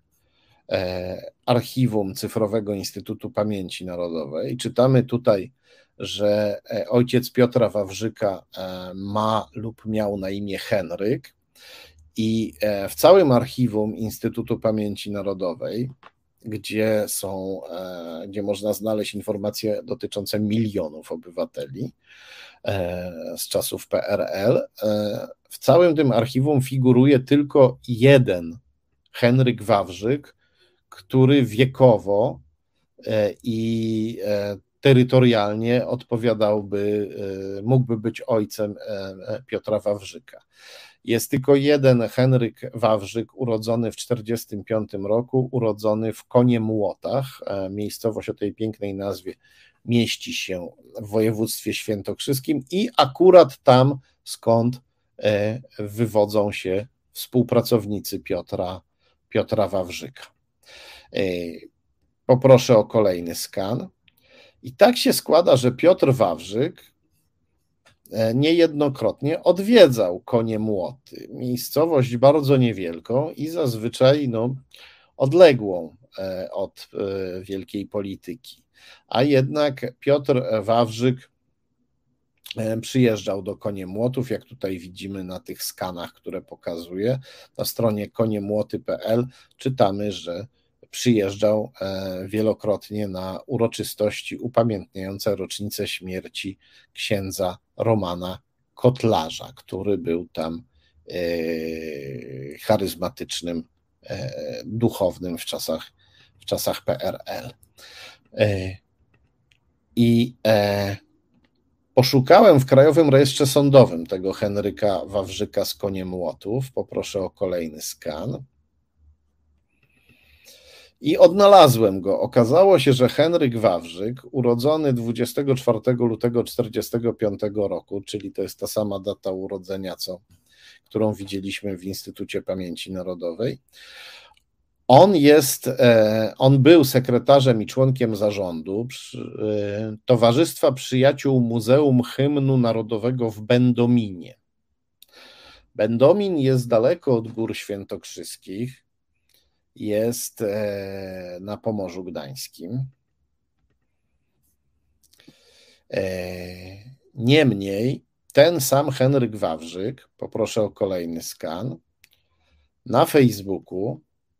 archiwum Cyfrowego Instytutu Pamięci Narodowej. Czytamy tutaj, że ojciec Piotra Wawrzyka ma lub miał na imię Henryk i w całym archiwum Instytutu Pamięci Narodowej, gdzie są, gdzie można znaleźć informacje dotyczące milionów obywateli z czasów P R L, w całym tym archiwum figuruje tylko jeden Henryk Wawrzyk, który wiekowo i terytorialnie odpowiadałby, mógłby być ojcem Piotra Wawrzyka. Jest tylko jeden Henryk Wawrzyk, urodzony w tysiąc dziewięćset czterdziestym piątym roku, urodzony w Konie-Młotach. Miejscowość o tej pięknej nazwie mieści się w województwie świętokrzyskim i akurat tam, skąd wywodzą się współpracownicy Piotra, Piotra Wawrzyka. Poproszę o kolejny skan. I tak się składa, że Piotr Wawrzyk niejednokrotnie odwiedzał Konie-Młoty, miejscowość bardzo niewielką i zazwyczaj no, odległą od wielkiej polityki. A jednak Piotr Wawrzyk przyjeżdżał do Konie-Młotów, jak tutaj widzimy na tych skanach, które pokazuję. Na stronie koniemłoty kropka p l czytamy, że przyjeżdżał wielokrotnie na uroczystości upamiętniające rocznicę śmierci księdza Romana Kotlarza, który był tam charyzmatycznym duchownym w czasach, w czasach P R L. I Poszukałem w Krajowym Rejestrze Sądowym tego Henryka Wawrzyka z koniem Młotów. Poproszę o kolejny skan. I odnalazłem go. Okazało się, że Henryk Wawrzyk, urodzony dwudziestego czwartego lutego tysiąc dziewięćset czterdziestego piątego roku, czyli to jest ta sama data urodzenia, co, którą widzieliśmy w Instytucie Pamięci Narodowej, on jest, on był sekretarzem i członkiem zarządu Towarzystwa Przyjaciół Muzeum Hymnu Narodowego w Będominie. Będomin jest daleko od Gór Świętokrzyskich, jest na Pomorzu Gdańskim. Niemniej ten sam Henryk Wawrzyk, poproszę o kolejny skan, na Facebooku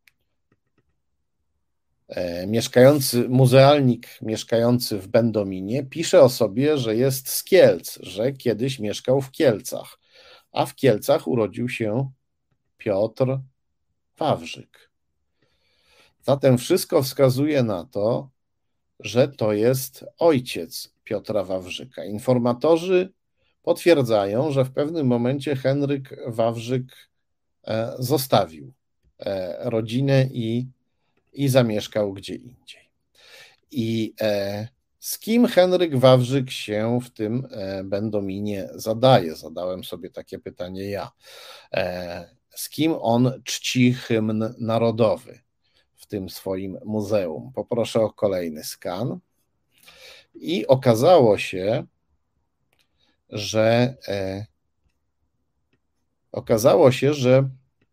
mieszkający, muzealnik mieszkający w Będominie pisze o sobie, że jest z Kielc, że kiedyś mieszkał w Kielcach, a w Kielcach urodził się Piotr Wawrzyk. Zatem wszystko wskazuje na to, że to jest ojciec Piotra Wawrzyka. Informatorzy potwierdzają, że w pewnym momencie Henryk Wawrzyk zostawił rodzinę i, i zamieszkał gdzie indziej. I z kim Henryk Wawrzyk się w tym Będominie zadaje? Zadałem sobie takie pytanie ja. Z kim on czci hymn narodowy w tym swoim muzeum? Poproszę o kolejny skan. I okazało się, że e, okazało się, że,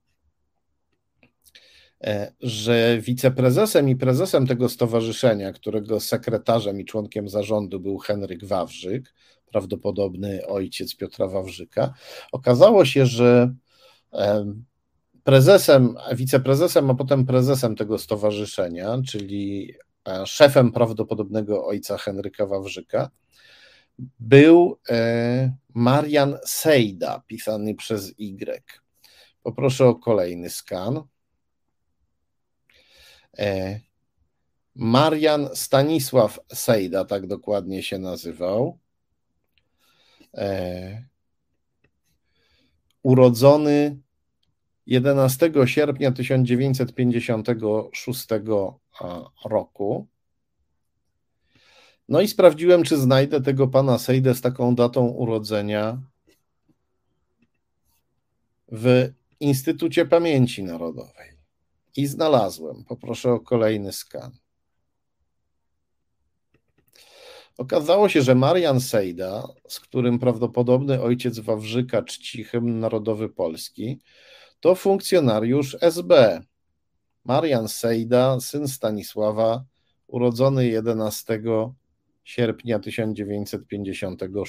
e, że wiceprezesem i prezesem tego stowarzyszenia, którego sekretarzem i członkiem zarządu był Henryk Wawrzyk, prawdopodobny ojciec Piotra Wawrzyka, okazało się, że e, prezesem, wiceprezesem, a potem prezesem tego stowarzyszenia, czyli szefem prawdopodobnego ojca Henryka Wawrzyka, był Marian Sejda, pisany przez Y. Poproszę o kolejny skan. Marian Stanisław Sejda, tak dokładnie się nazywał. Urodzony jedenastego sierpnia tysiąc dziewięćset pięćdziesiątego szóstego roku. No i sprawdziłem, czy znajdę tego pana Sejdę z taką datą urodzenia w Instytucie Pamięci Narodowej. I znalazłem. Poproszę o kolejny skan. Okazało się, że Marian Sejda, z którym prawdopodobny ojciec Wawrzyka czci hymn narodowy Polski, to funkcjonariusz S B. Marian Sejda, syn Stanisława, urodzony jedenastego sierpnia tysiąc dziewięćset pięćdziesiątego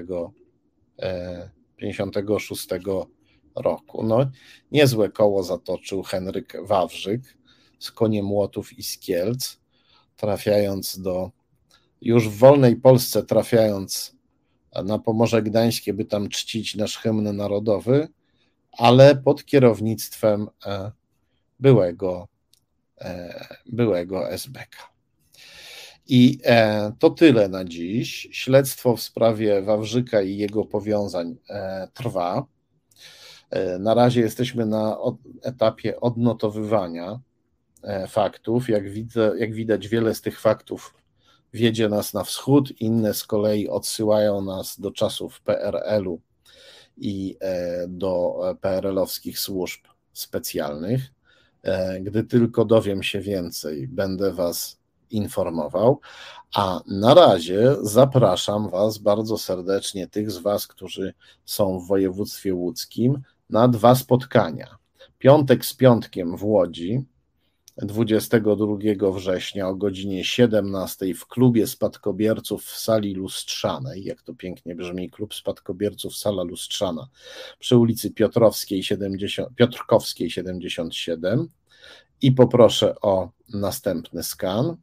szóstego roku. No, niezłe koło zatoczył Henryk Wawrzyk z koniem Młotów i z Kielc, trafiając do, już w wolnej Polsce trafiając na Pomorze Gdańskie, by tam czcić nasz hymn narodowy, ale pod kierownictwem byłego, byłego S B K. I to tyle na dziś. Śledztwo w sprawie Wawrzyka i jego powiązań trwa. Na razie jesteśmy na etapie odnotowywania faktów. Jak widzę, jak widać, wiele z tych faktów wiedzie nas na wschód, inne z kolei odsyłają nas do czasów P R L-u i do P R L-owskich służb specjalnych. Gdy tylko dowiem się więcej, będę Was informował, a na razie zapraszam Was bardzo serdecznie, tych z Was, którzy są w województwie łódzkim, na dwa spotkania. Piątek z piątkiem w Łodzi, dwudziestego drugiego września o godzinie siedemnastej w klubie spadkobierców w sali Lustrzanej, jak to pięknie brzmi, klub spadkobierców, sala Lustrzana, przy ulicy Piotrowskiej siedemdziesiąt, Piotrkowskiej siedemdziesiąt siedem, i poproszę o następny skan.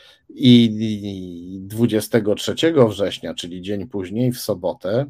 I dwudziestego trzeciego września, czyli dzień później, w sobotę,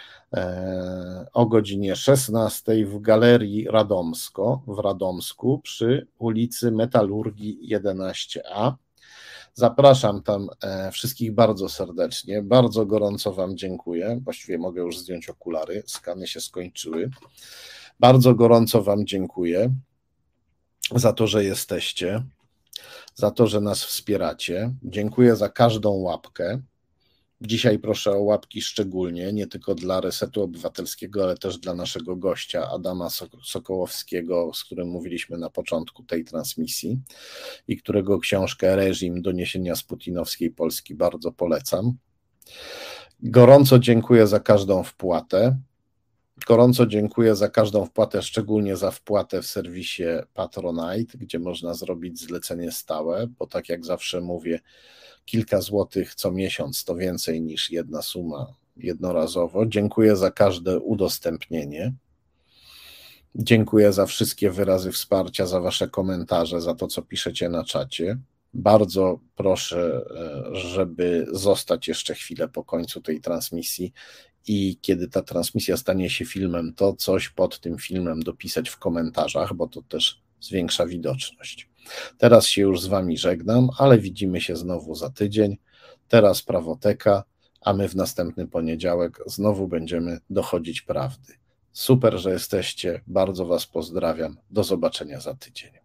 o godzinie szesnastej w Galerii Radomsko, w Radomsku przy ulicy Metalurgii jedenaście A Zapraszam tam wszystkich bardzo serdecznie, bardzo gorąco Wam dziękuję, właściwie mogę już zdjąć okulary, skany się skończyły. Bardzo gorąco Wam dziękuję za to, że jesteście, za to, że nas wspieracie. Dziękuję za każdą łapkę. Dzisiaj proszę o łapki szczególnie, nie tylko dla Resetu Obywatelskiego, ale też dla naszego gościa Adama Sokołowskiego, z którym mówiliśmy na początku tej transmisji i którego książkę Reżim, doniesienia z putinowskiej Polski bardzo polecam. Gorąco dziękuję za każdą wpłatę. Gorąco dziękuję za każdą wpłatę, szczególnie za wpłatę w serwisie Patronite, gdzie można zrobić zlecenie stałe, bo tak jak zawsze mówię, kilka złotych co miesiąc to więcej niż jedna suma jednorazowo. Dziękuję za każde udostępnienie. Dziękuję za wszystkie wyrazy wsparcia, za Wasze komentarze, za to, co piszecie na czacie. Bardzo proszę, żeby zostać jeszcze chwilę po końcu tej transmisji i kiedy ta transmisja stanie się filmem, to coś pod tym filmem dopisać w komentarzach, bo to też zwiększa widoczność. Teraz się już z Wami żegnam, ale widzimy się znowu za tydzień. Teraz Prawoteka, a my w następny poniedziałek znowu będziemy dochodzić prawdy. Super, że jesteście, bardzo Was pozdrawiam. Do zobaczenia za tydzień.